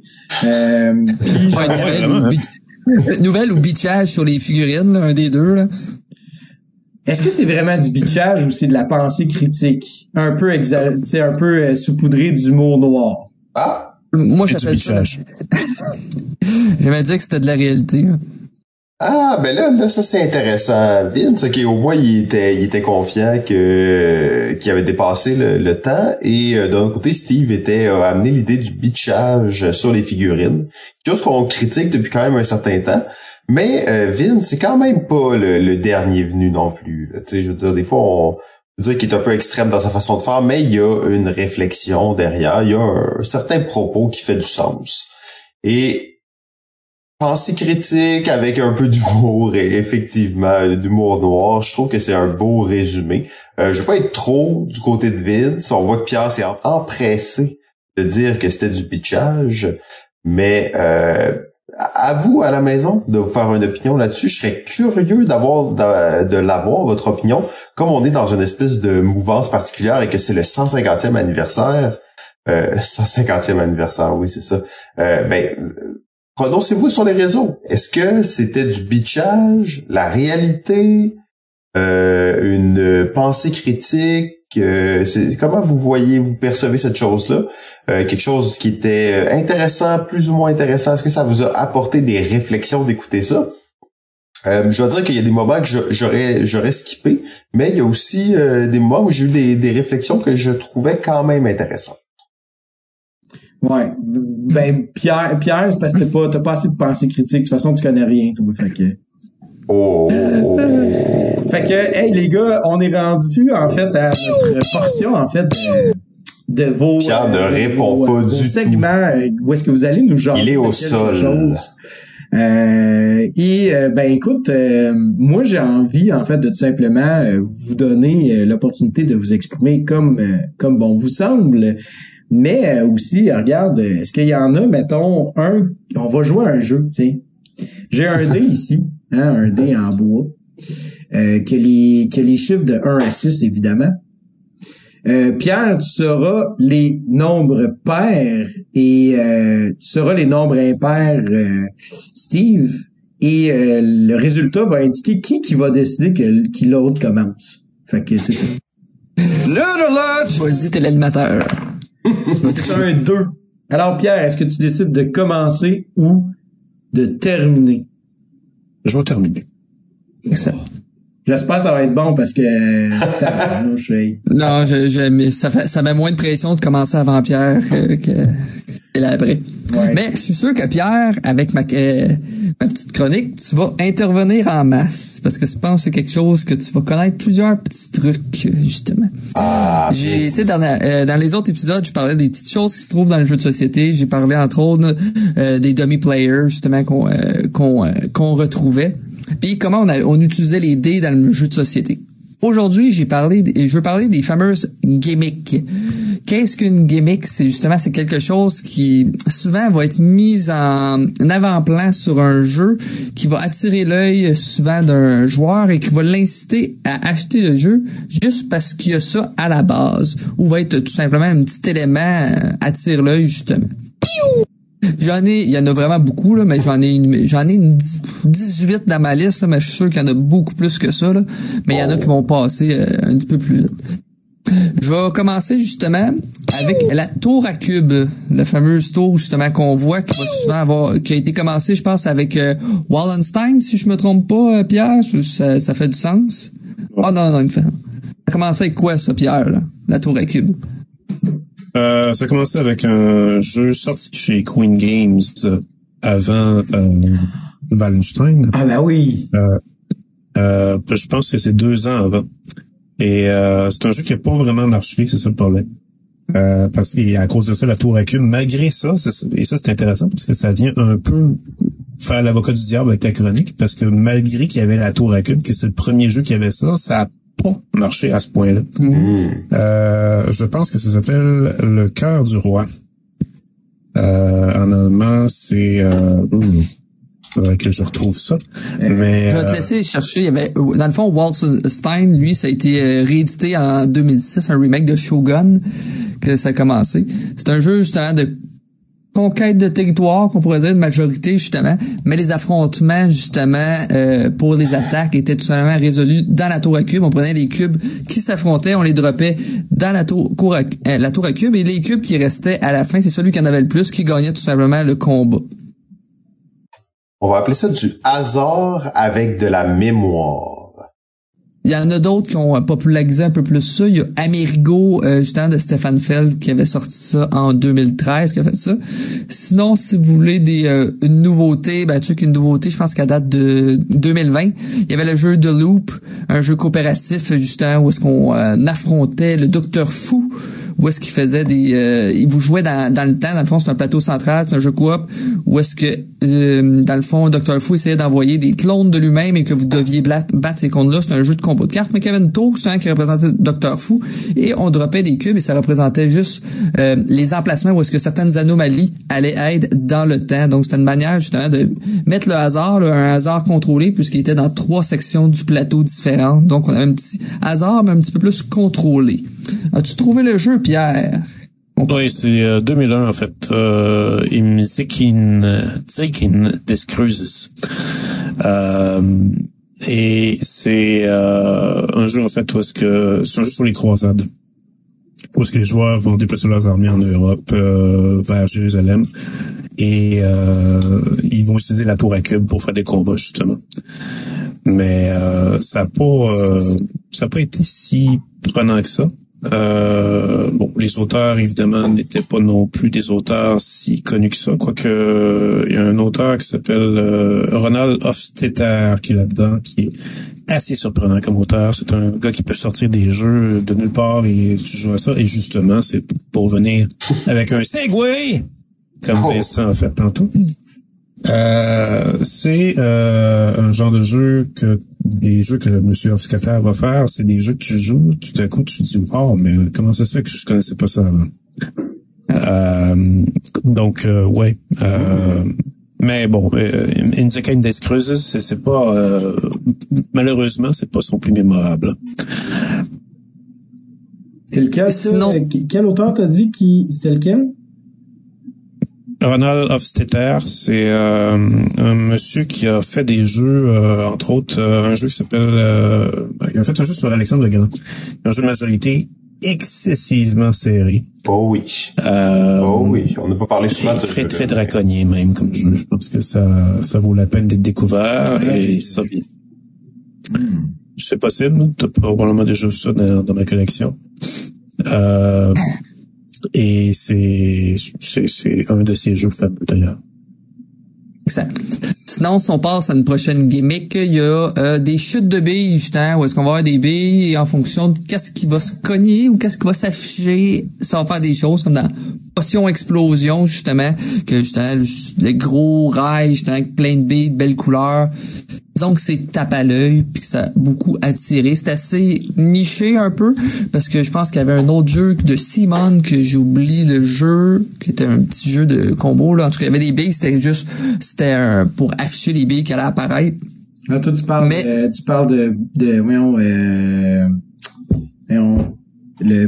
Nouvelle ou bitchage sur les figurines, là, un des deux, là. Est-ce que c'est vraiment du bitchage ou c'est de la pensée critique, un peu un peu saupoudré d'humour noir? Ah. Moi, j'appelle ça. J'aimerais dire que c'était de la réalité. Là. Ah, ben là, ça c'est intéressant. Vince, ok, au moins il était confiant qu'il avait dépassé le temps. Et d'un autre côté, Steve a amené l'idée du bitchage sur les figurines. Quelque chose qu'on critique depuis quand même un certain temps. Mais Vince, c'est quand même pas le dernier venu non plus. Tu sais, je veux dire, des fois on peut dire qu'il est un peu extrême dans sa façon de faire, mais il y a une réflexion derrière, il y a un certain propos qui fait du sens. Et pensée critique avec un peu d'humour et effectivement d'humour noir, je trouve que c'est un beau résumé. Je veux pas être trop du côté de Vince, on voit que Pierre s'est empressé de dire que c'était du bitchage, mais à vous, à la maison, de vous faire une opinion là-dessus. Je serais curieux de l'avoir, votre opinion. Comme on est dans une espèce de mouvance particulière et que c'est le 150e anniversaire, 150e anniversaire, oui, c'est ça. Prononcez-vous sur les réseaux. Est-ce que c'était du bitchage, la réalité, une pensée critique? Comment vous percevez cette chose-là? Quelque chose qui était intéressant, plus ou moins intéressant. Est-ce que ça vous a apporté des réflexions d'écouter ça? Je dois dire qu'il y a des moments que j'aurais skippé, mais il y a aussi des moments où j'ai eu des réflexions que je trouvais quand même intéressantes. Ouais. Ben, Pierre, c'est parce que t'as pas assez de pensée critique. De toute façon, tu connais rien, toi. Fait que... Oh. Fait que, hey, les gars, on est rendu, en fait, à notre portion, en fait, de vos... Pierre ne répond pas du segments, où est-ce que vous allez nous jaser? Il est au sol. Écoute, moi, j'ai envie, en fait, de tout simplement vous donner l'opportunité de vous exprimer comme bon vous semble. Mais aussi, regarde, est-ce qu'il y en a, mettons, on va jouer à un jeu, tiens. J'ai un dé ici, un dé en bois, que les chiffres de 1 à 6, évidemment. Pierre, tu sauras les nombres pairs et tu sauras les nombres impairs, Steve, et le résultat va indiquer qui va décider qui l'autre commence. Fait que c'est ça. Vas-y, t'es l'animateur. C'est un 2. Alors, Pierre, est-ce que tu décides de commencer ou de terminer? Je vais terminer. Excellent. J'espère que ça va être bon parce que Non, ça met moins de pression de commencer avant Pierre que après. Ouais. Mais je suis sûr que Pierre, avec ma petite chronique, tu vas intervenir en masse parce que je pense que c'est quelque chose que tu vas connaître plusieurs petits trucs justement. Tu sais dans les autres épisodes, je parlais des petites choses qui se trouvent dans le jeu de société. J'ai parlé entre autres des dummy players justement qu'on retrouvait. Puis comment on utilisait les dés dans le jeu de société. Aujourd'hui, je veux parler des fameuses gimmicks. Qu'est-ce qu'une gimmick? C'est quelque chose qui souvent va être mis en avant-plan sur un jeu, qui va attirer l'œil souvent d'un joueur et qui va l'inciter à acheter le jeu juste parce qu'il y a ça à la base, ou va être tout simplement un petit élément attire l'œil justement. Il y en a vraiment beaucoup, là, mais j'en ai une 18 dans ma liste, là, mais je suis sûr qu'il y en a beaucoup plus que ça, là. Mais il y en a qui vont passer un petit peu plus vite. Je vais commencer justement avec la tour à cube, la fameuse tour justement qu'on voit qui va souvent qui a été commencée, je pense, avec Wallenstein, si je me trompe pas, Pierre, ça fait du sens. Ah non, il me fait. Ça a commencé avec quoi ça, Pierre, là, la tour à cube? Ça a commencé avec un jeu sorti chez Queen Games avant Wallenstein. Ah ben oui. Je pense que c'est 2 ans avant. Et c'est un jeu qui n'a pas vraiment marché, c'est ça le problème. Parce qu'à cause de ça, la tour à cube, malgré ça, c'est intéressant parce que ça vient un peu faire l'avocat du diable avec ta chronique, parce que malgré qu'il y avait la tour à cube, que c'est le premier jeu qui avait ça a pas marché à ce point-là. Je pense que ça s'appelle Le Cœur du Roi. En allemand, c'est... faudrait que je retrouve ça. Mais, je vais te laisser chercher. Il y avait, dans le fond, Wallenstein, lui, ça a été réédité en 2006, un remake de Shogun, que ça a commencé. C'est un jeu, justement, de conquête de territoire, qu'on pourrait dire, de majorité, justement, mais les affrontements, justement, pour les attaques étaient tout simplement résolus dans la tour à cube. On prenait les cubes qui s'affrontaient, on les droppait dans la tour à cube, et les cubes qui restaient à la fin, c'est celui qui en avait le plus qui gagnait tout simplement le combat. On va appeler ça du hasard avec de la mémoire. Il y en a d'autres qui ont popularisé un peu plus ça. Il y a Amerigo, justement, de Stefan Feld, qui avait sorti ça en 2013, qui a fait ça. Sinon, si vous voulez une nouveauté, tu sais qu'une nouveauté, je pense qu'elle date de 2020. Il y avait le jeu The Loop, un jeu coopératif, justement, où est-ce qu'on affrontait le Docteur Fou, où est-ce qu'il faisait il vous jouait dans le temps. Dans le fond, c'est un plateau central, c'est un jeu coop, où est-ce que, dans le fond, Docteur Fou essayait d'envoyer des clones de lui-même et que vous deviez battre ces clones-là. C'est un jeu de combo de cartes, mais qu'il y avait une tour, justement, qui représentait Docteur Fou, et on droppait des cubes et ça représentait juste les emplacements où est-ce que certaines anomalies allaient être dans le temps. Donc, c'était une manière, justement, de mettre le hasard, là, un hasard contrôlé, puisqu'il était dans 3 sections du plateau différentes. Donc, on avait un petit hasard, mais un petit peu plus contrôlé. As-tu trouvé le jeu, Pierre? Oui, c'est 2001 en fait. Im Zeichen des Cruises. Et c'est un jeu en fait où est-ce que c'est un jeu sur les croisades. Où est-ce que les joueurs vont déplacer leurs armées en Europe vers Jérusalem et ils vont utiliser la tour à cube pour faire des combats justement. Mais ça a pas été si prenant que ça. Les auteurs, évidemment, n'étaient pas non plus des auteurs si connus que ça, quoique il y a un auteur qui s'appelle Ronald Hofstetter qui est là-dedans, qui est assez surprenant comme auteur. C'est un gars qui peut sortir des jeux de nulle part et tu joues à ça, et justement, c'est pour venir avec un segway, comme Vincent a fait tantôt. C'est un genre de jeu les jeux que M. Hofstetter va faire, c'est des jeux que tu joues, tout à coup tu te dis mais comment ça se fait que je connaissais pas ça avant? Ouais. Mais bon, In the Kind des Cruises, c'est pas malheureusement c'est pas son plus mémorable. C'est lequel? Sinon, quel auteur t'as dit c'était lequel? Ronald Hofstetter, c'est un monsieur qui a fait des jeux, entre autres, un jeu qui s'appelle... il a fait un jeu sur Alexandre le Grand. Un jeu de majorité excessivement serré. Oh oui. Oui, on n'a pas parlé souvent de ce jeu. Très draconien même comme jeu. Je pense que ça vaut la peine d'être découvert. Et ça... c'est possible. T'as probablement déjà vu ça dans ma collection. Et c'est un de ces jeux fameux d'ailleurs. Exact. Sinon, si on passe à une prochaine gimmick, il y a des chutes de billes, justement, où est-ce qu'on va avoir des billes et en fonction de qu'est-ce qui va se cogner ou qu'est-ce qui va s'afficher, ça va faire des choses comme dans Potion Explosion, justement, que justement, le gros rail, justement, avec plein de billes, de belles couleurs. Disons que c'est tape à l'œil puis que ça a beaucoup attiré. C'est assez niché un peu parce que je pense qu'il y avait un autre jeu de Simon que j'oublie le jeu, qui était un petit jeu de combo là. En tout cas, il y avait des billes, c'était pour afficher les billes qui allaient apparaître. Ah, toi tu parles de voyons, le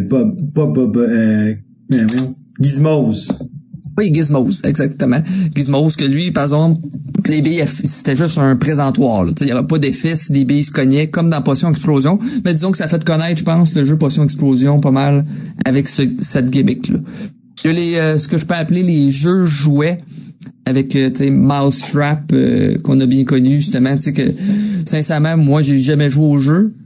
voyons, Gizmos. Oui, Gizmos, exactement. Gizmos, que lui, par exemple, les billes, c'était juste un présentoir. Il n'y avait pas d'effet si les billes se cognaient, comme dans Potion Explosion. Mais disons que ça a fait connaître, je pense, le jeu Potion Explosion pas mal avec cette gimmick-là. Il y a ce que je peux appeler les jeux jouets avec Mousetrap qu'on a bien connu, justement. Tu sais que, sincèrement, moi, j'ai jamais joué au jeu.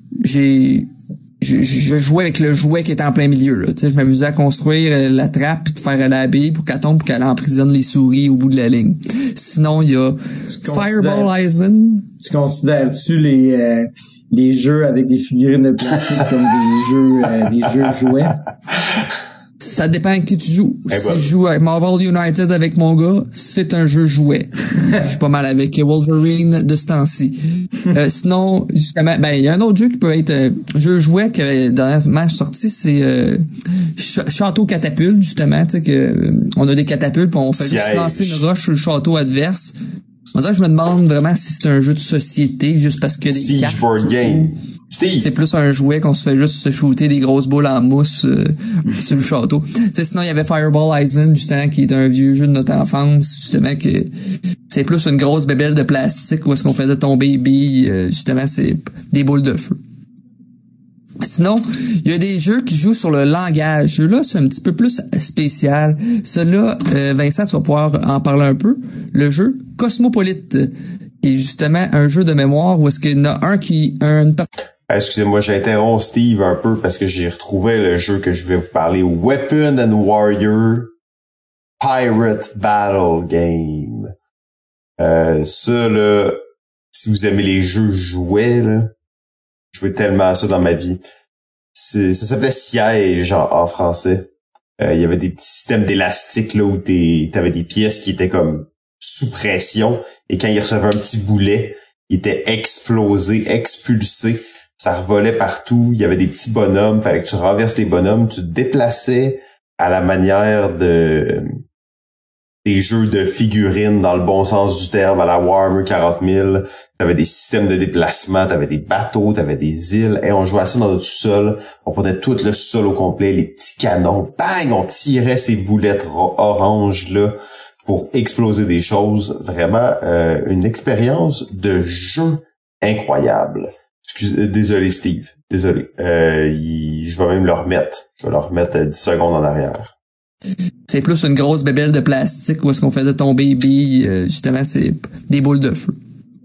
Je jouais avec le jouet qui était en plein milieu. Là. Je m'amusais à construire la trappe puis de faire la bille pour qu'elle tombe pour qu'elle emprisonne les souris au bout de la ligne. Sinon, il y a Fireball Island. Tu considères-tu les jeux avec des figurines de plastique comme des jeux jouets? Ça dépend à qui tu joues. Si je joue avec Marvel United avec mon gars, c'est un jeu jouet. Je suis pas mal avec Wolverine de ce temps-ci. Sinon, justement, il y a un autre jeu qui peut être un jeu jouet que dans la match sortie, c'est Château Catapulte, justement, tu sais que on a des catapultes puis on fait juste lancer une roche sur le château adverse. On dirait que je me demande vraiment si c'est un jeu de société juste parce que les cartes. Board game. Steve. C'est plus un jouet qu'on se fait juste se shooter des grosses boules en mousse sur le château. T'sais, sinon, il y avait Fireball Island, justement, qui est un vieux jeu de notre enfance, justement, que c'est plus une grosse bébelle de plastique où est-ce qu'on faisait tomber les billes, justement, c'est des boules de feu. Sinon, il y a des jeux qui jouent sur le langage. Ceux-là, c'est un petit peu plus spécial. Celui-là, Vincent, tu vas pouvoir en parler un peu. Le jeu Cosmopolite, qui est justement un jeu de mémoire où est-ce qu'il y en a une partie. Excusez-moi, j'interromps Steve un peu parce que j'ai retrouvé le jeu que je vais vous parler. Weapon and Warrior Pirate Battle Game. Ça, là, si vous aimez les jeux jouets, là, je jouais tellement à ça dans ma vie. Ça s'appelait Siège en français. Il y avait des petits systèmes d'élastique là où t'avais des pièces qui étaient comme sous pression et quand ils recevaient un petit boulet, ils étaient explosés, expulsés. Ça revolait partout. Il y avait des petits bonhommes. Fallait que tu renverses les bonhommes. Tu te déplaçais à la manière des jeux de figurines dans le bon sens du terme, à la Warhammer 40 000. T'avais des systèmes de déplacement, t'avais des bateaux, t'avais des îles. Et on jouait à ça dans notre sous-sol. On prenait tout le sous-sol au complet, les petits canons. Bang! On tirait ces boulettes oranges là pour exploser des choses. Vraiment, une expérience de jeu incroyable. Désolé Steve, désolé. Je vais même le remettre. Je vais le remettre 10 secondes en arrière. C'est plus une grosse bébelle de plastique où est-ce qu'on faisait tomber les billes. Justement, c'est des boules de feu.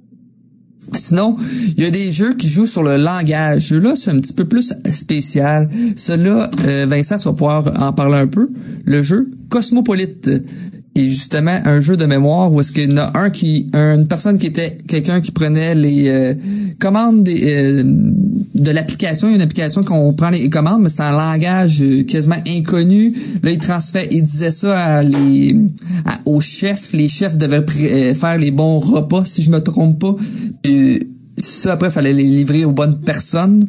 Sinon, il y a des jeux qui jouent sur le langage. Ceux-là, c'est un petit peu plus spécial. Celui-là, Vincent, tu vas pouvoir en parler un peu. Le jeu Cosmopolite, qui est justement un jeu de mémoire où est-ce qu'il y en a une personne qui était quelqu'un qui prenait les commandes de l'application. Il y a une application qu'on prend les commandes, mais c'est un langage quasiment inconnu. Là, il disait ça aux chefs. Les chefs devaient faire les bons repas, si je me trompe pas. Et ça, après, il fallait les livrer aux bonnes personnes.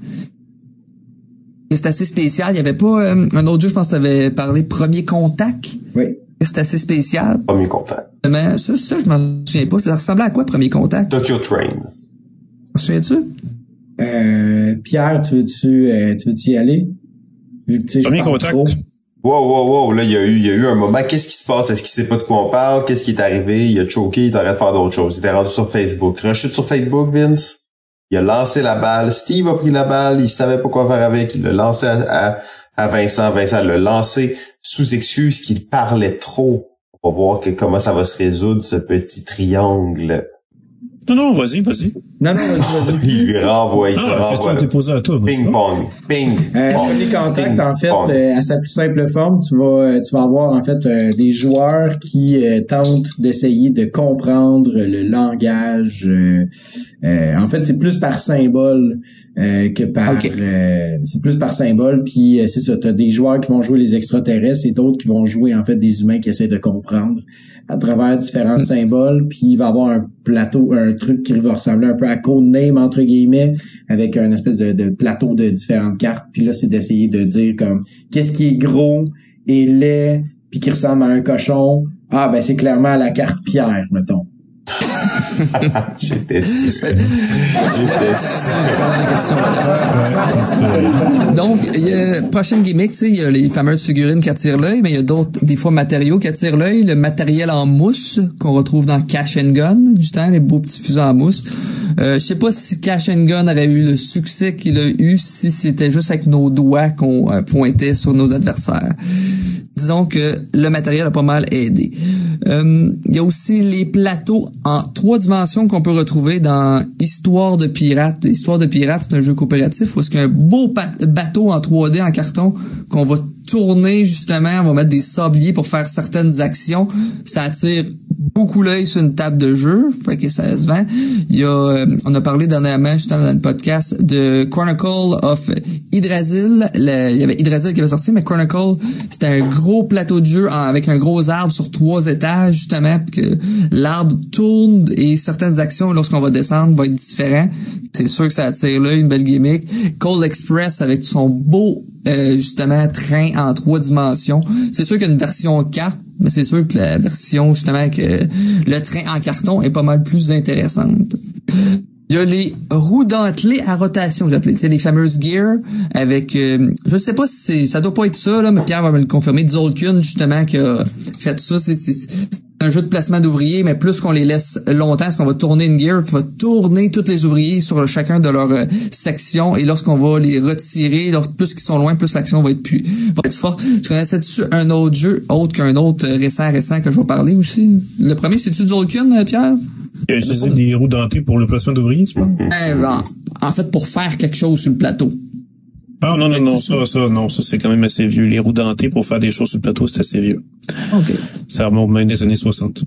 Et c'est assez spécial. Il y avait pas un autre jeu, je pense que tu avais parlé Premier Contact. Oui. C'est assez spécial. Premier Contact. Mais ça, je m'en souviens pas. Ça ressemblait à quoi, Premier Contact? Tokyo Train. T'en souviens-tu? Pierre, tu veux-tu y aller? Premier Contact. Wow. Là, il y a eu un moment. Qu'est-ce qui se passe? Est-ce qu'il sait pas de quoi on parle? Qu'est-ce qui est arrivé? Il a choqué, il arrête de faire d'autres choses. Il était rendu sur Facebook. Rechute sur Facebook, Vince. Il a lancé la balle. Steve a pris la balle. Il savait pas quoi faire avec. Il l'a lancé à Vincent. Vincent l'a lancé sous excuse qu'il parlait trop. On va voir comment ça va se résoudre, ce petit triangle. Non, vas-y. Non, vas-y. Il lui renvoie, il se La question a renvoie. été posée à toi, vas-y. Ping-pong. Premier contact, en fait, Ping-pong. à sa plus simple forme, tu vas avoir en fait des joueurs qui tentent d'essayer de comprendre le langage. En fait, c'est plus par symbole que par. C'est plus par symbole. Puis c'est ça. T'as des joueurs qui vont jouer les extraterrestres et d'autres qui vont jouer en fait des humains qui essaient de comprendre à travers différents symboles. Puis il va y avoir un plateau, un truc qui va ressembler un peu à Codename entre guillemets, avec un espèce de plateau de différentes cartes. Puis là, c'est d'essayer de dire comme qu'est-ce qui est gros et laid, puis qui ressemble à un cochon. Ah ben c'est clairement la carte pierre, mettons. J'étais sûr. Donc, il y a prochaine gimmick, tu sais, il y a les fameuses figurines qui attirent l'œil, mais il y a d'autres, des fois, matériaux qui attirent l'œil. Le matériel en mousse qu'on retrouve dans Cash and Gun, justement, les beaux petits fusils en mousse. Je sais pas si Cash and Gun aurait eu le succès qu'il a eu si c'était juste avec nos doigts qu'on pointait sur nos adversaires. Disons que le matériel a pas mal aidé. Il y a aussi les plateaux en 3 dimensions qu'on peut retrouver dans Histoire de Pirates. Histoire de Pirates, c'est un jeu coopératif où est-ce qu'il y a un beau bateau en 3D en carton qu'on va tourner justement, on va mettre des sabliers pour faire certaines actions. Ça attire beaucoup l'œil sur une table de jeu, fait que ça se vend. Il y a, on a parlé dernièrement, justement dans le podcast, de Chronicle of Yggdrasil. Il y avait Yggdrasil qui avait sorti, mais Chronicle, c'était un gros plateau de jeu avec un gros arbre sur 3 étages, justement, puis que l'arbre tourne et certaines actions, lorsqu'on va descendre, vont être différentes. C'est sûr que ça attire l'œil, une belle gimmick. Cold Express avec son beau justement train en 3 dimensions. C'est sûr qu'il y a une version carte, mais c'est sûr que la version justement avec le train en carton est pas mal plus intéressante. Il y a les roues dentelées à rotation, j'appelais, c'est les fameuses gears avec je sais pas si ça doit pas être ça là, mais Pierre va me le confirmer, Zolkun justement qui a fait ça, c'est un jeu de placement d'ouvriers, mais plus qu'on les laisse longtemps, parce qu'on va tourner une gear qui va tourner tous les ouvriers sur chacun de leurs sections, et lorsqu'on va les retirer, plus qu'ils sont loin, plus l'action va être forte. Tu connaissais-tu un autre jeu, autre qu'un autre récent que je vais parler aussi? Le premier, c'est-tu Zolkun, Pierre? Il a utilisé des roues dentées pour le placement d'ouvriers, c'est pas? En fait, pour faire quelque chose sur le plateau. Ah non, ça c'est quand même assez vieux. Les roues dentées pour faire des choses sur le plateau, c'est assez vieux. OK. Ça remonte même des années 60.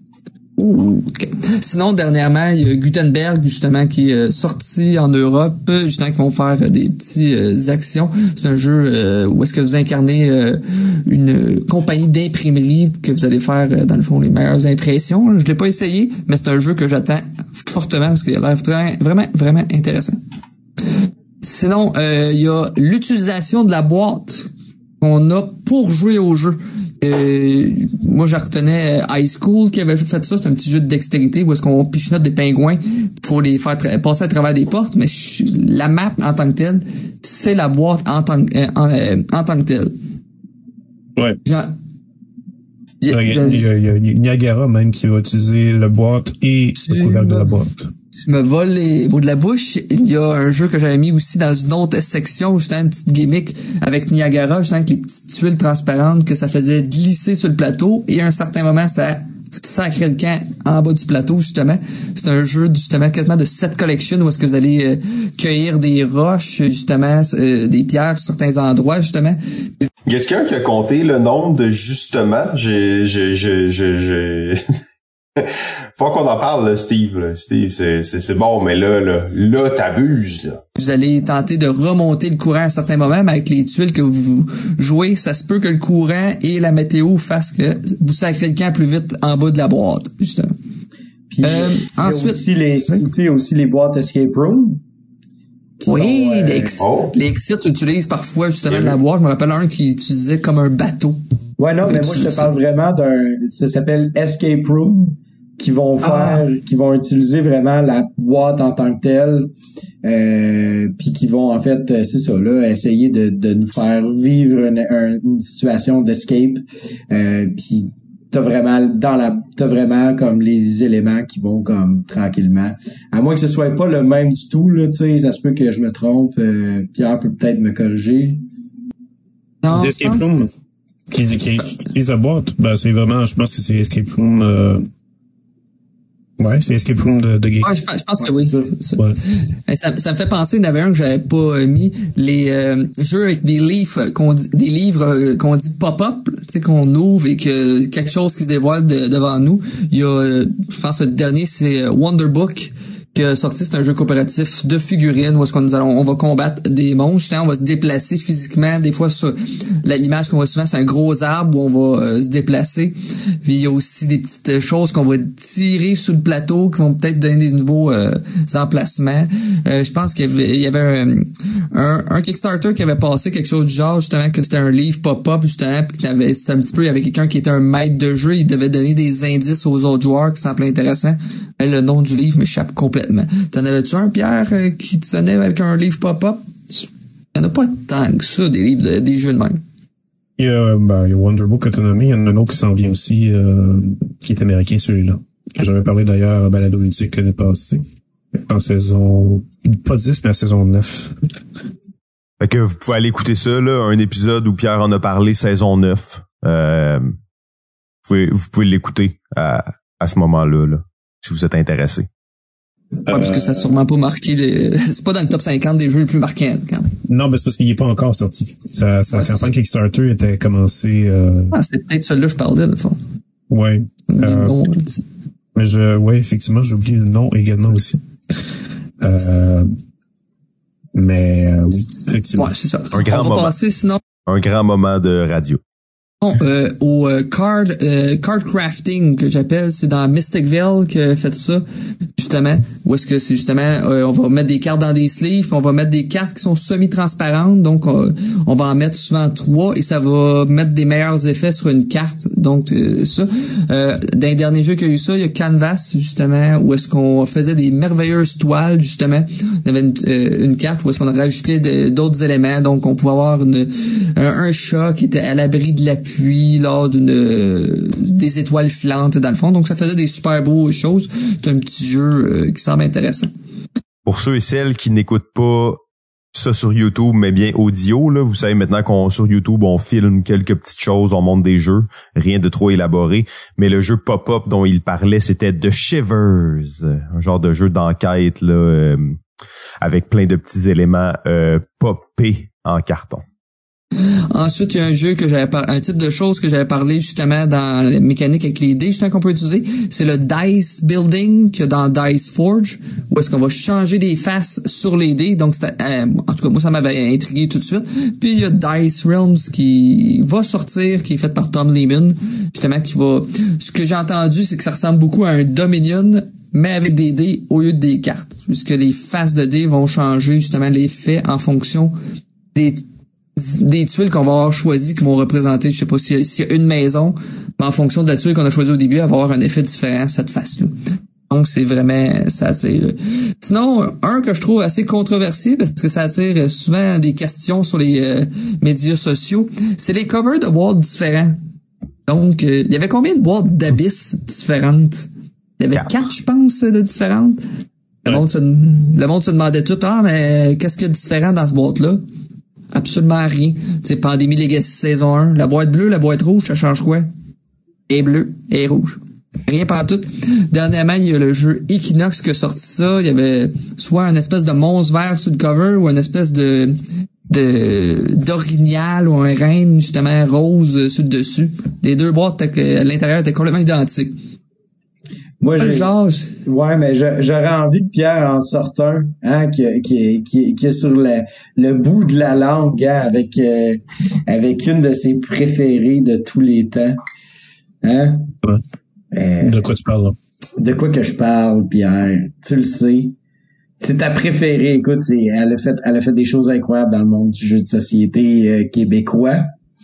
OK. Sinon, dernièrement, il y a Gutenberg, justement, qui est sorti en Europe, justement, qui vont faire des petites actions. C'est un jeu où est-ce que vous incarnez une compagnie d'imprimerie que vous allez faire, dans le fond, les meilleures impressions. Je l'ai pas essayé, mais c'est un jeu que j'attends fortement parce qu'il a l'air vraiment, vraiment intéressant. Sinon, il y a l'utilisation de la boîte qu'on a pour jouer au jeu. Moi, je retenais High School qui avait fait ça. C'est un petit jeu de dextérité où est-ce qu'on pichenote des pingouins pour les faire passer à travers des portes. Mais la map en tant que telle, c'est la boîte en tant que telle. Ouais. Il y a Niagara même qui va utiliser la boîte et le couvercle de la boîte. Tu me voles les mots de la bouche. Il y a un jeu que j'avais mis aussi dans une autre section, justement une petite gimmick avec Niagara, justement avec les petites tuiles transparentes que ça faisait glisser sur le plateau, et à un certain moment ça sacrait le camp en bas du plateau, justement. C'est un jeu justement quasiment de set collection où est-ce que vous allez cueillir des roches, justement, des pierres sur certains endroits, justement. Y a quelqu'un qui a compté le nombre de justement? Faut qu'on en parle, là, Steve. Là. Steve, c'est bon, mais là, t'abuses, là. Vous allez tenter de remonter le courant à un certain moment, mais avec les tuiles que vous jouez, ça se peut que le courant et la météo fassent que vous sacrez le camp plus vite en bas de la boîte, justement. Puis, ensuite, il y a aussi les boîtes Escape Room. Oui, les exits utilisent parfois justement la boîte. Je me rappelle un qui utilisait comme un bateau. Ouais, non, mais moi, je te parle vraiment ça s'appelle Escape Room, qui vont utiliser vraiment la boîte en tant que telle, puis qui vont, en fait, c'est ça, là, essayer de nous faire vivre une situation d'escape, puis t'as vraiment comme les éléments qui vont comme tranquillement. À moins que ce soit pas le même du tout, là, tu sais, ça se peut que je me trompe, Pierre peut peut-être me corriger. Non, Escape Room qui utilise la boîte, ben c'est vraiment, je pense que c'est Escape Room Ouais, c'est Escape Room de Geek. Ouais, je pense que oui. Ouais. Ça me fait penser, il y en avait un que j'avais pas mis, les jeux avec des livres qu'on dit pop-up, tu sais, qu'on ouvre et que quelque chose qui se dévoile devant nous. Il y a, je pense que le dernier, c'est Wonder Book, qui a sorti, c'est un jeu coopératif de figurines où est-ce on va combattre des monstres, on va se déplacer physiquement. Des fois, l'image qu'on voit souvent, c'est un gros arbre où on va se déplacer. Puis il y a aussi des petites choses qu'on va tirer sur le plateau qui vont peut-être donner des nouveaux emplacements. Je pense qu'il y avait un Kickstarter qui avait passé quelque chose du genre, justement, que c'était un livre pop-up, justement, puis c'était un petit peu, il y avait quelqu'un qui était un maître de jeu, il devait donner des indices aux autres joueurs qui semblaient intéressants. Le nom du livre m'échappe complètement. T'en avais-tu un, Pierre, qui te sonnait avec un livre pop-up? Il n'y en a pas tant que ça, des livres, des jeux de même. Il y a Wonder Book Autonomy, il y en a un autre qui s'en vient aussi, qui est américain, celui-là. Que j'avais parlé d'ailleurs à Balado Ludique l'année passée. En saison, pas 10, mais en saison 9. Fait que vous pouvez aller écouter ça, là, un épisode où Pierre en a parlé, saison 9. Vous pouvez l'écouter à ce moment-là, là, si vous êtes intéressé. Ouais, parce que ça a sûrement pas marqué c'est pas dans le top 50 des jeux les plus marquants, quand même. Non, mais c'est parce qu'il est pas encore sorti. Sa campagne Kickstarter était commencée, c'est peut-être celui-là que je parlais, de fond. Ouais. Mais effectivement, j'ai oublié le nom également aussi. Oui, effectivement. Ouais, c'est ça. Un grand moment. Passer, sinon. Un grand moment de radio. Au card crafting que j'appelle, c'est dans Mysticville que fait ça, justement, où est-ce que c'est justement on va mettre des cartes dans des sleeves, puis on va mettre des cartes qui sont semi-transparentes, donc on va en mettre souvent 3 et ça va mettre des meilleurs effets sur une carte, donc ça. Dans les derniers jeux qu'il y a eu ça, il y a Canvas, justement, où est-ce qu'on faisait des merveilleuses toiles, justement. On avait une carte où est-ce qu'on a rajouté d'autres éléments, donc on pouvait avoir un chat qui était à l'abri de la pluie lors des étoiles filantes dans le fond. Donc, ça faisait des super beaux choses. C'est un petit jeu qui semble intéressant. Pour ceux et celles qui n'écoutent pas ça sur YouTube, mais bien audio, là, vous savez maintenant qu'on sur YouTube, on filme quelques petites choses, on monte des jeux, rien de trop élaboré. Mais le jeu pop-up dont il parlait, c'était The Shivers, un genre de jeu d'enquête là, avec plein de petits éléments popés en carton. Ensuite, il y a un jeu un type de choses que j'avais parlé justement dans la mécanique avec les dés, justement qu'on peut utiliser. C'est le Dice Building que dans Dice Forge, où est-ce qu'on va changer des faces sur les dés. Donc, en tout cas, moi, ça m'avait intrigué tout de suite. Puis, il y a Dice Realms qui va sortir, qui est fait par Tom Lehman, justement, ce que j'ai entendu, c'est que ça ressemble beaucoup à un Dominion, mais avec des dés au lieu de des cartes. Puisque les faces de dés vont changer, justement, l'effet en fonction des tuiles qu'on va avoir choisies qui vont représenter, je sais pas s'il y a une maison, mais en fonction de la tuile qu'on a choisie au début, elle va avoir un effet différent, cette face-là. Donc, c'est vraiment, ça attire. Sinon, un que je trouve assez controversé, parce que ça attire souvent des questions sur les médias sociaux, c'est les covers de boîtes différents. Donc, il y avait combien de boîtes d'Abyss différentes? Il y avait 4, je pense, de différentes. Le monde se demandait tout, mais qu'est-ce qu'il y a de différent dans ce boîte-là? Absolument rien. C'est Pandémie Legacy saison 1. La boîte bleue, la boîte rouge, ça change quoi? Et bleue, et rouge. Rien partout. Dernièrement, il y a le jeu Equinox qui a sorti ça. Il y avait soit une espèce de monstre vert sur le cover ou une espèce d'orignal ou un renne, justement, rose sur le dessus. Les deux boîtes à l'intérieur étaient complètement identiques. Moi, ouais, mais j'aurais envie que Pierre en sorte un, hein, qui est sur le bout de la langue, hein, avec une de ses préférées de tous les temps. Hein? Ouais. De quoi tu parles, là? De quoi que je parle, Pierre? Tu le sais. C'est ta préférée. Écoute, elle a fait des choses incroyables dans le monde du jeu de société québécois.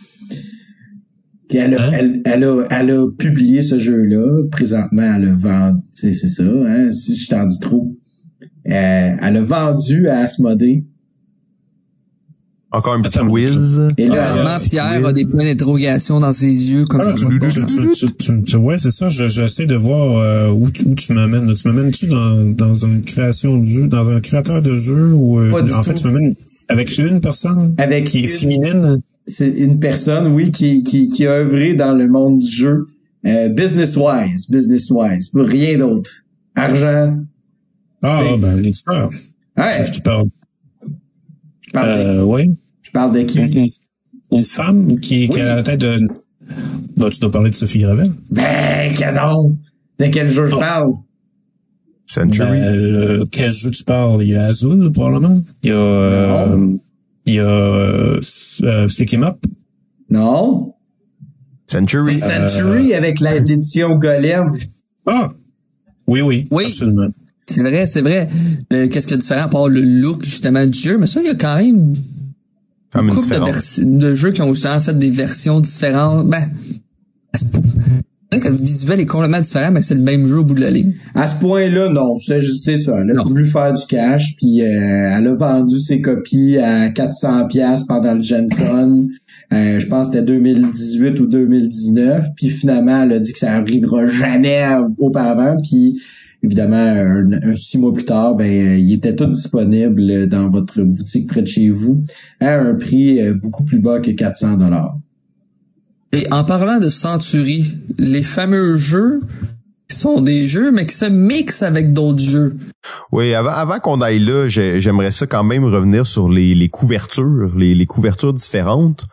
Puis elle a publié ce jeu-là. Présentement, elle a vendu, c'est ça, hein, si je t'en dis trop. Elle a vendu à Asmodée. Encore un petit quiz. Et là, Pierre a des points d'interrogation dans ses yeux, comme ça. Ouais, c'est ça. J'essaie de voir où tu m'amènes. Tu m'amènes-tu dans une création de jeu, dans un créateur de jeu, ou en fait, tu m'amènes avec une personne qui est féminine? C'est une personne, oui, qui a œuvré dans le monde du jeu, business-wise, rien d'autre. Argent. Ah, C'est- ben, l'éditeur. Ouais. Tu parles. Je parle, Oui. je parle de qui? Une femme qui est à la tête de. Ben, tu dois parler de Sophie Gravel. Ben, canon! De quel jeu je parle? Century. Quel jeu tu parles? Il y a Azul, probablement. Il y a Flick Him Up. Non. Century. C'est Century avec l'édition Golem. Ah! Oui, Oui. absolument. C'est vrai. Qu'est-ce qu'il y a de différent à part le look, justement, du jeu? Mais ça, il y a quand même Comme une une couple différence. de jeux qui ont justement fait des versions différentes. Ben, c'est vrai que le visuel est complètement différent, mais c'est le même jeu au bout de la ligne. À ce point-là, non. C'est juste ça. Elle a Non. voulu faire du cash, puis elle a vendu ses copies à 400$ pendant le Gen Con. Je pense que c'était 2018 ou 2019. Puis finalement, elle a dit que ça arrivera jamais auparavant. Puis évidemment, un 6 mois plus tard, il était tout disponible dans votre boutique près de chez vous à un prix beaucoup plus bas que 400$. Et en parlant de Century, les fameux jeux qui sont des jeux, mais qui se mixent avec d'autres jeux. Oui, avant qu'on aille là, j'aimerais ça quand même revenir sur les couvertures, les couvertures différentes.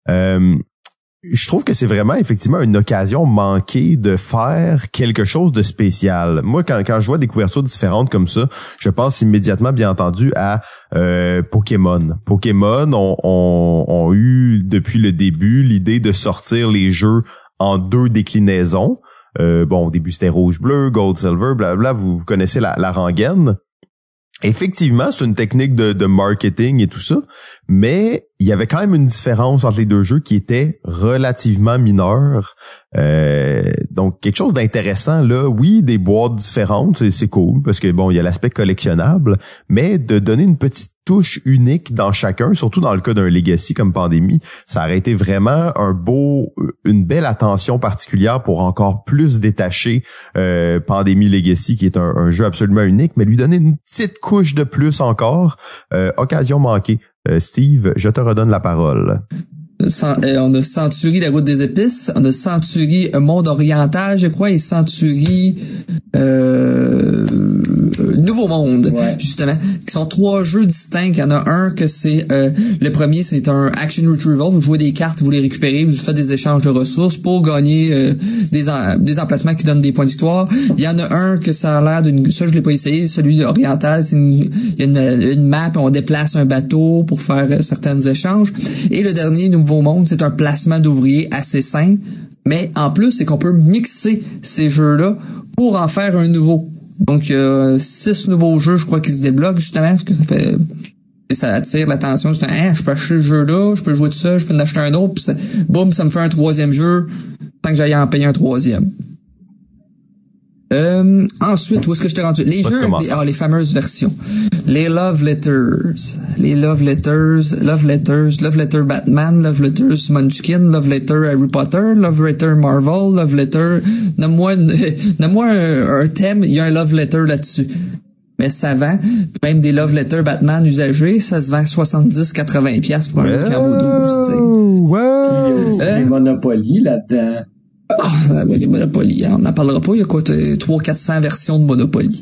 Je trouve que c'est vraiment effectivement une occasion manquée de faire quelque chose de spécial. Moi, quand je vois des couvertures différentes comme ça, je pense immédiatement, bien entendu, à Pokémon. Pokémon ont eu, depuis le début, l'idée de sortir les jeux en 2 déclinaisons. Au début, c'était rouge-bleu, gold-silver, blablabla. Vous connaissez la rengaine. Effectivement, c'est une technique de marketing et tout ça, mais il y avait quand même une différence entre les deux jeux qui était relativement mineure. Donc, quelque chose d'intéressant, là. Oui, des boîtes différentes, c'est cool, parce que il y a l'aspect collectionnable, mais de donner une petite touche unique dans chacun, surtout dans le cas d'un Legacy comme Pandémie, ça aurait été vraiment une belle attention particulière pour encore plus détacher Pandémie Legacy, qui est un jeu absolument unique, mais lui donner une petite couche de plus encore. Occasion manquée. Steve, je te redonne la parole. On a Century, la route des épices. On a Century, un monde oriental, je crois, et Century, Nouveau Monde, Ouais. justement, qui sont 3 jeux distincts. Il y en a un que c'est le premier, c'est un action retrieval. Vous jouez des cartes, vous les récupérez, vous faites des échanges de ressources pour gagner des emplacements qui donnent des points de victoire. Il y en a un que ça a l'air d'une... Ça, je l'ai pas essayé. Celui oriental, il y a une map, on déplace un bateau pour faire certains échanges. Et le dernier, Nouveau Monde, c'est un placement d'ouvriers assez simple. Mais en plus, c'est qu'on peut mixer ces jeux-là pour en faire un nouveau. Donc, 6 nouveaux jeux, je crois, qui se débloquent, justement, parce que ça attire l'attention. Je peux acheter ce jeu-là, je peux jouer de ça, je peux en acheter un autre, puis ça me fait un 3e jeu, tant que j'aille en payer un 3e. Ensuite, où est-ce que je t'ai rendu? Les jeux, les fameuses versions. Les Love Letters. Love Letter Batman, Love Letters Munchkin, Love Letter Harry Potter, Love Letter Marvel, Love Letter... Nomme-moi un thème, il y a un Love Letter là-dessus. Mais ça vend. Même des Love Letter Batman usagés, ça se vend 70-80$ pour un jeu qui en vaut 12, tu sais. Puis il y a aussi les Monopoly là-dedans. Les Monopoly, hein, on n'en parlera pas, il y a quoi, 300-400 versions de Monopoly.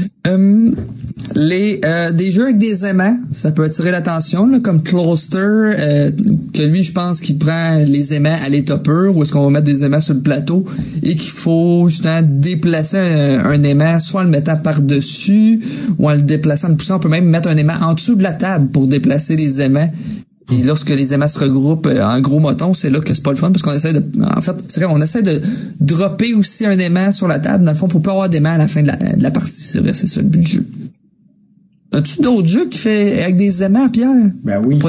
Des jeux avec des aimants, ça peut attirer l'attention, là, comme Closter, que lui, je pense qu'il prend les aimants à l'état pur, où est-ce qu'on va mettre des aimants sur le plateau, et qu'il faut justement déplacer un aimant, soit en le mettant par-dessus, ou en le déplaçant, en le poussant. On peut même mettre un aimant en dessous de la table pour déplacer les aimants. Et lorsque les aimants se regroupent en gros moton, c'est là que c'est pas le fun, parce qu'on essaie de... En fait, c'est vrai, on essaie de dropper aussi un aimant sur la table. Dans le fond, faut pas avoir d'aimant à la fin de la partie. C'est vrai, c'est ça le but du jeu. As-tu d'autres jeux qui fait avec des aimants, Pierre? Ben oui.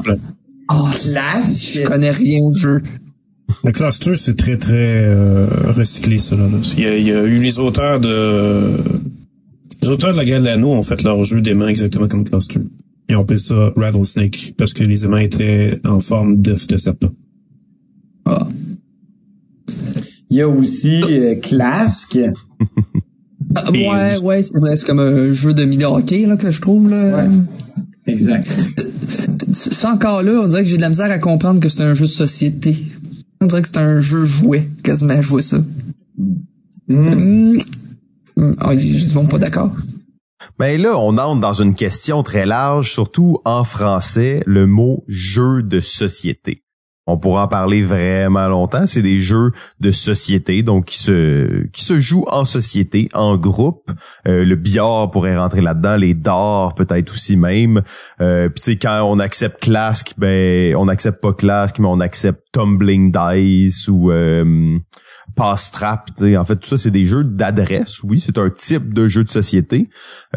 Je connais rien au jeu. Le cluster, c'est très, très recyclé, ça. Là. Il y a eu les auteurs de la Guerre de l'Anneau ont fait leur jeu d'aimants exactement comme cluster. Ils ont appelé ça Rattlesnake, parce que les aimants étaient en forme d'œuf de serpent. Ah. Il y a aussi Clask. Ouais, c'est vrai, c'est comme un jeu de mini-hockey, là, que je trouve, là. Ouais. Exact. Ça, encore là, on dirait que j'ai de la misère à comprendre que c'est un jeu de société. On dirait que c'est un jeu jouet, quasiment jouer ça. j'ai du monde pas d'accord. Ben là, on entre dans une question très large, surtout en français, le mot jeu de société. On pourra en parler vraiment longtemps. C'est des jeux de société, donc qui se jouent en société, en groupe. Le billard pourrait rentrer là-dedans, les dards peut-être aussi même. Puis tu sais, quand on accepte Clask, ben on n'accepte pas Clask, mais on accepte Tumbling Dice ou Pass Trap. Tu sais, en fait, tout ça c'est des jeux d'adresse. Oui, c'est un type de jeu de société.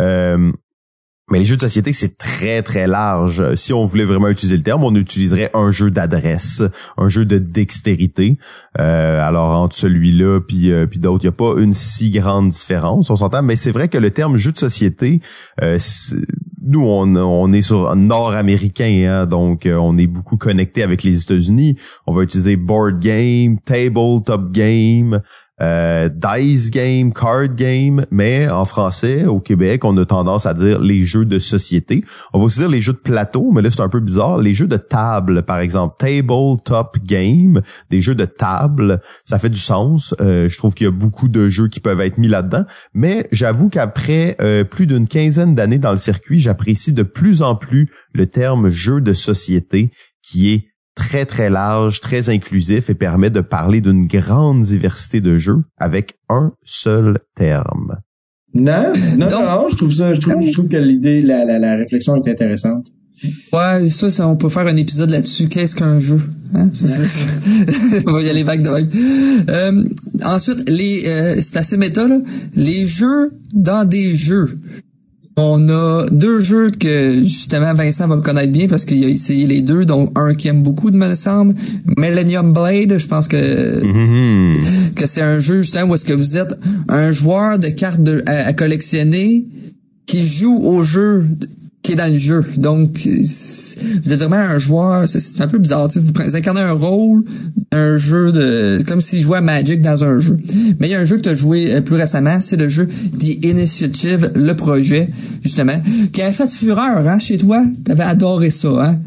Mais les jeux de société, c'est très, très large. Si on voulait vraiment utiliser le terme, on utiliserait un jeu d'adresse, un jeu de dextérité. Alors, entre celui-là puis d'autres, il n'y a pas une si grande différence, on s'entend. Mais c'est vrai que le terme jeu de société, nous, on est sur nord-américain, hein, donc on est beaucoup connecté avec les États-Unis. On va utiliser board game, tabletop game, dice game, card game, mais en français, au Québec, on a tendance à dire les jeux de société. On va aussi dire les jeux de plateau, mais là, c'est un peu bizarre. Les jeux de table, par exemple, tabletop game, des jeux de table, ça fait du sens. Je trouve qu'il y a beaucoup de jeux qui peuvent être mis là-dedans, mais j'avoue qu'après plus d'une quinzaine d'années dans le circuit, j'apprécie de plus en plus le terme jeu de société, qui est très, très large, très inclusif et permet de parler d'une grande diversité de jeux avec un seul terme. Non, je trouve que l'idée, la réflexion est intéressante. Ouais, ça, on peut faire un épisode là-dessus. Qu'est-ce qu'un jeu? Hein? On va y aller vague de vague. Ensuite, c'est assez méta, là. Les jeux dans des jeux. On a deux jeux que, justement, Vincent va me connaître bien parce qu'il a essayé les deux, dont un qui aime beaucoup, de me semble. Millennium Blade, je pense que c'est un jeu, justement, où est-ce que vous êtes un joueur de cartes à collectionner qui joue au jeu qui est dans le jeu. Donc, vous êtes vraiment un joueur, c'est un peu bizarre, tu sais, vous incarnez un rôle, un jeu comme s'il jouait à Magic dans un jeu. Mais il y a un jeu que tu as joué plus récemment, c'est le jeu The Initiative, le projet, justement, qui avait fait fureur, hein, chez toi. T'avais adoré ça, hein?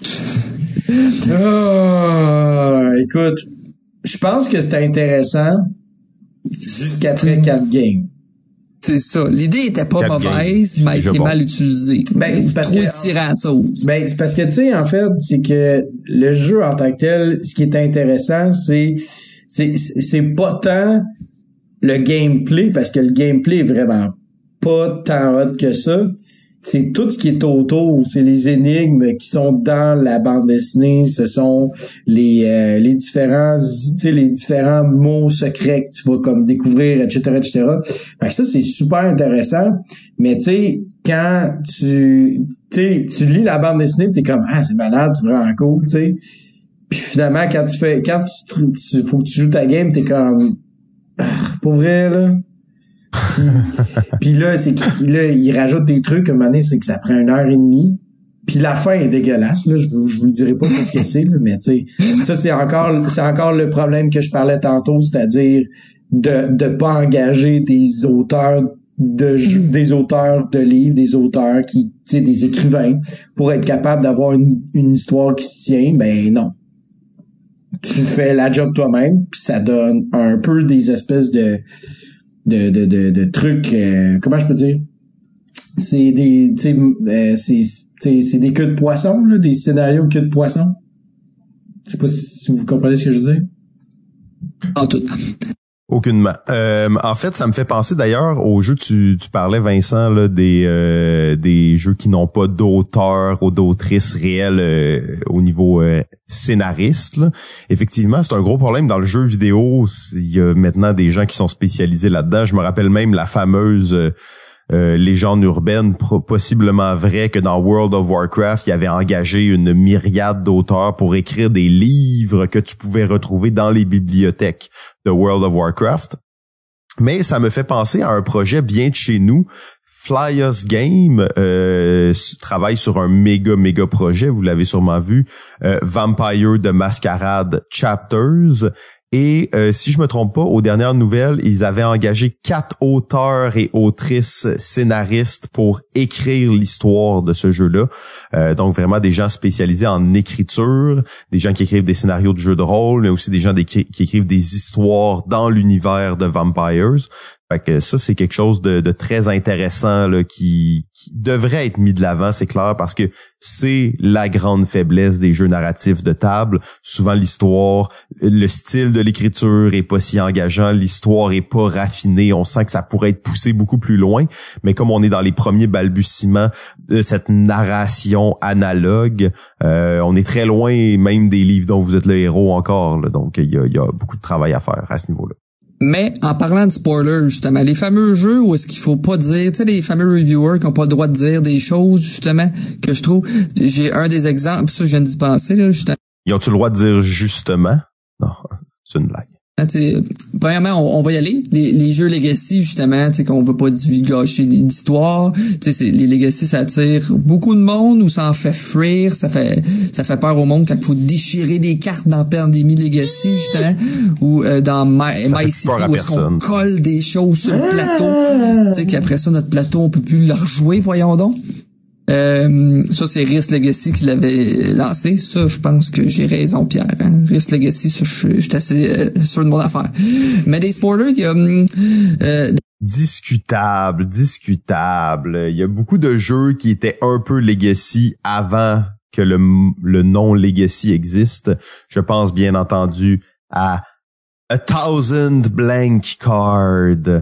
Écoute, je pense que c'était intéressant jusqu'après 4 games. C'est ça. L'idée était pas mauvaise, mais elle était mal utilisée. Ben, c'est parce trop étiré à la sauce. Ben, c'est parce que, tu sais, en fait, c'est que le jeu en tant que tel, ce qui est intéressant, c'est pas tant le gameplay, parce que le gameplay est vraiment pas tant hot que ça. C'est tout ce qui est autour, c'est les énigmes qui sont dans la bande dessinée, ce sont les différents mots secrets que tu vas comme découvrir, etc. Fait que ça, c'est super intéressant, mais tu sais, quand tu lis la bande dessinée, t'es comme, c'est malade, c'est vraiment cool, tu sais. Puis finalement, quand tu faut que tu joues ta game, t'es comme, pour vrai, là. Puis là, il rajoute des trucs, à un moment donné, c'est que ça prend 1h30. Puis la fin est dégueulasse, là. Je vous dirai pas ce que c'est, là, mais tu sais, ça, c'est encore le problème que je parlais tantôt, c'est-à-dire de pas engager des auteurs de livres, des auteurs qui, tu sais, des écrivains, pour être capable d'avoir une histoire qui se tient. Ben non. Tu fais la job toi-même, puis ça donne un peu des espèces de trucs, comment je peux dire, c'est des c'est des queues de poisson, là, des scénarios queues de poisson. Je sais pas si vous comprenez ce que je veux dire. En tout. Aucunement. En fait, ça me fait penser d'ailleurs aux jeux, tu parlais, Vincent, là, des jeux qui n'ont pas d'auteur ou d'autrice réelle au niveau scénariste, là. Effectivement, c'est un gros problème dans le jeu vidéo. Il y a maintenant des gens qui sont spécialisés là-dedans. Je me rappelle même la fameuse légende urbaine possiblement vraie que dans World of Warcraft, il y avait engagé une myriade d'auteurs pour écrire des livres que tu pouvais retrouver dans les bibliothèques de World of Warcraft. Mais ça me fait penser à un projet bien de chez nous. Fly Us Game travaille sur un méga projet, vous l'avez sûrement vu, Vampire the Masquerade Chapters. Et si je me trompe pas, aux dernières nouvelles, ils avaient engagé 4 auteurs et autrices scénaristes pour écrire l'histoire de ce jeu-là. Donc vraiment des gens spécialisés en écriture, des gens qui écrivent des scénarios de jeux de rôle, mais aussi des gens qui écrivent des histoires dans l'univers de Vampires. Fait que ça, c'est quelque chose de très intéressant là, qui devrait être mis de l'avant, c'est clair, parce que c'est la grande faiblesse des jeux narratifs de table. Souvent, l'histoire, le style de l'écriture est pas si engageant, l'histoire est pas raffinée, on sent que ça pourrait être poussé beaucoup plus loin, mais comme on est dans les premiers balbutiements de cette narration analogue, on est très loin même des livres dont vous êtes le héros encore, là, donc il y a beaucoup de travail à faire à ce niveau-là. Mais en parlant de spoilers, justement, les fameux jeux où est-ce qu'il faut pas dire, tu sais, les fameux reviewers qui ont pas le droit de dire des choses, justement, que je trouve, j'ai un des exemples, ça je viens d'y penser, là, justement. Ils ont-tu le droit de dire justement? Non, c'est une blague. Premièrement, on va y aller. Les jeux Legacy, justement, qu'on veut pas gâcher l'histoire. Les Legacy, ça attire beaucoup de monde ou ça en fait fuir. Ça fait peur au monde quand il faut déchirer des cartes dans Pandémie Legacy, justement. Ou dans My City, où est-ce qu'on colle des choses sur le plateau. Tu sais, qu'après ça, notre plateau, on peut plus le rejouer, voyons donc. Ça, c'est Risk Legacy qui l'avait lancé. Ça, je pense que j'ai raison, Pierre. Hein? Risk Legacy, ça, je suis assez sûr de mon affaire. Mais des spoilers, il y a... Discutable. Il y a beaucoup de jeux qui étaient un peu Legacy avant que le nom Legacy existe. Je pense bien entendu à 1000 Blank Card.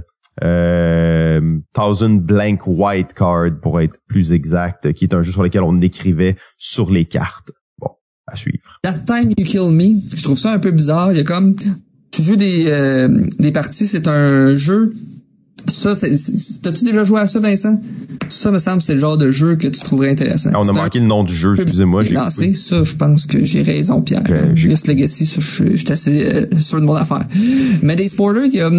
1000 Blank White Card pour être plus exact, qui est un jeu sur lequel on écrivait sur les cartes. Bon, à suivre. That Time You Kill Me, je trouve ça un peu bizarre. Il y a comme, tu joues des parties, c'est un jeu. Ça, t'as-tu déjà joué à ça, Vincent? Ça, me semble, c'est le genre de jeu que tu trouverais intéressant. On a manqué le nom du jeu, excusez-moi. J'ai lancé ça, je pense que j'ai raison, Pierre. Risk Legacy, ça, je suis assez sûr de mon affaire. Mais des spoilers, il y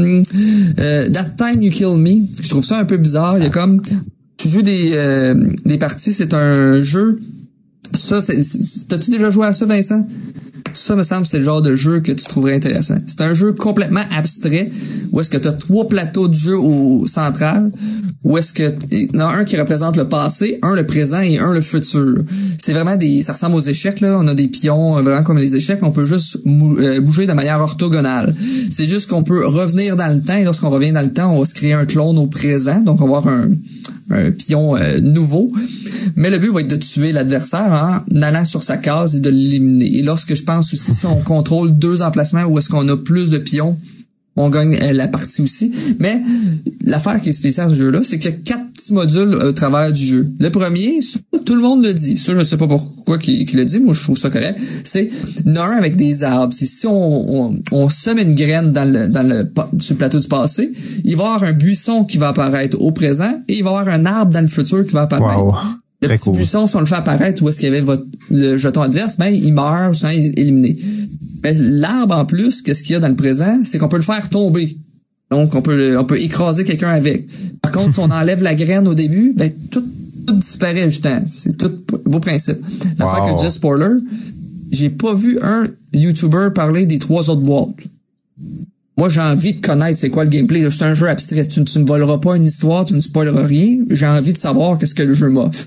a That Time You Kill Me, je trouve ça un peu bizarre. Il y a comme, tu joues des parties, c'est un jeu. Ça, t'as-tu déjà joué à ça, Vincent? Ça, me semble, c'est le genre de jeu que tu trouverais intéressant. C'est un jeu complètement abstrait, où est-ce que tu as 3 plateaux de jeu au central, où est-ce que il y en a un qui représente le passé, un le présent et un le futur. C'est vraiment ça ressemble aux échecs, là. On a des pions, vraiment comme les échecs, on peut juste bouger de manière orthogonale. C'est juste qu'on peut revenir dans le temps, et lorsqu'on revient dans le temps, on va se créer un clone au présent, donc on va avoir un pion nouveau. Mais le but va être de tuer l'adversaire en allant sur sa case et de l'éliminer. Et lorsque je pense aussi, si on contrôle 2 emplacements où est-ce qu'on a plus de pions, on gagne la partie aussi. Mais l'affaire qui est spéciale dans ce jeu-là, c'est qu'il y a 4 petits modules au travers du jeu. Le premier, tout le monde le dit. Ça, je sais pas pourquoi qu'il le dit. Moi, je trouve ça correct. C'est un avec des arbres. C'est si on sème une graine sur le plateau du passé, il va y avoir un buisson qui va apparaître au présent et il va y avoir un arbre dans le futur qui va apparaître. Wow. Le petit buisson, si on le fait apparaître où est-ce qu'il y avait le jeton adverse, ben, il meurt, sinon il est éliminé. Mais l'arbre, en plus, qu'est-ce qu'il y a dans le présent, c'est qu'on peut le faire tomber. Donc, on peut écraser quelqu'un avec. Par contre, si on enlève la graine au début, ben, tout disparaît, justement. C'est tout beau principe. L'affaire que je dis spoiler, j'ai pas vu un YouTuber parler des 3 autres boîtes. Moi, j'ai envie de connaître c'est quoi le gameplay. C'est un jeu abstrait. Tu ne me voleras pas une histoire, tu ne spoileras rien. J'ai envie de savoir qu'est-ce que le jeu m'offre.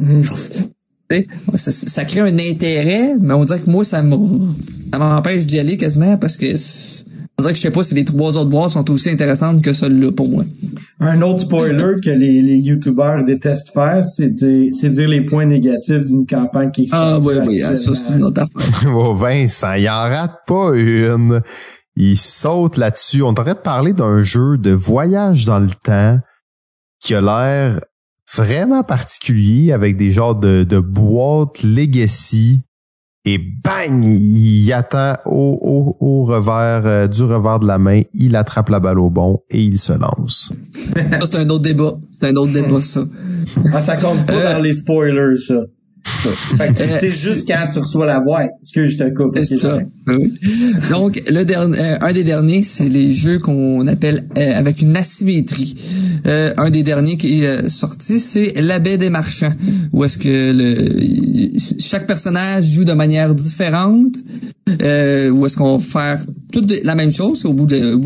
Ça crée un intérêt, mais on dirait que moi, ça m'empêche d'y aller quasiment parce que on dirait que je sais pas si les 3 autres boîtes sont aussi intéressantes que celle-là pour moi. Un autre spoiler que les YouTubers détestent faire, c'est dire les points négatifs d'une campagne qui existe. Ah oui, ça c'est notre affaire. Oh Vincent, il en rate pas une. Il saute là-dessus. On t'aurait parlé d'un jeu de voyage dans le temps qui a l'air vraiment particulier avec des genres de boîtes Legacy et bang, il attend au revers du revers de la main, il attrape la balle au bon et il se lance. Ça, c'est un autre débat. Ça. Ah, ça compte pas dans les spoilers, ça. Fait que c'est juste quand tu reçois la boîte. Excuse, je te coupe. C'est ça. Oui. Donc, un des derniers, c'est les jeux qu'on appelle avec une asymétrie. Un des derniers qui est sorti, c'est La Baie des Marchands, où est-ce que chaque personnage joue de manière différente, où est-ce qu'on va faire toute la même chose au bout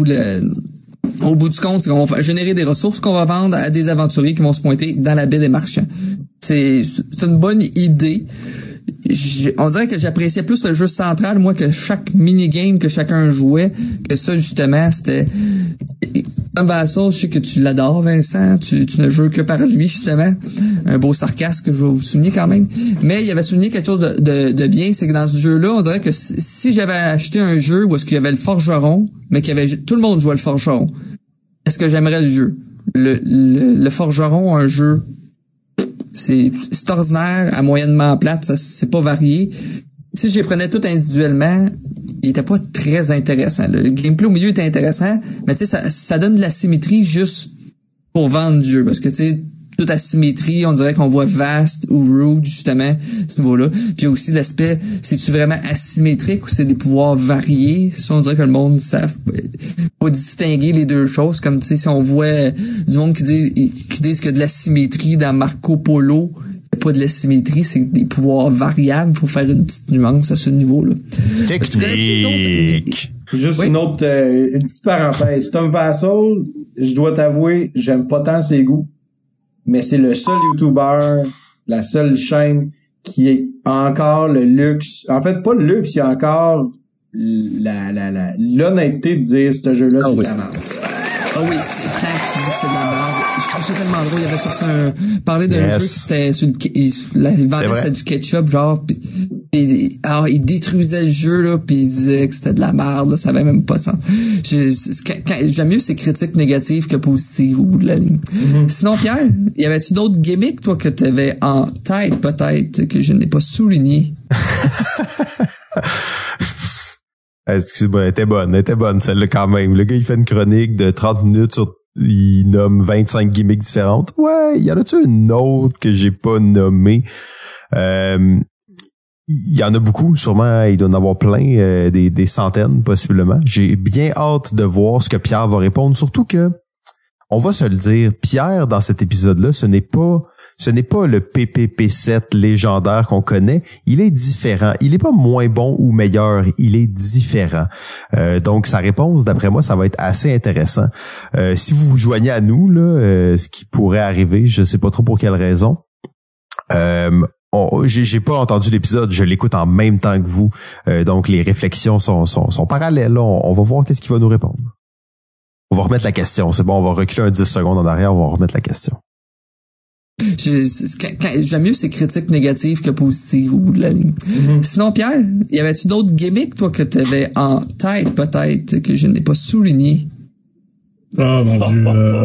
du compte, c'est qu'on va générer des ressources qu'on va vendre à des aventuriers qui vont se pointer dans la baie des marchands. C'est une bonne idée. On dirait que j'appréciais plus le jeu central, moi, que chaque mini-game que chacun jouait, que ça, justement, c'était... Tom Vassal, je sais que tu l'adores, Vincent. Tu ne joues que par lui, justement. Un beau sarcasme que je vais vous souligner quand même. Mais il avait souligné quelque chose de bien, c'est que dans ce jeu-là, on dirait que si j'avais acheté un jeu où est-ce qu'il y avait le forgeron, mais qu'il y avait tout le monde jouait le forgeron, est-ce que j'aimerais le jeu? Le forgeron, un jeu, c'est ordinaire, à moyennement plate, ça c'est pas varié. Si je les prenais tout individuellement, il était pas très intéressant. Le gameplay au milieu était intéressant, mais tu sais, ça donne de la symétrie juste pour vendre le jeu. Parce que tu sais, toute asymétrie, on dirait qu'on voit Vast ou Rogue, justement, ce niveau-là. Puis aussi l'aspect, c'est-tu vraiment asymétrique ou c'est des pouvoirs variés? Ça, on dirait que le monde ne savent pas distinguer les deux choses. Comme tu sais, si on voit du monde qui disent qu'il y a de la symétrie dans Marco Polo, il n'y a pas de la symétrie, c'est des pouvoirs variables pour faire une petite nuance à ce niveau-là. Technique! Juste oui. une petite parenthèse. Tom Vassal, je dois t'avouer, j'aime pas tant ses goûts. Mais c'est le seul YouTuber, la seule chaîne qui a encore le luxe. En fait, pas le luxe, il y a encore l'honnêteté de dire ce jeu-là, c'est de la merde. Ah oui, quand tu dis que c'est de la merde, je trouve ça tellement drôle. Il avait sorti parlé d'un jeu qui c'était sur la vendait c'était du ketchup, genre, il détruisait le jeu, là, pis il disait que c'était de la merde, là, ça avait même pas de sens. J'aime mieux ces critiques négatives que positives ou de la ligne. Mm-hmm. Sinon, Pierre, y avait-tu d'autres gimmicks, toi, que t'avais en tête, peut-être, que je n'ai pas souligné? Excuse-moi, elle était bonne celle-là quand même. Le gars, il fait une chronique de 30 minutes il nomme 25 gimmicks différentes. Ouais, y en a-tu une autre que j'ai pas nommée? Il y en a beaucoup, sûrement, il doit en avoir plein, des centaines possiblement. J'ai bien hâte de voir ce que Pierre va répondre, surtout que, on va se le dire, Pierre, dans cet épisode-là, ce n'est pas le PPP7 légendaire qu'on connaît, il est différent. Il est pas moins bon ou meilleur, il est différent. Donc sa réponse, d'après moi, ça va être assez intéressant. Si vous vous joignez à nous, là, ce qui pourrait arriver, je sais pas trop pour quelle raison. J'ai pas entendu l'épisode, je l'écoute en même temps que vous. Donc les réflexions sont parallèles. Là. On va voir qu'est-ce qu'il va nous répondre. On va remettre la question. C'est bon, on va reculer un 10 secondes en arrière, on va remettre la question. J'aime mieux ces critiques négatives que positives ou de la ligne. Mm-hmm. Sinon, Pierre, y avait-tu d'autres gimmicks, toi, que t'avais en tête, peut-être, que je n'ai pas souligné? Ah, mon Dieu.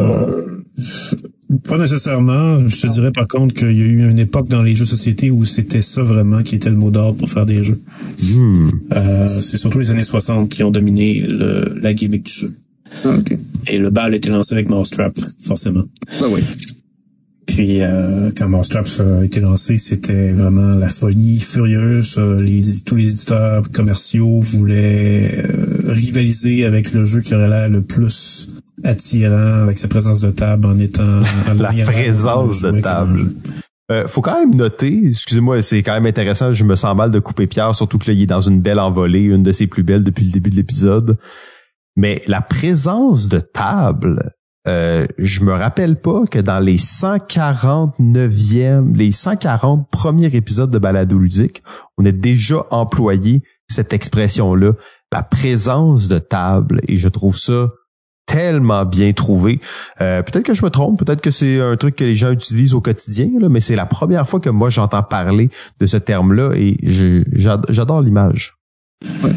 Pas nécessairement. Je te dirais, par contre, qu'il y a eu une époque dans les jeux de société où c'était ça vraiment qui était le mot d'ordre pour faire des jeux. C'est surtout les années 60 qui ont dominé la gimmick du jeu. Okay. Et le bal était lancé avec Mousetrap, forcément. Ah oui. Puis quand Mousetrap a été lancé, c'était vraiment la folie furieuse. Tous les éditeurs commerciaux voulaient rivaliser avec le jeu qui aurait l'air le plus attirant avec sa présence de table en étant... La présence de table. Faut quand même noter, excusez-moi, c'est quand même intéressant, je me sens mal de couper Pierre, surtout que là, il est dans une belle envolée, une de ses plus belles depuis le début de l'épisode. Mais la présence de table, je me rappelle pas que dans les 140 premiers épisodes de Balado Ludique, on a déjà employé cette expression-là, la présence de table, et je trouve ça tellement bien trouvé. Peut-être que je me trompe, peut-être que c'est un truc que les gens utilisent au quotidien, là, mais c'est la première fois que moi j'entends parler de ce terme-là et j'adore l'image. Ouais.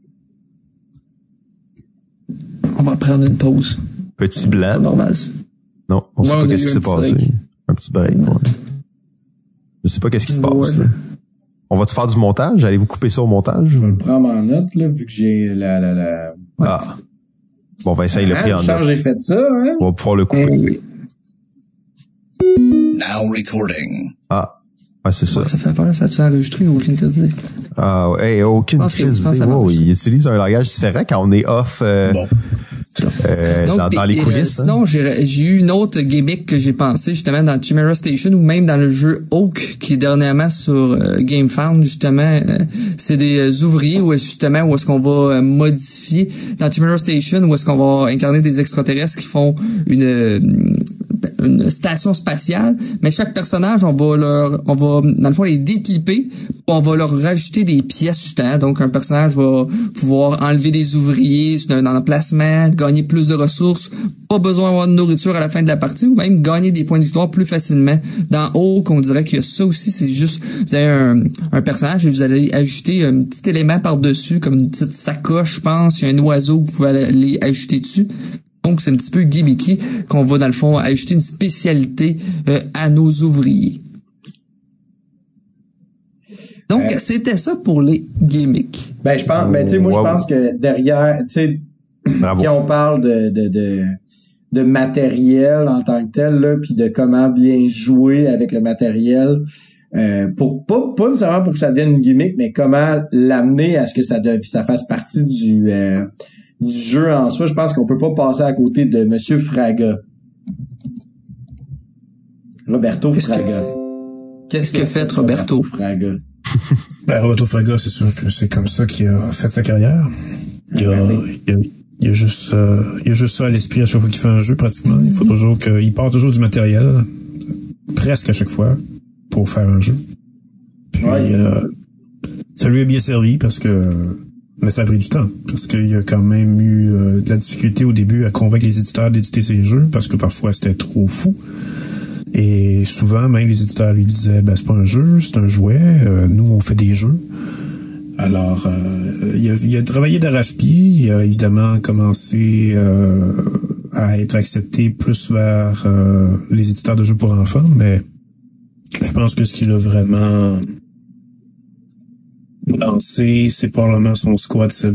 On va prendre une pause. Petit blanc. Normal. Non, on sait pas qu'est-ce qui s'est passé. Un petit break, ouais. Je sais pas qu'est-ce qui se passe, là. On va te faire du montage? Allez-vous couper ça au montage? Je vais le prendre en note, là, vu que j'ai la... Ah. Bon, Vincent, il l'a pris en note. J'ai fait ça, hein? On va pouvoir le couper. Oui. Now recording. Ah. Ah, c'est ça. Ça fait peur, ça a-tu enregistré ou aucune crise d'idée? Ah, ouais, aucune crise d'idée. Wow, il utilise un langage différent quand on est off, Donc, dans les coulisses. Sinon, j'ai eu une autre gimmick que j'ai pensé justement dans Chimera Station ou même dans le jeu Oak qui est dernièrement sur GameFound justement. C'est des ouvriers où est-ce qu'on va modifier dans Chimera Station où est-ce qu'on va incarner des extraterrestres qui font une station spatiale, mais chaque personnage, on va dans le fond les décliper, on va leur rajouter des pièces justement. Donc un personnage va pouvoir enlever des ouvriers d'un emplacement, gagner plus de ressources, pas besoin d'avoir de nourriture à la fin de la partie, ou même gagner des points de victoire plus facilement. Dans Hulk, on dirait qu'il y a ça aussi, c'est juste, vous avez un personnage et vous allez ajouter un petit élément par-dessus, comme une petite sacoche, je pense, il y a un oiseau que vous pouvez aller ajouter dessus. Donc, c'est un petit peu gimmicky qu'on va, dans le fond, ajouter une spécialité à nos ouvriers. Donc, c'était ça pour les gimmicks. Ben, je pense, tu sais, moi, je pense que derrière, tu sais, quand on parle de matériel en tant que tel, là, puis de comment bien jouer avec le matériel, pour pas nécessairement pour que ça devienne une gimmick, mais comment l'amener à ce que ça fasse partie du jeu en soi. Je pense qu'on peut pas passer à côté de Monsieur Fraga. Roberto Fraga. Qu'est-ce que fait Roberto Fraga? Ben, Roberto Fraga, c'est sûr que c'est comme ça qu'il a fait sa carrière. Il y a juste ça à l'esprit à chaque fois qu'il fait un jeu, pratiquement. Il faut toujours il part toujours du matériel, presque à chaque fois, pour faire un jeu. Puis, ça lui a bien servi mais ça a pris du temps, parce qu'il y a quand même eu de la difficulté au début à convaincre les éditeurs d'éditer ses jeux, parce que parfois c'était trop fou. Et souvent, même les éditeurs lui disaient, ben c'est pas un jeu, c'est un jouet, nous on fait des jeux. Alors, il a travaillé d'arrache-pied, il a évidemment commencé à être accepté plus vers les éditeurs de jeux pour enfants, mais je pense que ce qu'il a vraiment lancé, c'est probablement son Squad 7.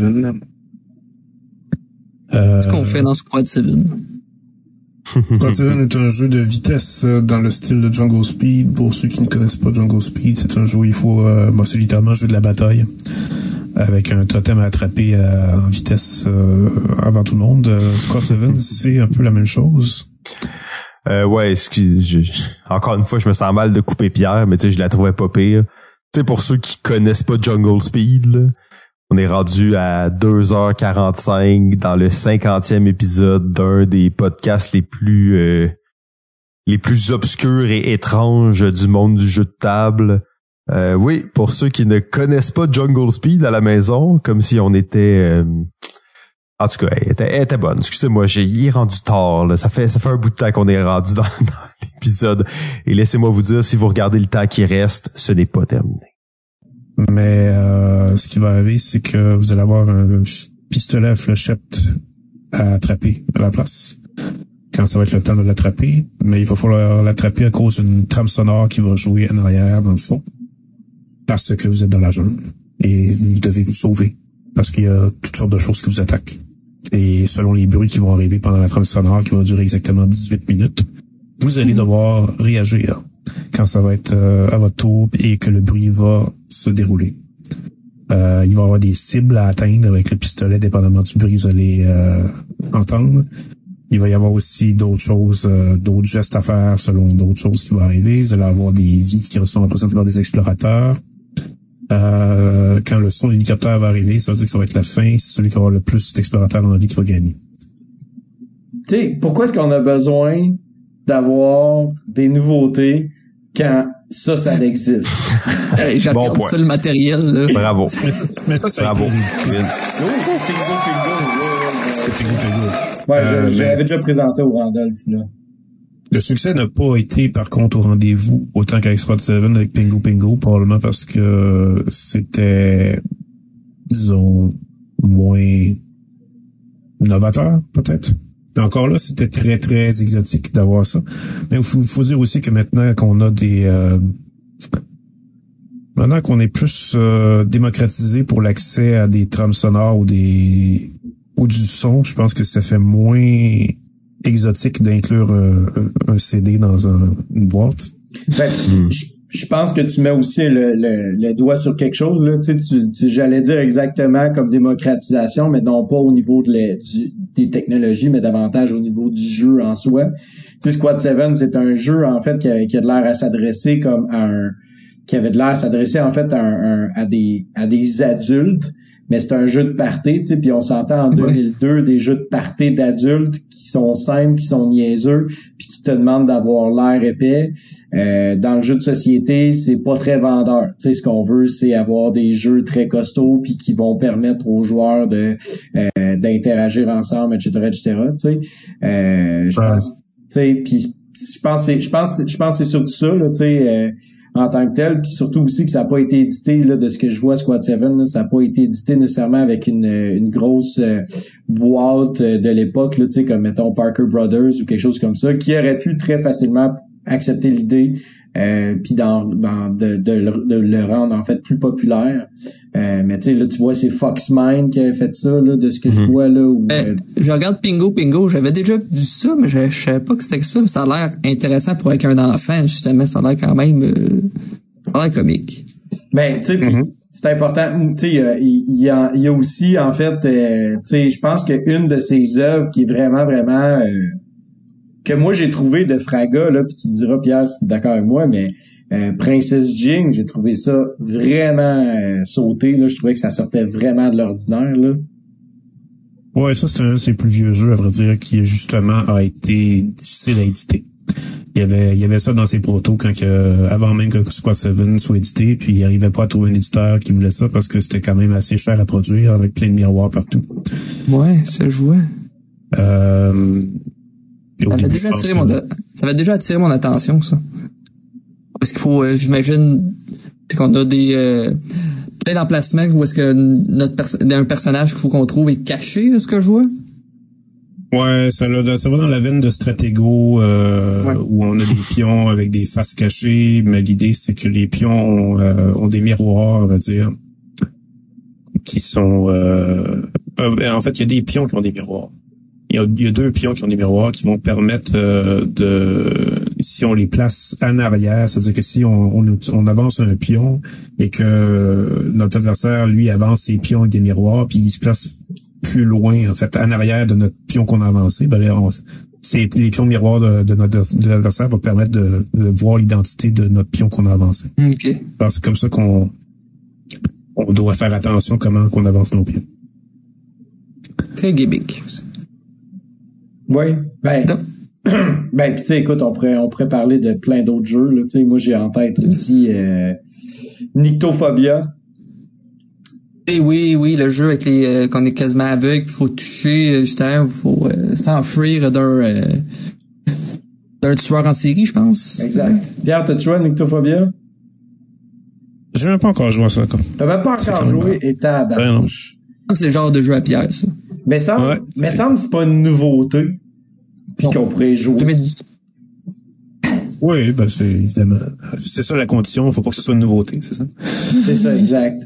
Qu'est-ce qu'on fait dans Squad 7? Squad 7 est un jeu de vitesse dans le style de Jungle Speed. Pour ceux qui ne connaissent pas Jungle Speed, c'est un jeu où il faut c'est littéralement jouer de la bataille avec un totem à attraper en vitesse avant tout le monde. Squad 7, c'est un peu la même chose. Ouais, encore une fois, je me sens mal de couper Pierre, mais tu sais, je la trouvais pas pire. Tu sais, pour ceux qui connaissent pas Jungle Speed, là, on est rendu à 2h45 dans le 50e épisode d'un des podcasts les plus obscurs et étranges du monde du jeu de table. Oui, pour ceux qui ne connaissent pas Jungle Speed à la maison, comme si on était... en tout cas, elle était bonne. Excusez-moi, il est rendu tard. Là. Ça fait un bout de temps qu'on est rendu dans l'épisode. Et laissez-moi vous dire, si vous regardez le temps qui reste, ce n'est pas terminé. Mais ce qui va arriver, c'est que vous allez avoir un pistolet à fléchette à attraper à la place. Quand ça va être le temps de l'attraper. Mais il va falloir l'attraper à cause d'une trame sonore qui va jouer en arrière, dans le fond. Parce que vous êtes dans la jungle. Et vous devez vous sauver. Parce qu'il y a toutes sortes de choses qui vous attaquent. Et selon les bruits qui vont arriver pendant la trame sonore, qui va durer exactement 18 minutes, vous allez devoir réagir quand ça va être à votre tour et que le bruit va se dérouler. Il va y avoir des cibles à atteindre avec le pistolet, dépendamment du bruit que vous allez entendre. Il va y avoir aussi d'autres choses, d'autres gestes à faire selon d'autres choses qui vont arriver. Vous allez avoir des vies qui sont représentées par des explorateurs. Quand le son de l'hélicoptère va arriver, ça veut dire que ça va être la fin. C'est celui qui va avoir le plus d'explorateurs dans la vie qui va gagner. Tu sais, pourquoi est-ce qu'on a besoin d'avoir des nouveautés quand ça existe? Hey, j'adore bon ça, le matériel. Là. Bravo. Mais ça bravo. Ouais, j'avais déjà présenté au Randolph, là. Le succès n'a pas été, par contre, au rendez-vous autant qu'avec Squad 7 avec Pingo Pingo, probablement parce que c'était, disons, moins novateur, peut-être. Mais encore là, c'était très, très exotique d'avoir ça. Mais il faut dire aussi que maintenant qu'on a maintenant qu'on est plus démocratisé pour l'accès à des trames sonores ou du son, je pense que ça fait moins exotique d'inclure un CD dans une boîte. Ben, je pense que tu mets aussi le doigt sur quelque chose là. Tu sais, j'allais dire exactement comme démocratisation, mais non pas au niveau des technologies, mais davantage au niveau du jeu en soi. Tu sais, Squad 7, c'est un jeu en fait qui a de l'air à s'adresser comme à qui avait de l'air s'adresser en fait à des adultes, mais c'est un jeu de party, tu sais, puis on s'entend en 2002 des jeux de party d'adultes qui sont simples, qui sont niaiseux, puis qui te demandent d'avoir l'air épais. Dans le jeu de société, c'est pas très vendeur. Tu sais, ce qu'on veut, c'est avoir des jeux très costauds puis qui vont permettre aux joueurs d'interagir ensemble, etc., etc. Tu sais, je pense, tu sais, puis je pense que c'est surtout ça, là, tu sais. En tant que tel, puis surtout aussi que ça n'a pas été édité, là, de ce que je vois, Squad 7, là, ça n'a pas été édité nécessairement avec une grosse boîte de l'époque, là, tu sais, comme mettons Parker Brothers ou quelque chose comme ça, qui aurait pu très facilement accepter l'idée puis de le rendre en fait plus populaire. Mais tu sais, là, tu vois, c'est Foxmine qui avait fait ça, là, de ce que je vois là. Où, je regarde Pingo, j'avais déjà vu ça, mais je savais pas que c'était que ça. Ça a l'air intéressant pour avec un enfant, justement. Ça a l'air quand même ça a l'air comique. Ben, tu sais, c'est important. Tu sais, il y a aussi, en fait, tu sais, je pense qu'une de ses œuvres qui est vraiment, vraiment que moi j'ai trouvé de Fraga, là, puis tu me diras, Pierre, si t'es d'accord avec moi, mais Princess Jing, j'ai trouvé ça vraiment sauté, là. Je trouvais que ça sortait vraiment de l'ordinaire, là. Ouais, ça, c'est un de ses plus vieux jeux, à vrai dire, qui justement a été difficile à éditer. Il y avait ça dans ses protos avant même que Squad 7 soit édité, puis il arrivait pas à trouver un éditeur qui voulait ça parce que c'était quand même assez cher à produire avec plein de miroirs partout. Ouais, ça je vois. Ça avait déjà attiré mon attention, ça. Parce qu'il faut, j'imagine, qu'on a des plein d'emplacements où est-ce que un personnage qu'il faut qu'on trouve est caché, est-ce que je vois? Ouais, ça va dans la veine de Stratego, où on a des pions avec des faces cachées, mais l'idée c'est que les pions ont des miroirs, on va dire, qui sont en fait, il y a des pions qui ont des miroirs. Il y a deux pions qui ont des miroirs qui vont permettre si on les place en arrière, c'est-à-dire que si on avance un pion et que notre adversaire, lui, avance ses pions avec des miroirs, puis il se place plus loin, en fait, en arrière de notre pion qu'on a avancé, les pions miroirs de l'adversaire vont permettre de voir l'identité de notre pion qu'on a avancé. OK. Alors, c'est comme ça qu'on doit faire attention comment qu'on avance nos pions. Très gimmick. Oui, ben tu sais, écoute, on pourrait parler de plein d'autres jeux, là, tu sais, moi j'ai en tête aussi Nyctophobia. Et oui, le jeu avec les qu'on est quasiment aveugle, il faut toucher, justement, il faut s'enfuir d'un tueur en série, je pense. Exact. Pierre, t'as joué à Nyctophobia? J'ai même pas encore joué à ça, quoi. T'as même pas encore joué et t'as bouche. C'est le genre de jeu à Pierre, ça. Mais semble que c'est pas une nouveauté. Puis qu'on pourrait jouer. Oui, ben c'est évidemment. C'est ça la condition, faut pas que ce soit une nouveauté, c'est ça? C'est ça, exact.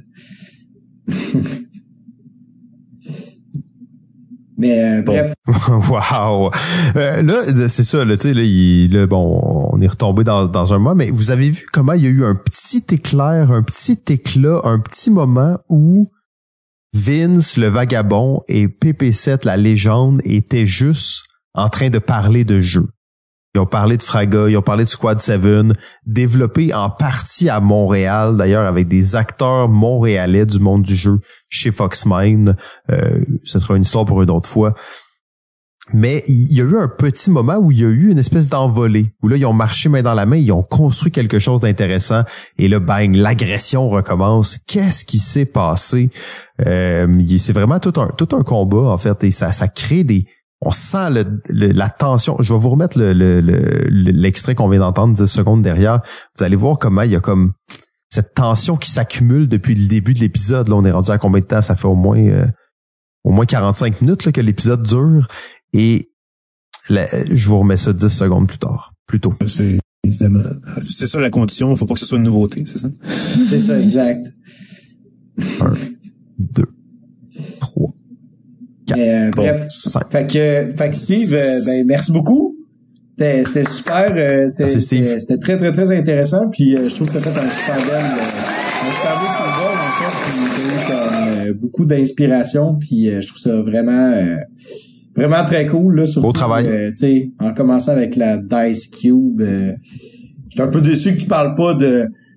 Mais bref. Wow. Là, c'est ça, là, tu sais, on est retombé dans un mois, mais vous avez vu comment il y a eu un petit éclair, un petit éclat, un petit moment où Vince, le vagabond, et PP7, la légende, étaient juste en train de parler de jeu. Ils ont parlé de Fraga, ils ont parlé de Squad 7, développé en partie à Montréal, d'ailleurs, avec des acteurs montréalais du monde du jeu chez Foxmine. Ce sera une histoire pour une autre fois. Mais il y a eu un petit moment où il y a eu une espèce d'envolée, où là, ils ont marché main dans la main, ils ont construit quelque chose d'intéressant, et là, bang, l'agression recommence. Qu'est-ce qui s'est passé? C'est vraiment tout un combat, en fait, et ça crée on sent la tension. Je vais vous remettre l'extrait qu'on vient d'entendre 10 secondes derrière. Vous allez voir comment il y a comme cette tension qui s'accumule depuis le début de l'épisode. Là, on est rendu à combien de temps? Ça fait au moins 45 minutes là, que l'épisode dure. Et je vous remets ça 10 secondes plus tôt. C'est évidemment. C'est ça la condition, faut pas que ce soit une nouveauté, c'est ça? C'est ça, exact. 1, 2, 3. Bref. 5. Fait que Steve, merci beaucoup. C'était super. C'était très, très, très intéressant. Puis je trouve que tu as fait un super beau symbole, en fait, qui a eu comme beaucoup d'inspiration. Puis je trouve ça vraiment très cool. Là, surtout, beau travail. En commençant avec la Dice Cube. J'étais un peu déçu que tu parles pas de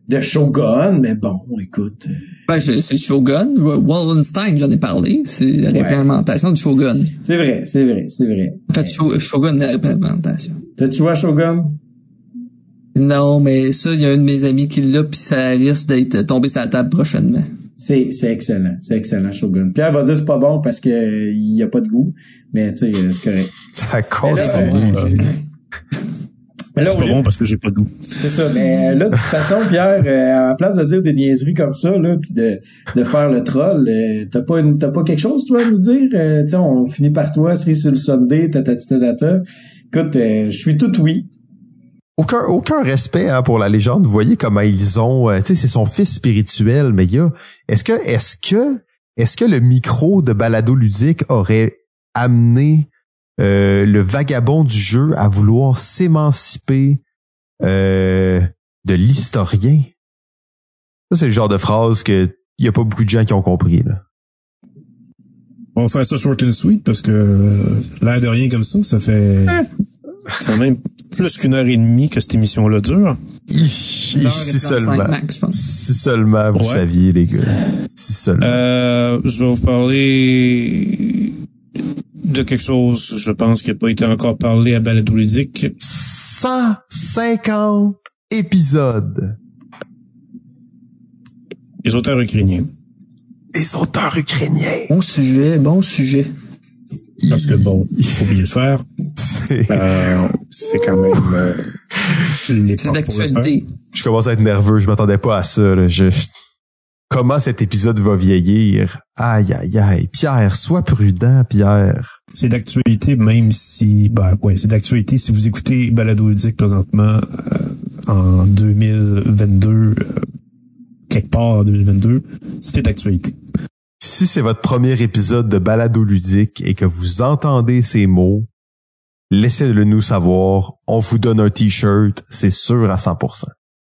de Shogun, mais bon, écoute. Ben, c'est Shogun. Wolfenstein, j'en ai parlé. C'est la réimplémentation du Shogun. C'est vrai. En fait, Shogun, la réimplémentation. T'as-tu joué à Shogun? Non, mais ça, il y a un de mes amis qui l'a, puis ça risque d'être tombé sur la table prochainement. C'est excellent. C'est excellent, Shogun. Pierre va dire c'est pas bon parce que il y a pas de goût, mais tu sais, c'est correct. Ça compte. Mais là, c'est pas bon parce que j'ai pas de goût. C'est ça. Mais là, de toute façon, Pierre, en place de dire des niaiseries comme ça, là, puis de faire le troll, t'as pas quelque chose, toi, à nous dire? Tiens, on finit par toi, cerise sur le Sunday, tatata. Écoute, je suis tout oui. Aucun respect pour la légende. Vous voyez comment ils ont, tu sais, c'est son fils spirituel, mais il y a, est-ce que le micro de Balado Ludique aurait amené le vagabond du jeu à vouloir s'émanciper de l'historien? Ça, c'est le genre de phrase que il y a pas beaucoup de gens qui ont compris, là. On va faire ça short and sweet parce que l'air de rien comme ça fait quand même plus qu'une heure et demie que cette émission-là dure. Si seulement. Max, je pense. Si seulement vous saviez, les gars. Si seulement. Je vais vous parler de quelque chose, je pense, qui n'a pas été encore parlé à Balado Ludique. 150 épisodes. Les auteurs ukrainiens. Les auteurs ukrainiens. Bon sujet. Parce que bon, il faut bien le faire. C'est quand même c'est d'actualité. Je commence à être nerveux, je m'attendais pas à ça, là. Comment cet épisode va vieillir? Aïe. Pierre, sois prudent, Pierre. C'est d'actualité, même si, c'est d'actualité si vous écoutez Balado Ludique présentement, en 2022, quelque part en 2022, c'était d'actualité. Si c'est votre premier épisode de Balado Ludique et que vous entendez ces mots, laissez-le nous savoir. On vous donne un t-shirt, c'est sûr à 100%.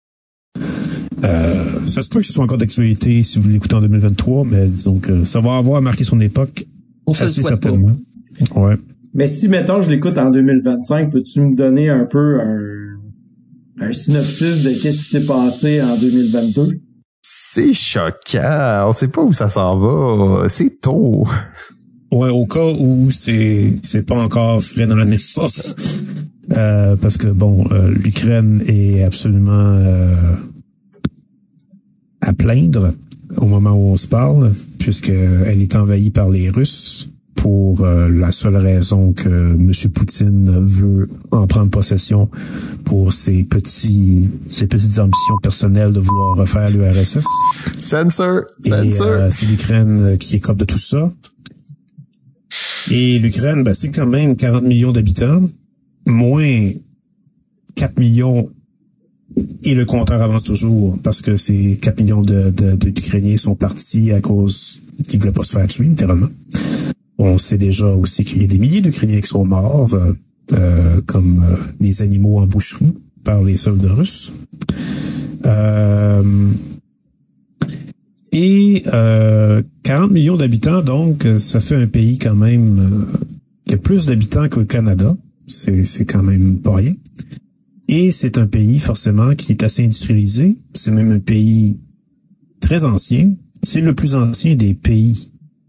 Ça se peut que ce soit encore d'actualité si vous l'écoutez en 2023, mais disons que ça va avoir marqué son époque. On se le souhaite certainement. Pas. Ouais. Mais si, mettons, je l'écoute en 2025, peux-tu me donner un peu un synopsis de qu'est-ce qui s'est passé en 2022? C'est choquant. On sait pas où ça s'en va. C'est tôt. Ouais, au cas où c'est pas encore frais dans la mémoire. Parce que bon, l'Ukraine est absolument à plaindre au moment où on se parle, puisqu'elle est envahie par les Russes pour la seule raison que M. Poutine veut en prendre possession pour ses petites ambitions personnelles de vouloir refaire l'URSS. Censor. Et c'est l'Ukraine qui écope de tout ça. Et l'Ukraine, c'est quand même 40 millions d'habitants, moins 4 millions, et le compteur avance toujours, parce que ces 4 millions d'Ukrainiens sont partis à cause qu'ils voulaient pas se faire tuer, littéralement. On sait déjà aussi qu'il y a des milliers d'Ukrainiens qui sont morts, comme des animaux en boucherie, par les soldats russes. Et 40 millions d'habitants, donc ça fait un pays quand même qui a plus d'habitants que le Canada. C'est quand même pas rien. Et c'est un pays forcément qui est assez industrialisé. C'est même un pays très ancien. C'est le plus ancien des pays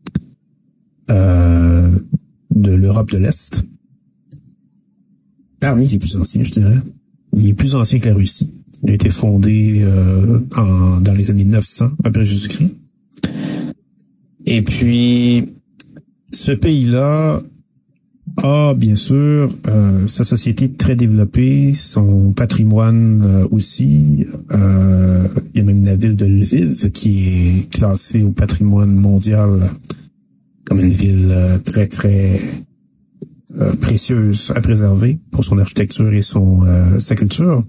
de l'Europe de l'Est. Parmi les plus anciens, je dirais. Il est plus ancien que la Russie. Il a été fondé dans les années 900 après Jésus-Christ. Et puis, ce pays-là a, bien sûr, sa société très développée, son patrimoine aussi. Il y a même la ville de Lviv qui est classée au patrimoine mondial comme une ville très, très précieuse à préserver pour son architecture et sa culture.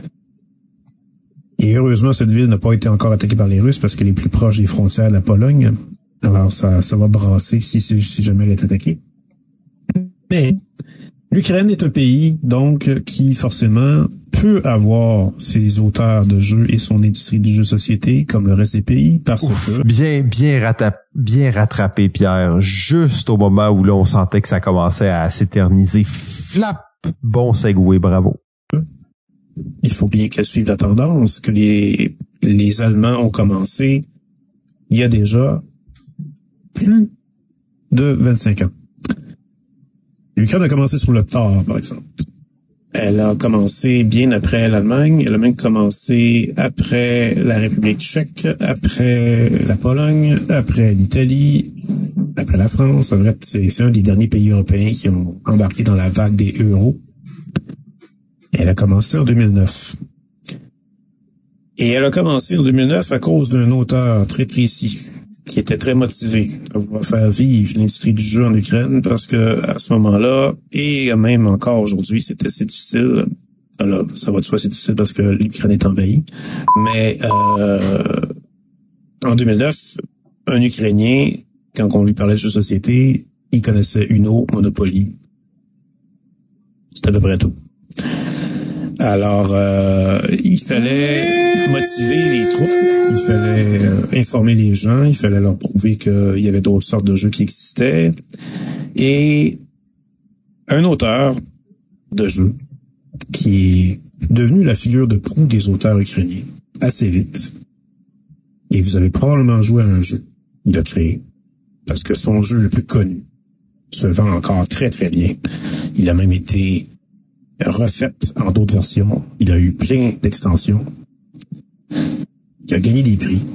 Et heureusement, cette ville n'a pas été encore attaquée par les Russes parce qu'elle est plus proche des frontières de la Pologne. Alors, ça va brasser si jamais elle est attaquée. Mais l'Ukraine est un pays, donc, qui forcément peut avoir ses auteurs de jeux et son industrie du jeu société comme le reste des pays parce que... Bien rattrapé, Pierre. Juste au moment où là, on sentait que ça commençait à s'éterniser. Flap! Bon segway, bravo. Il faut bien qu'elle suive la tendance, que les les Allemands ont commencé il y a déjà plus de 25 ans. L'Ukraine a commencé sur le tard, par exemple. Elle a commencé bien après l'Allemagne. Elle a même commencé après la République tchèque, après la Pologne, après l'Italie, après la France. En fait, c'est un des derniers pays européens qui ont embarqué dans la vague des euros. Elle a commencé en 2009. Et elle a commencé en 2009 à cause d'un auteur très précis, qui était très motivé à vouloir faire vivre l'industrie du jeu en Ukraine, parce que à ce moment-là, et même encore aujourd'hui, c'était assez difficile. Alors, ça va de soi, c'est difficile parce que l'Ukraine est envahie. Mais en 2009, un Ukrainien, quand on lui parlait de jeux de société, il connaissait Uno, Monopoly. C'était à peu près tout. Alors, il fallait motiver les troupes, il fallait informer les gens, il fallait leur prouver qu'il y avait d'autres sortes de jeux qui existaient. Et un auteur de jeu qui est devenu la figure de proue des auteurs ukrainiens assez vite. Et vous avez probablement joué à un jeu qu'il a créé, parce que son jeu le plus connu se vend encore très très bien. Il a même été refait en d'autres versions. Il a eu plein d'extensions. Il a gagné des prix.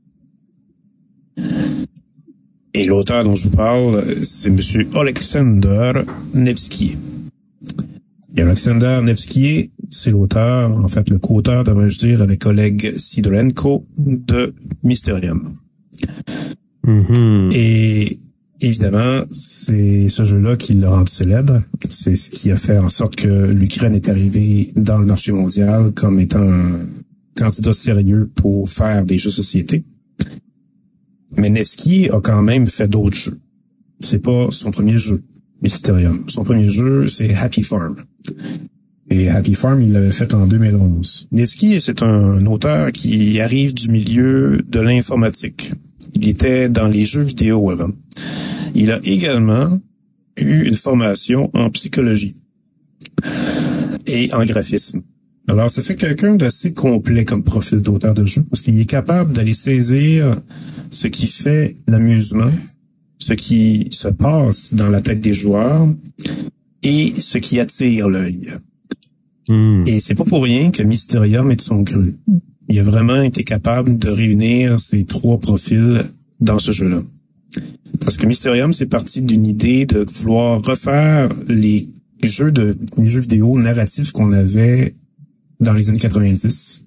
Et l'auteur dont je vous parle, c'est monsieur Alexander Nevsky. Et Alexander Nevsky, c'est l'auteur, en fait le co-auteur, devrais-je dire, avec Oleg Sidorenko de Mysterium. Mm-hmm. Et évidemment, c'est ce jeu-là qui l'a rendu célèbre. C'est ce qui a fait en sorte que l'Ukraine est arrivée dans le marché mondial comme étant un candidat sérieux pour faire des jeux de société. Mais Nevsky a quand même fait d'autres jeux. C'est pas son premier jeu, Mysterium. Son premier jeu, c'est Happy Farm. Et Happy Farm, il l'avait fait en 2011. Nevsky, c'est un auteur qui arrive du milieu de l'informatique. Il était dans les jeux vidéo avant. Il a également eu une formation en psychologie et en graphisme. Alors, ça fait quelqu'un d'assez complet comme profil d'auteur de jeu, parce qu'il est capable d'aller saisir ce qui fait l'amusement, ce qui se passe dans la tête des joueurs et ce qui attire l'œil. Et c'est pas pour rien que Mysterium est de son cru. Il a vraiment été capable de réunir ces trois profils dans ce jeu-là. Parce que Mysterium, c'est parti d'une idée de vouloir refaire les jeux vidéo narratifs qu'on avait dans les années 90.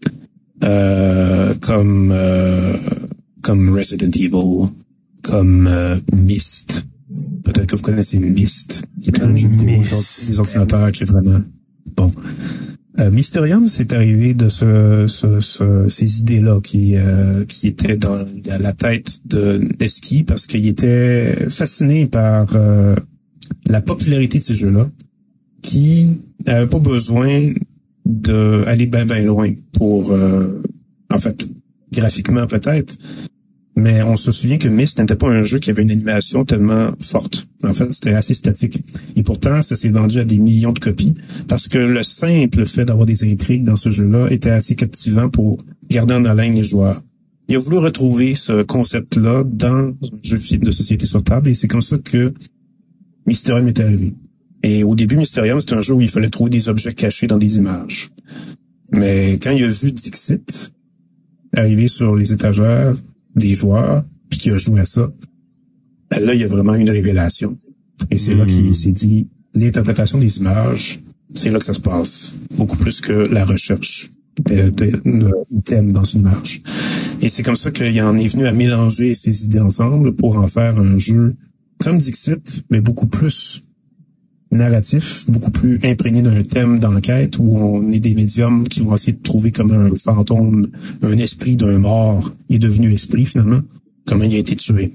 Comme Resident Evil, comme Myst. Peut-être que vous connaissez Myst, qui est un jeu vidéo sur les ordinateurs qui est vraiment bon. Mysterium, c'est arrivé de ces idées-là qui étaient dans la tête de Nevsky, parce qu'il était fasciné par la popularité de ces jeux-là, qui n'avaient pas besoin d'aller ben loin pour, en fait, graphiquement peut-être, mais on se souvient que Myst n'était pas un jeu qui avait une animation tellement forte. En fait, c'était assez statique. Et pourtant, ça s'est vendu à des millions de copies parce que le simple fait d'avoir des intrigues dans ce jeu-là était assez captivant pour garder en haleine les joueurs. Il a voulu retrouver ce concept-là dans un jeu de société sur table et c'est comme ça que Mysterium est arrivé. Et au début, Mysterium, c'était un jeu où il fallait trouver des objets cachés dans des images. Mais quand il a vu Dixit arriver sur les étagères des joueurs, puis qu'il a joué à ça, là, il y a vraiment une révélation. Et c'est là qu'il s'est dit, l'interprétation des images, c'est là que ça se passe. Beaucoup plus que la recherche d'items dans une image. Et c'est comme ça qu'il en est venu à mélanger ces idées ensemble pour en faire un jeu comme Dixit, mais beaucoup plus narratif, beaucoup plus imprégné d'un thème d'enquête où on est des médiums qui vont essayer de trouver comment un fantôme, un esprit d'un mort est devenu esprit finalement, comment il a été tué.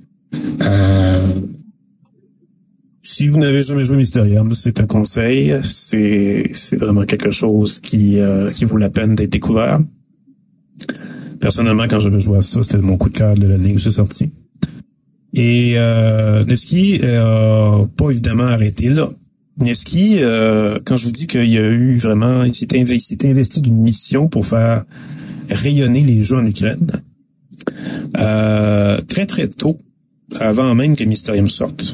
Si vous n'avez jamais joué Mysterium, c'est un conseil, c'est vraiment quelque chose qui vaut la peine d'être découvert. Personnellement, quand j'avais joué à ça, c'était mon coup de cœur de l'année où c'est sorti. Et Nevsky a pas évidemment arrêté là. Nevsky, quand je vous dis qu'il y a eu vraiment, il s'était investi d'une mission pour faire rayonner les jeux en Ukraine. Très très tôt, avant même que Mysterium sorte.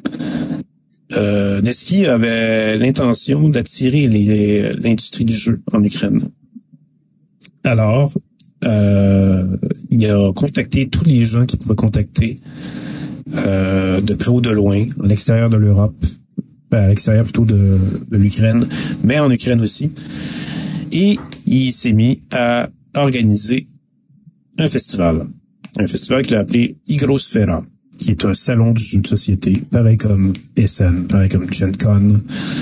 Nevsky avait l'intention d'attirer l'industrie du jeu en Ukraine. Alors, il a contacté tous les gens qu'il pouvait contacter, de près ou de loin, à l'extérieur de l'Europe, à l'extérieur plutôt de l'Ukraine, mais en Ukraine aussi. Et il s'est mis à organiser un festival qu'il a appelé Hygrosfera, qui est un salon du jeu de société, pareil comme Essen, pareil comme Gen Con.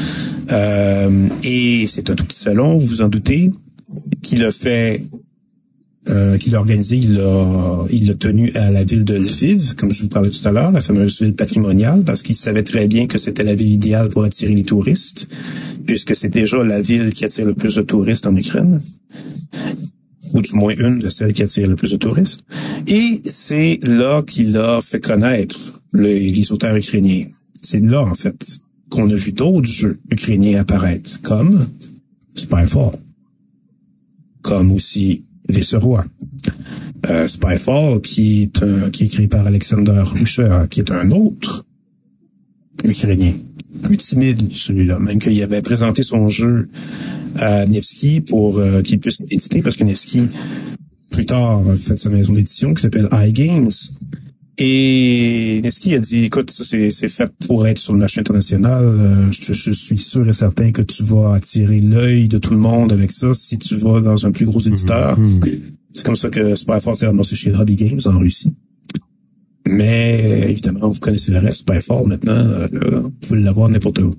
Et c'est un tout petit salon, vous vous en doutez, qu'il a fait, qu'il a organisé, il l'a tenu à la ville de Lviv, comme je vous parlais tout à l'heure, la fameuse ville patrimoniale, parce qu'il savait très bien que c'était la ville idéale pour attirer les touristes, puisque c'est déjà la ville qui attire le plus de touristes en Ukraine, ou du moins une de celles qui attire le plus de touristes. Et c'est là qu'il a fait connaître les auteurs ukrainiens. C'est là, en fait, qu'on a vu d'autres jeux ukrainiens apparaître, comme Spyfall, comme aussi Viceroy. Spyfall, qui est créé par Alexander Usher, qui est un autre Ukrainien. Plus timide, celui-là. Même qu'il avait présenté son jeu à Nevsky pour qu'il puisse l'éditer, parce que Nevsky, plus tard, a fait sa maison d'édition qui s'appelle iGames. Et Nevsky a dit, écoute, ça c'est fait pour être sur le marché international. Je suis sûr et certain que tu vas attirer l'œil de tout le monde avec ça si tu vas dans un plus gros éditeur. C'est comme ça que Spyfall s'est annoncé chez Hobby Games en Russie. Mais évidemment, vous connaissez le reste. Spyfall, maintenant, vous pouvez l'avoir n'importe où.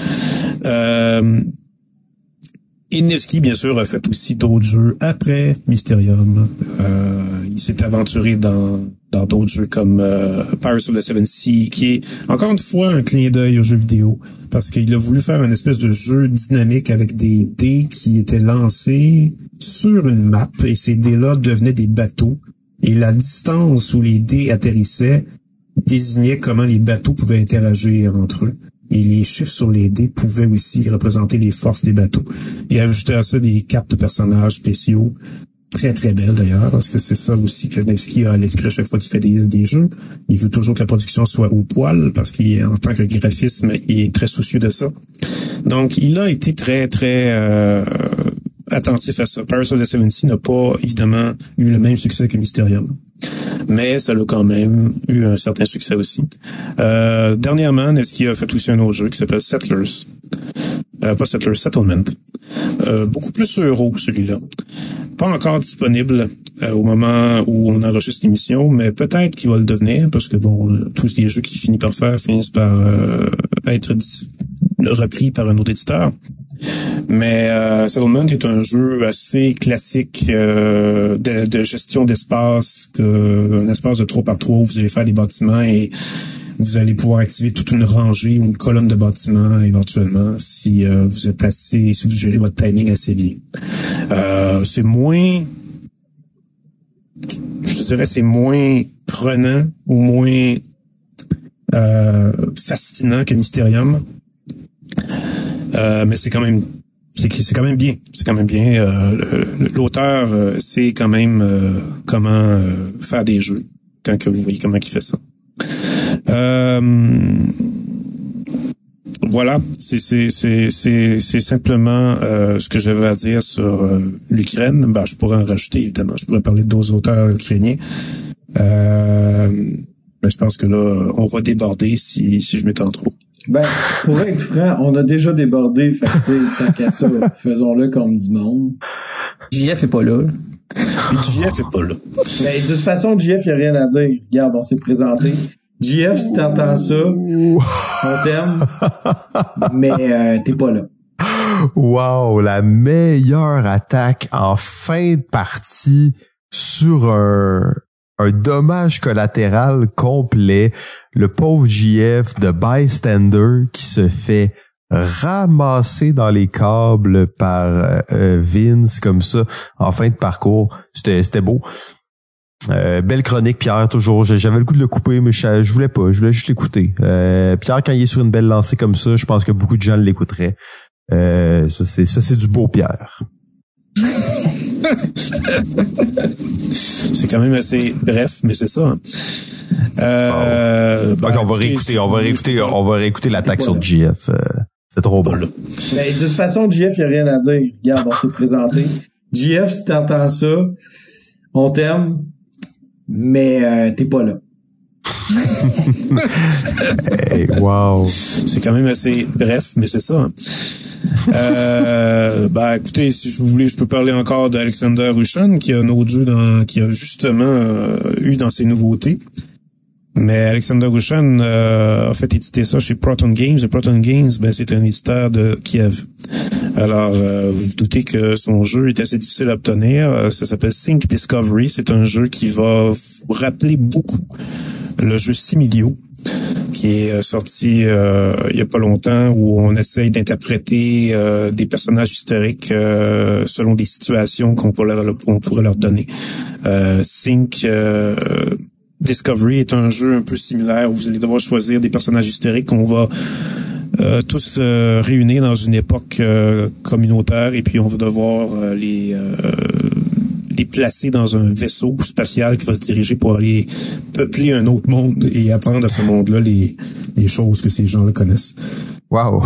Et Nevsky, bien sûr, a fait aussi d'autres jeux après Mysterium. Il s'est aventuré dans d'autres jeux comme Pirates of the Seven Seas, qui est encore une fois un clin d'œil aux jeux vidéo, parce qu'il a voulu faire une espèce de jeu dynamique avec des dés qui étaient lancés sur une map, et ces dés-là devenaient des bateaux, et la distance où les dés atterrissaient désignait comment les bateaux pouvaient interagir entre eux. Et les chiffres sur les dés pouvaient aussi représenter les forces des bateaux. Et ajouter à ça des cartes de personnages spéciaux, très très belles d'ailleurs, parce que c'est ça aussi que Nevsky a à l'esprit à chaque fois qu'il fait des jeux. Il veut toujours que la production soit au poil, parce qu'en tant que graphisme, il est très soucieux de ça. Donc, il a été très très attentif à ça. Pirates of the Seven Seas n'a pas, évidemment, eu le même succès que Mysterium. Mais ça a quand même eu un certain succès aussi. Dernièrement, Nevsky a fait aussi un autre jeu qui s'appelle Settlers. Pas Settlers, Settlement. Beaucoup plus euro, celui-là. Pas encore disponible au moment où on enregistre cette émission, mais peut-être qu'il va le devenir, parce que bon, tous les jeux qu'il finit par faire finissent par être repris par un autre éditeur. Mais Settlement est un jeu assez classique de gestion d'espace, un espace de 3x3 où vous allez faire des bâtiments et vous allez pouvoir activer toute une rangée ou une colonne de bâtiments éventuellement si vous gérez votre timing assez bien. C'est moins prenant ou moins fascinant que Mysterium. Mais c'est quand même bien. C'est quand même bien. L'auteur sait quand même comment faire des jeux quand que vous voyez comment il fait ça. Voilà, c'est simplement ce que j'avais à dire sur l'Ukraine. Ben, je pourrais en rajouter, évidemment. Je pourrais parler d'autres auteurs ukrainiens. Mais je pense que là, on va déborder si je m'étends trop. Ben, pour être franc, on a déjà débordé, fait que, tant qu'à ça, faisons-le comme du monde. JF est pas là. JF est pas là. Ben, de toute façon, JF, il n'y a rien à dire. Regarde, on s'est présenté. JF, si t'entends ça, on t'aime, mais t'es pas là. Wow, la meilleure attaque en fin de partie sur un dommage collatéral complet. Le pauvre JF de Bystander qui se fait ramasser dans les câbles par Vince comme ça en fin de parcours. C'était beau. Belle chronique, Pierre, toujours. J'avais le goût de le couper, mais je voulais pas. Je voulais juste l'écouter. Pierre, quand il est sur une belle lancée comme ça, je pense que beaucoup de gens l'écouteraient. Ça, c'est du beau Pierre. C'est quand même assez bref, mais c'est ça. Donc, on va réécouter l'attaque sur GF. C'est trop bon. Ben, de toute façon, GF, il n'y a rien à dire. Regarde, on s'est présenté. GF, si t'entends ça, on t'aime, mais t'es pas là. Hey, wow. C'est quand même assez bref, mais c'est ça. Écoutez, si vous voulez, je peux parler encore d'Alexander Rushan, qui a un autre jeu qui a justement eu dans ses nouveautés. Mais Alexander Rushan a fait éditer ça chez Proton Games. Et Proton Games, c'est un éditeur de Kiev. Alors, vous vous doutez que son jeu est assez difficile à obtenir. Ça s'appelle Sync Discovery. C'est un jeu qui va vous rappeler beaucoup le jeu Similio, qui est sorti il y a pas longtemps, où on essaye d'interpréter des personnages historiques selon des situations qu'on pourrait leur donner. Sync Discovery est un jeu un peu similaire où vous allez devoir choisir des personnages historiques qu'on va tous réunir dans une époque communautaire, et puis on va devoir les placer dans un vaisseau spatial qui va se diriger pour aller peupler un autre monde et apprendre à ce monde-là les choses que ces gens-là connaissent. Wow.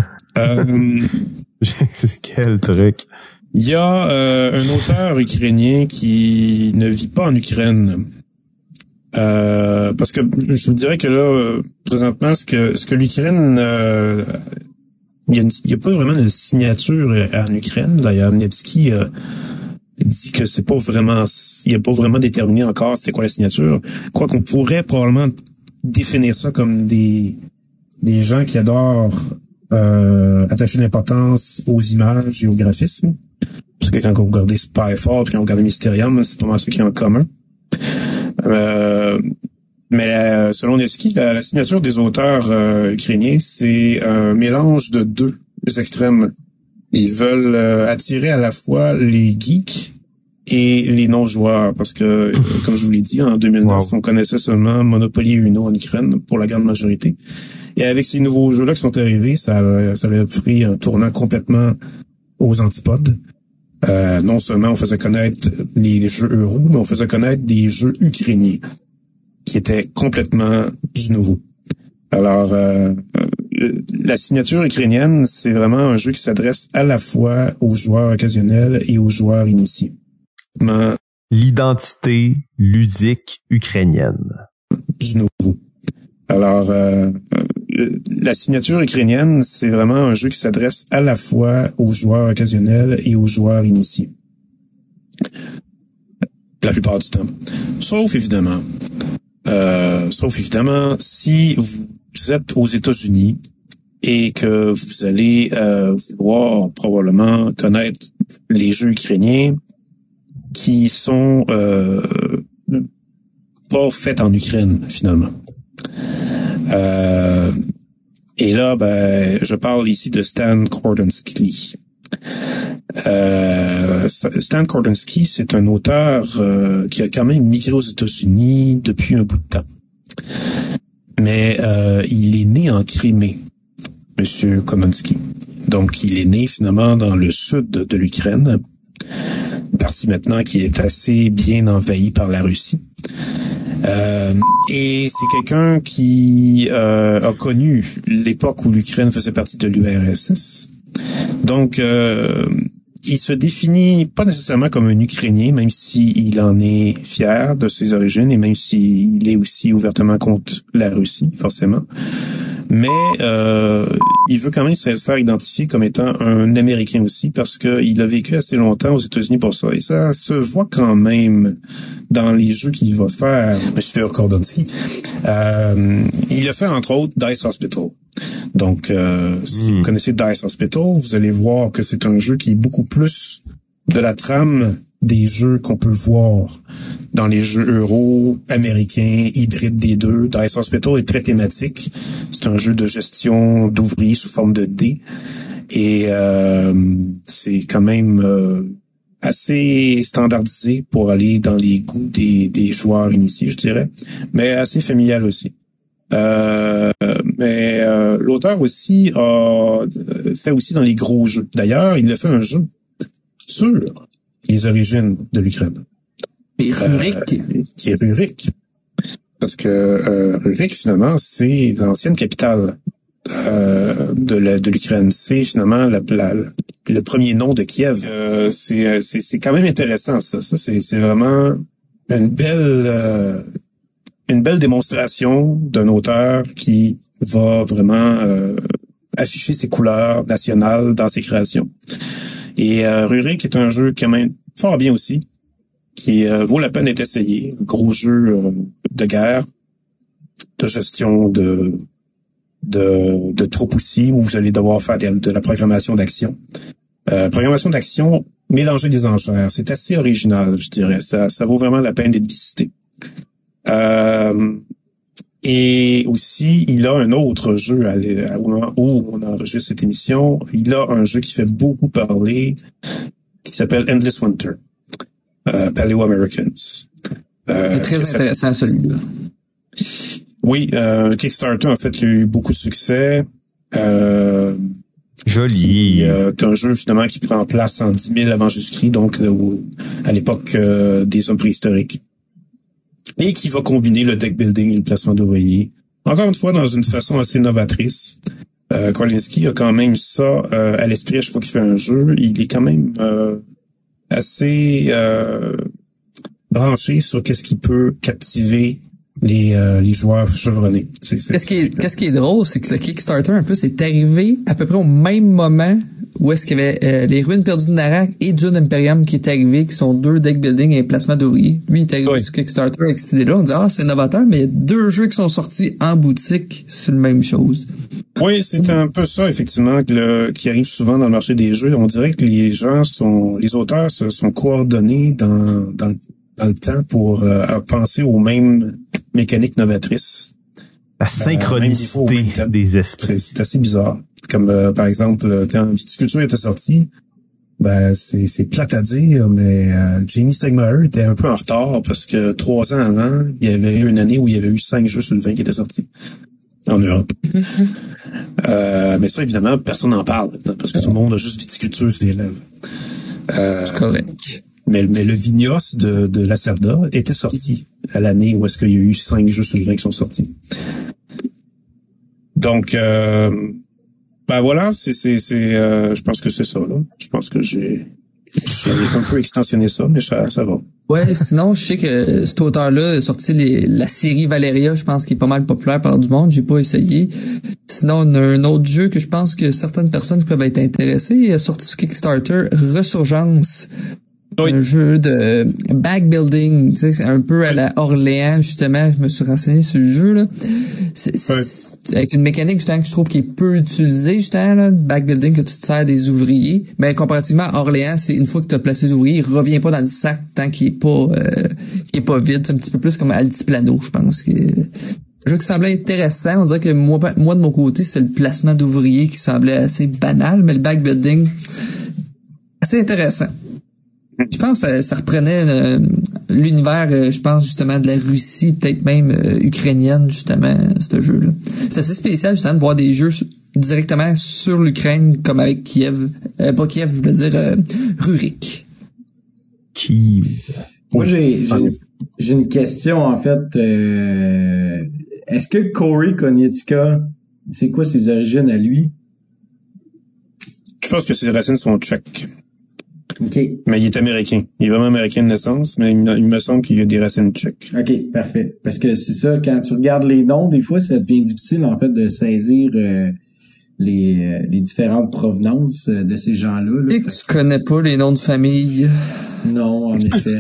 Quel truc. Il y a un auteur ukrainien qui ne vit pas en Ukraine. Parce que je vous dirais que là, présentement, ce que l'Ukraine, il y a pas vraiment de signature en Ukraine. D'ailleurs, Nevsky dit que c'est pas vraiment, il a pas vraiment déterminé encore c'était quoi la signature. Quoi qu'on pourrait probablement définir ça comme des gens qui adorent attacher l'importance aux images et au graphisme. Parce que quand vous regardez Spyfall, quand vous regardez Mysterium, c'est pas mal ce qu'il y a en commun. Mais selon Nevsky, la signature des auteurs ukrainiens, c'est un mélange de deux extrêmes. Ils veulent attirer à la fois les geeks et les non-joueurs, parce que, comme je vous l'ai dit, en 2009, on connaissait seulement Monopoly et Uno en Ukraine, pour la grande majorité. Et avec ces nouveaux jeux-là qui sont arrivés, ça a offert un tournant complètement aux antipodes. Non seulement on faisait connaître les jeux euro, mais on faisait connaître des jeux ukrainiens qui étaient complètement du nouveau. Alors, la signature ukrainienne, c'est vraiment un jeu qui s'adresse à la fois aux joueurs occasionnels et aux joueurs initiés. L'identité ludique ukrainienne. Du nouveau. Alors, la signature ukrainienne, c'est vraiment un jeu qui s'adresse à la fois aux joueurs occasionnels et aux joueurs initiés. La plupart du temps. Sauf évidemment, si vous êtes aux États-Unis et que vous allez vouloir probablement connaître les jeux ukrainiens qui sont pas faits en Ukraine, finalement. Et là, je parle ici de Stan Kordonski. Stan Kordonski, c'est un auteur qui a quand même migré aux États-Unis depuis un bout de temps. Mais il est né en Crimée, Monsieur Kordonski. Donc, il est né finalement dans le sud de l'Ukraine, partie maintenant qui est assez bien envahie par la Russie. Et c'est quelqu'un qui a connu l'époque où l'Ukraine faisait partie de l'URSS. Donc, il se définit pas nécessairement comme un Ukrainien, même s'il en est fier de ses origines et même s'il est aussi ouvertement contre la Russie, forcément. Mais il veut quand même se faire identifier comme étant un Américain aussi, parce qu'il a vécu assez longtemps aux États-Unis pour ça. Et ça se voit quand même dans les jeux qu'il va faire, M. Kordonski. Il a fait, entre autres, Dice Hospital. Donc, si vous connaissez Dice Hospital, vous allez voir que c'est un jeu qui est beaucoup plus de la trame des jeux qu'on peut voir dans les jeux euro, américains, hybrides des deux. Dice Hospital est très thématique. C'est un jeu de gestion d'ouvriers sous forme de dés. Et c'est quand même assez standardisé pour aller dans les goûts des joueurs initiés, je dirais. Mais assez familial aussi. Mais l'auteur aussi a fait aussi dans les gros jeux. D'ailleurs, il a fait un jeu sur les origines de l'Ukraine. Et Rurik. Qui est Rurik. Parce que Rurik, finalement, c'est l'ancienne capitale de l'Ukraine. C'est finalement le premier nom de Kiev. C'est quand même intéressant, ça. Ça, c'est vraiment une belle démonstration d'un auteur qui va vraiment afficher ses couleurs nationales dans ses créations. Et Rurik est un jeu quand même fort bien aussi, qui vaut la peine d'être essayé. Un gros jeu de guerre, de gestion de troupes aussi, où vous allez devoir faire de la programmation d'action. Programmation d'action, mélanger des enchères. C'est assez original, je dirais. Ça vaut vraiment la peine d'être visité. Et aussi, il a un autre jeu au moment où on enregistre cette émission. Il a un jeu qui fait beaucoup parler, qui s'appelle Endless Winter. Paleo Americans. C'est très intéressant, celui-là. Oui, Kickstarter, en fait, il a eu beaucoup de succès. Joli. C'est un jeu, finalement, qui prend place en 10 000 avant Jésus-Christ, donc à l'époque des hommes préhistoriques. Et qui va combiner le deck building et le placement d'ouvriers. Encore une fois, dans une façon assez novatrice. Korlinski a quand même ça à l'esprit à chaque fois qu'il fait un jeu. Il est quand même assez branché sur qu'est-ce qui peut captiver les joueurs chevronnés. Qu'est-ce qui est drôle, c'est que le Kickstarter, un peu, c'est arrivé à peu près au même moment où est-ce qu'il y avait les Ruines perdues de Narak et Dune Imperium qui est arrivé, qui sont deux deck building et placement d'ouvriers. Lui, il est arrivé sur Kickstarter avec cette idée-là. On dit, c'est novateur, mais il y a deux jeux qui sont sortis en boutique, c'est la même chose. Oui, c'est un peu ça, effectivement, qui arrive souvent dans le marché des jeux. On dirait que les auteurs se sont coordonnés dans le temps pour penser aux mêmes mécaniques novatrices. La synchronicité des esprits. C'est assez bizarre. Comme par exemple, quand Viticulture était sorti, c'est plate à dire, mais Jamie Stegmaier était un peu en retard parce que 3 ans avant, il y avait eu une année où il y avait eu 5 jeux sur le 20 qui étaient sortis en Europe. Mais ça, évidemment, personne n'en parle parce que tout le monde a juste Viticulture sur les lèvres. C'est correct. Mais le Vignos de Lacerda était sorti à l'année où est-ce qu'il y a eu 5 jeux sur le 20 qui sont sortis. Donc, voilà, je pense que c'est ça, là. Je pense que j'ai un peu extensionné ça, mais ça va. Ouais, sinon, je sais que cet auteur-là a sorti la série Valeria, je pense, qui est pas mal populaire par du monde. J'ai pas essayé. Sinon, on a un autre jeu que je pense que certaines personnes peuvent être intéressées. Il a sorti sur Kickstarter, Resurgence. Oui. Un jeu de backbuilding, tu sais, c'est un peu à la Orléans, justement. Je me suis renseigné sur le jeu, là. C'est avec une mécanique, justement, que je trouve qui est peu utilisée, justement, là. Backbuilding, que tu te sers des ouvriers. Mais comparativement à Orléans, c'est une fois que tu as placé les ouvriers, il revient pas dans le sac tant qu'il est pas vide. C'est un petit peu plus comme Altiplano, je pense. Un jeu qui semblait intéressant. On dirait que moi, de mon côté, c'est le placement d'ouvriers qui semblait assez banal, mais le backbuilding, assez intéressant. Je pense que ça reprenait l'univers, je pense, justement, de la Russie, peut-être même ukrainienne, justement, ce jeu-là. C'est assez spécial, justement, de voir des jeux directement sur l'Ukraine, comme avec Kiev. Pas Kiev, je voulais dire Rurik. Moi, j'ai une question, en fait. Est-ce que Corey Konietzka, c'est quoi ses origines à lui? Je pense que ses racines sont tchèques. Okay. Mais il est américain. Il est vraiment américain de naissance, mais il me semble qu'il a des racines tchèques. OK, parfait. Parce que c'est ça, quand tu regardes les noms, des fois, ça devient difficile, en fait, de saisir les différentes provenances de ces gens-là. Et que tu connais pas les noms de famille. Non, en effet.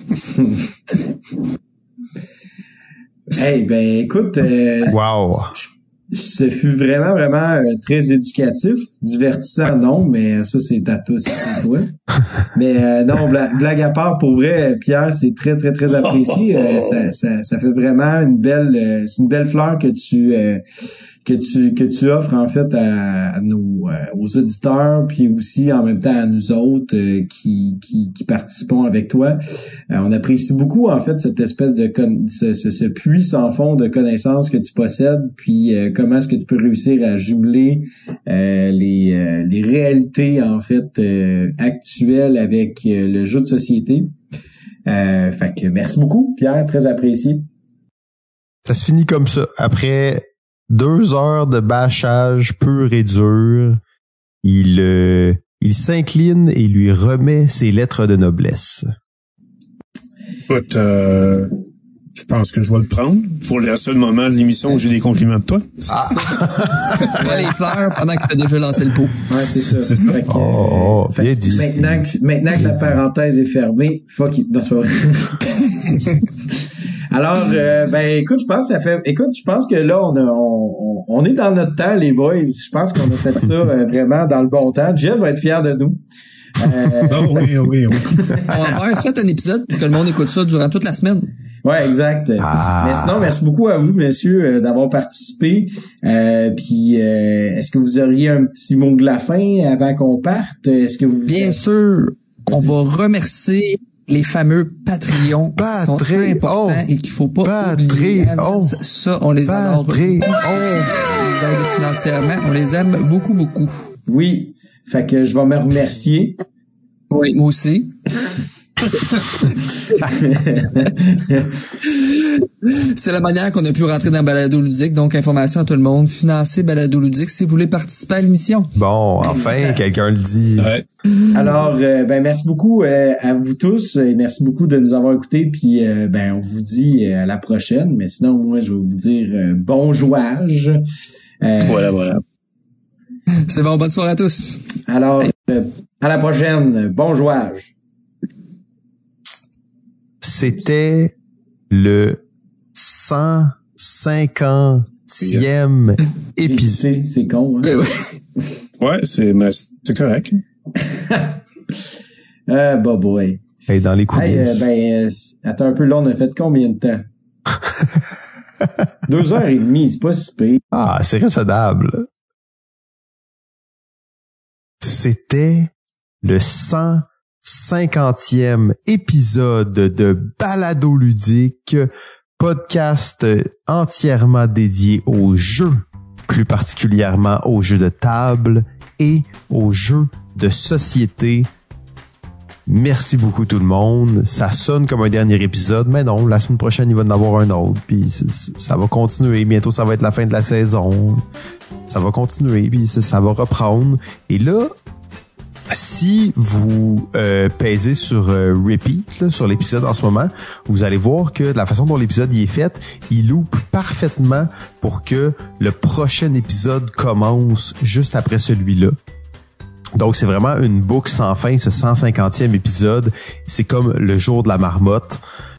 Hey, écoute... Wow! Ce fut vraiment, vraiment très éducatif. Divertissant, non, mais ça, c'est à tous, c'est à toi. Mais non, blague à part, pour vrai, Pierre, c'est très, très, très apprécié. Ça fait vraiment c'est une belle fleur que que tu offres en fait à nos aux auditeurs, puis aussi en même temps à nous autres qui participons avec toi. On apprécie beaucoup en fait cette espèce de ce puits sans fond de connaissances que tu possèdes, puis comment est-ce que tu peux réussir à jumeler les réalités en fait actuelles avec le jeu de société. Fait que merci beaucoup, Pierre, très apprécié. Ça se finit comme ça. Après 2 heures de bâchage pur et dur, il s'incline et lui remet ses lettres de noblesse. Écoute, je pense que je vais le prendre pour le seul moment de l'émission où j'ai des compliments de toi. Ouais, les fleurs pendant que tu as déjà lancé le pot. Ouais, c'est ça. C'est ça. Fait que, bien dit. Maintenant que la parenthèse est fermée, fuck it. Non, c'est pas vrai. Alors, écoute, je pense que là, on est dans notre temps, les boys. Je pense qu'on a fait ça vraiment dans le bon temps. Jeff va être fier de nous. Oui. On va faire un épisode pour que le monde écoute ça durant toute la semaine. Ouais, exact. Mais sinon, merci beaucoup à vous, messieurs, d'avoir participé. Puis, est-ce que vous auriez un petit mot de la fin avant qu'on parte? Est-ce que vous... Bien sûr, on va remercier les fameux Patreons qui sont très importants et qu'il faut pas oublier. Ça, on les adore. On les aide financièrement. On les aime beaucoup, beaucoup. Oui. Fait que je vais me remercier. Oui, moi aussi. C'est la manière qu'on a pu rentrer dans Balado Ludique. Donc, information à tout le monde. Financez Balado Ludique si vous voulez participer à l'émission. Bon, enfin, quelqu'un le dit. Ouais. Alors, merci beaucoup à vous tous. Et merci beaucoup de nous avoir écoutés. Puis, on vous dit à la prochaine. Mais sinon, moi, je vais vous dire bon jouage. Voilà. C'est bon, bonne soirée à tous. Alors, à la prochaine. Bon jouage. C'était le 150e épisode. C'est con, hein? Ouais, c'est correct. Boy. Hey, dans les coulisses. Attends un peu, là, on a fait combien de temps? 2h30, c'est pas si pire. Ah, c'est raisonnable. C'était le 150e épisode de Balado Ludique, podcast entièrement dédié aux jeux, plus particulièrement aux jeux de table et aux jeux de société. Merci beaucoup tout le monde. Ça sonne comme un dernier épisode, mais non, la semaine prochaine, il va en avoir un autre, puis ça va continuer. Bientôt, ça va être la fin de la saison. Ça va continuer, puis ça va reprendre. Et là, si vous pèsez sur repeat là, sur l'épisode en ce moment, vous allez voir que la façon dont l'épisode y est fait, il loupe parfaitement pour que le prochain épisode commence juste après celui-là. Donc, c'est vraiment une boucle sans fin, ce 150e épisode. C'est comme le jour de la marmotte.